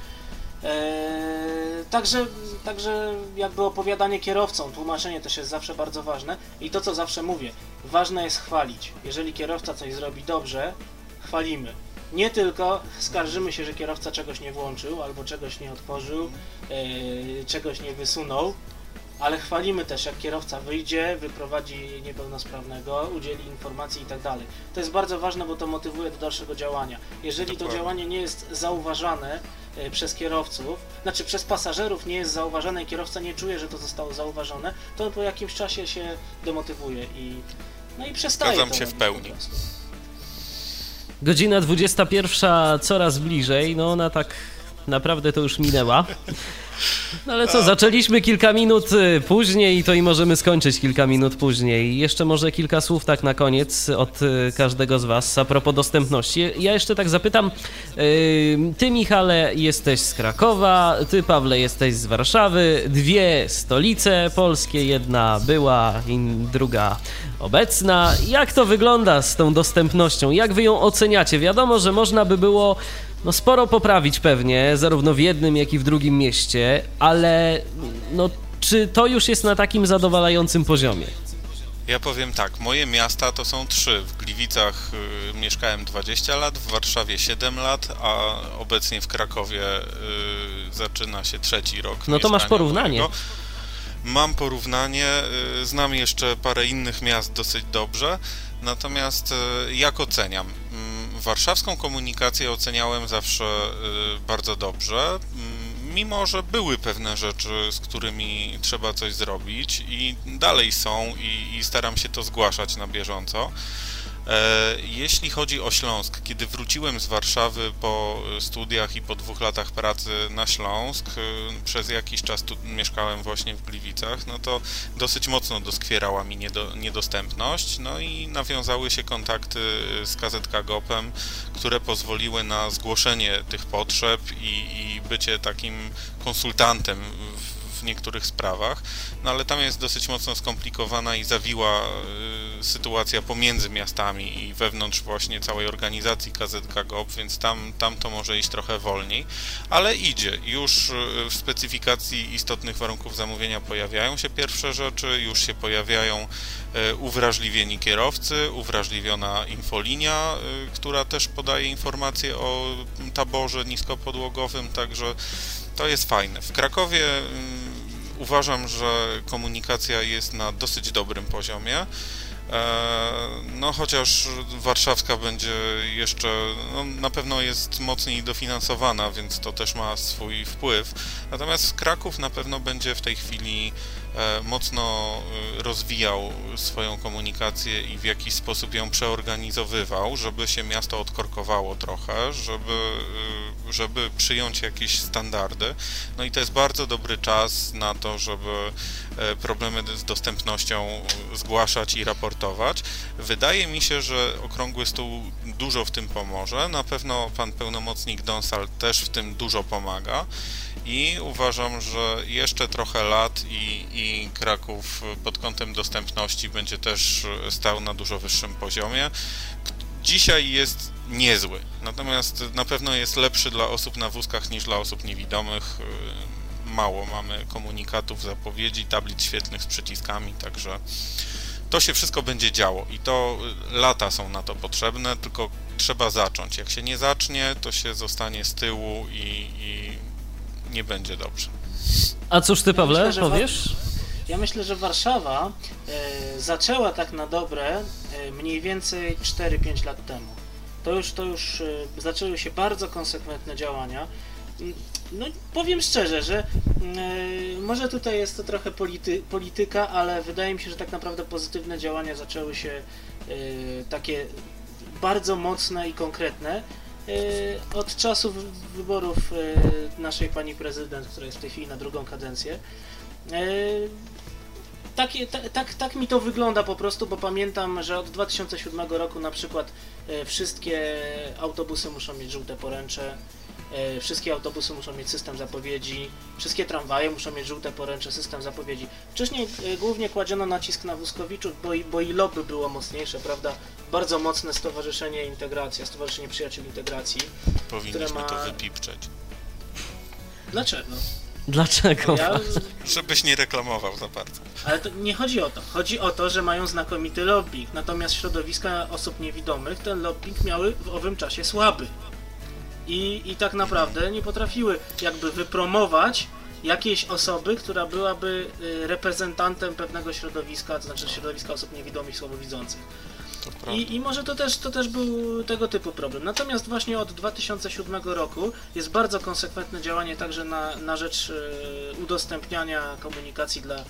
Eee, także, także jakby opowiadanie kierowcom, tłumaczenie też jest zawsze bardzo ważne i to, co zawsze mówię, ważne jest chwalić. Jeżeli kierowca coś zrobi dobrze, chwalimy. Nie tylko skarżymy się, że kierowca czegoś nie włączył, albo czegoś nie otworzył, eee, czegoś nie wysunął, ale chwalimy też, jak kierowca wyjdzie, wyprowadzi niepełnosprawnego, udzieli informacji i tak dalej. To jest bardzo ważne, bo to motywuje do dalszego działania. Jeżeli Dokładnie. to działanie nie jest zauważane y, przez kierowców, znaczy przez pasażerów nie jest zauważane i kierowca nie czuje, że to zostało zauważone, to po jakimś czasie się demotywuje i, no i przestaje. Zgadzam to się w pełni. Godzina dwudziesta pierwsza coraz bliżej, no ona tak naprawdę to już minęła. No ale co, zaczęliśmy kilka minut później, to i możemy skończyć kilka minut później. Jeszcze może kilka słów tak na koniec od każdego z was a propos dostępności. Ja jeszcze tak zapytam, ty Michale jesteś z Krakowa, ty Pawle jesteś z Warszawy, dwie stolice polskie, jedna była i druga obecna. Jak to wygląda z tą dostępnością? Jak wy ją oceniacie? Wiadomo, że można by było no sporo poprawić pewnie, zarówno w jednym, jak i w drugim mieście, ale no, czy to już jest na takim zadowalającym poziomie? Ja powiem tak, moje miasta to są trzy. W Gliwicach y, mieszkałem dwadzieścia lat, w Warszawie siedem lat, a obecnie w Krakowie y, zaczyna się trzeci rok. No to masz porównanie. Mojego. Mam porównanie, y, znam jeszcze parę innych miast dosyć dobrze, natomiast y, jak oceniam? Warszawską komunikację oceniałem zawsze y, bardzo dobrze. mimo że były pewne rzeczy, z którymi trzeba coś zrobić i dalej są i, i staram się to zgłaszać na bieżąco. Jeśli chodzi o Śląsk, kiedy wróciłem z Warszawy po studiach i po dwóch latach pracy na Śląsk, przez jakiś czas tu mieszkałem właśnie w Gliwicach, no to dosyć mocno doskwierała mi niedo, niedostępność, no i nawiązały się kontakty z K Z K GOP-em, które pozwoliły na zgłoszenie tych potrzeb i, i bycie takim konsultantem w w niektórych sprawach, no ale tam jest dosyć mocno skomplikowana i zawiła y, sytuacja pomiędzy miastami i wewnątrz właśnie całej organizacji K Z K GOP, więc tam, tam to może iść trochę wolniej, ale idzie. Już w specyfikacji istotnych warunków zamówienia pojawiają się pierwsze rzeczy, już się pojawiają y, uwrażliwieni kierowcy, uwrażliwiona infolinia, y, która też podaje informacje o taborze niskopodłogowym, także to jest fajne. W Krakowie um, uważam, że komunikacja jest na dosyć dobrym poziomie. E, no chociaż warszawska będzie jeszcze, no, na pewno jest mocniej dofinansowana, więc to też ma swój wpływ. Natomiast Kraków na pewno będzie w tej chwili e, mocno rozwijał swoją komunikację i w jakiś sposób ją przeorganizowywał, żeby się miasto odkorkowało trochę, żeby, żeby przyjąć jakieś standardy. No i to jest bardzo dobry czas na to, żeby problemy z dostępnością zgłaszać i raportować. Wydaje mi się, że Okrągły Stół dużo w tym pomoże. Na pewno pan pełnomocnik Donsal też w tym dużo pomaga i uważam, że jeszcze trochę lat i, i Kraków pod kątem dostępności będzie też stał na dużo wyższym poziomie. Dzisiaj jest niezły, natomiast na pewno jest lepszy dla osób na wózkach niż dla osób niewidomych. Mało mamy komunikatów, zapowiedzi, tablic świetlnych z przyciskami, także to się wszystko będzie działo i to lata są na to potrzebne, tylko trzeba zacząć. Jak się nie zacznie, to się zostanie z tyłu i, i nie będzie dobrze. A cóż ty, Pawle, ja myślę, powiesz? Ja myślę, że Warszawa e, zaczęła tak na dobre e, mniej więcej cztery pięć lat temu. To już, to już e, zaczęły się bardzo konsekwentne działania. No powiem szczerze, że yy, może tutaj jest to trochę polity, polityka, ale wydaje mi się, że tak naprawdę pozytywne działania zaczęły się yy, takie bardzo mocne i konkretne yy, od czasów wyborów yy, naszej pani prezydent, która jest w tej chwili na drugą kadencję. Yy, tak, tak, tak, tak mi to wygląda po prostu, bo pamiętam, że od dwa tysiące siódmego roku na przykład yy, wszystkie autobusy muszą mieć żółte poręcze. Wszystkie autobusy muszą mieć system zapowiedzi, wszystkie tramwaje muszą mieć żółte poręcze, system zapowiedzi. Wcześniej głównie kładziono nacisk na wózkowiczów, bo i, bo i lobby było mocniejsze, prawda? Bardzo mocne Stowarzyszenie Integracja, Stowarzyszenie Przyjaciół Integracji. Powinniśmy ma... to wypipczeć. Dlaczego? Dlaczego? Ja... Żebyś nie reklamował za bardzo. Ale to nie chodzi o to. Chodzi o to, że mają znakomity lobbying, natomiast środowiska osób niewidomych ten lobbying miały w owym czasie słaby. I, I tak naprawdę nie potrafiły jakby wypromować jakiejś osoby, która byłaby reprezentantem pewnego środowiska, to znaczy środowiska osób niewidomych, słabowidzących. I, I może to też, to też był tego typu problem. Natomiast właśnie od dwa tysiące siódmego roku jest bardzo konsekwentne działanie także na, na rzecz udostępniania komunikacji dla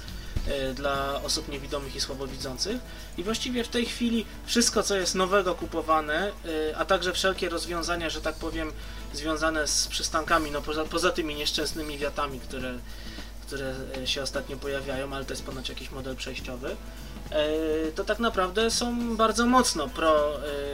dla osób niewidomych i słabowidzących i właściwie w tej chwili wszystko, co jest nowego kupowane, a także wszelkie rozwiązania, że tak powiem, związane z przystankami, no poza, poza tymi nieszczęsnymi wiatami, które, które się ostatnio pojawiają, ale to jest ponoć jakiś model przejściowy, to tak naprawdę są bardzo mocno pro,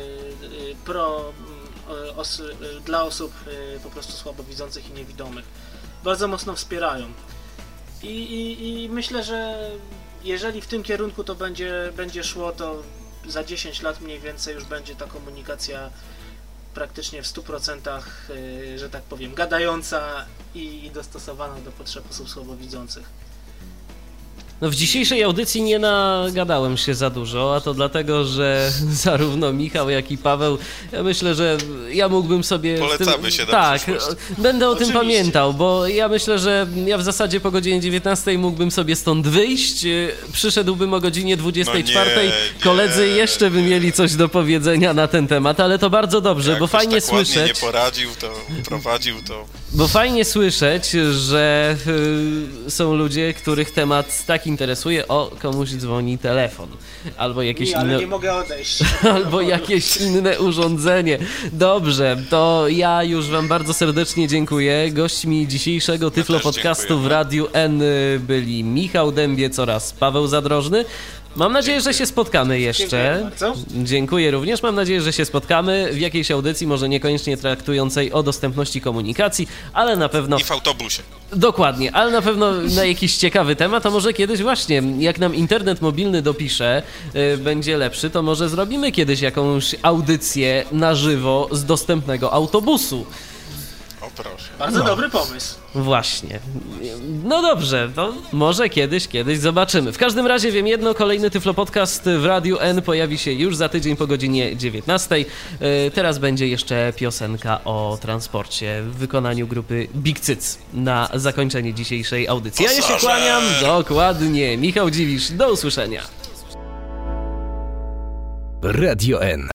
pro os, dla osób po prostu słabowidzących i niewidomych. Bardzo mocno wspierają. I, i, I myślę, że jeżeli w tym kierunku to będzie, będzie szło, to za dziesięć lat mniej więcej już będzie ta komunikacja praktycznie w stu procentach, że tak powiem, gadająca i dostosowana do potrzeb osób słabowidzących. No w dzisiejszej audycji nie nagadałem się za dużo, a to dlatego, że zarówno Michał, jak i Paweł, ja myślę, że ja mógłbym sobie... Polecamy tym, się na tak, przyszłość. będę o Oczywiście. tym pamiętał, bo ja myślę, że ja w zasadzie po godzinie dziewiętnastej mógłbym sobie stąd wyjść, przyszedłbym o godzinie dwudziestej czwartej, No nie, koledzy nie, jeszcze by nie. mieli coś do powiedzenia na ten temat, ale to bardzo dobrze, Jak bo ktoś fajnie tak ładnie słyszeć... nie poradził, to prowadził, to... Bo fajnie słyszeć, że y, są ludzie, których temat tak interesuje, o, komuś dzwoni telefon, albo jakieś Nie, ale inne... nie mogę odejść. Albo jakieś inne urządzenie. Dobrze, to ja już wam bardzo serdecznie dziękuję. Gośćmi dzisiejszego Tyflo też Podcastu w dziękujemy. Radiu N byli Michał Dębiec oraz Paweł Zadrożny. Mam nadzieję, że się spotkamy jeszcze. Dziękuję bardzo. Dziękuję również. Mam nadzieję, że się spotkamy w jakiejś audycji, może niekoniecznie traktującej o dostępności komunikacji, ale na pewno... I w autobusie. Dokładnie, ale na pewno na jakiś ciekawy temat, a może kiedyś właśnie, jak nam internet mobilny dopisze, yy, będzie lepszy, to może zrobimy kiedyś jakąś audycję na żywo z dostępnego autobusu. O proszę. Bardzo dobry pomysł. Właśnie. No dobrze, to może kiedyś, kiedyś zobaczymy. W każdym razie wiem jedno, kolejny Tyflo Podcast w Radiu N pojawi się już za tydzień po godzinie dziewiętnastej. Yy, teraz będzie jeszcze piosenka o transporcie w wykonaniu grupy Big Cyc na zakończenie dzisiejszej audycji. Ja się Pasażer! kłaniam, dokładnie. Michał Dziwisz, do usłyszenia. Radio N.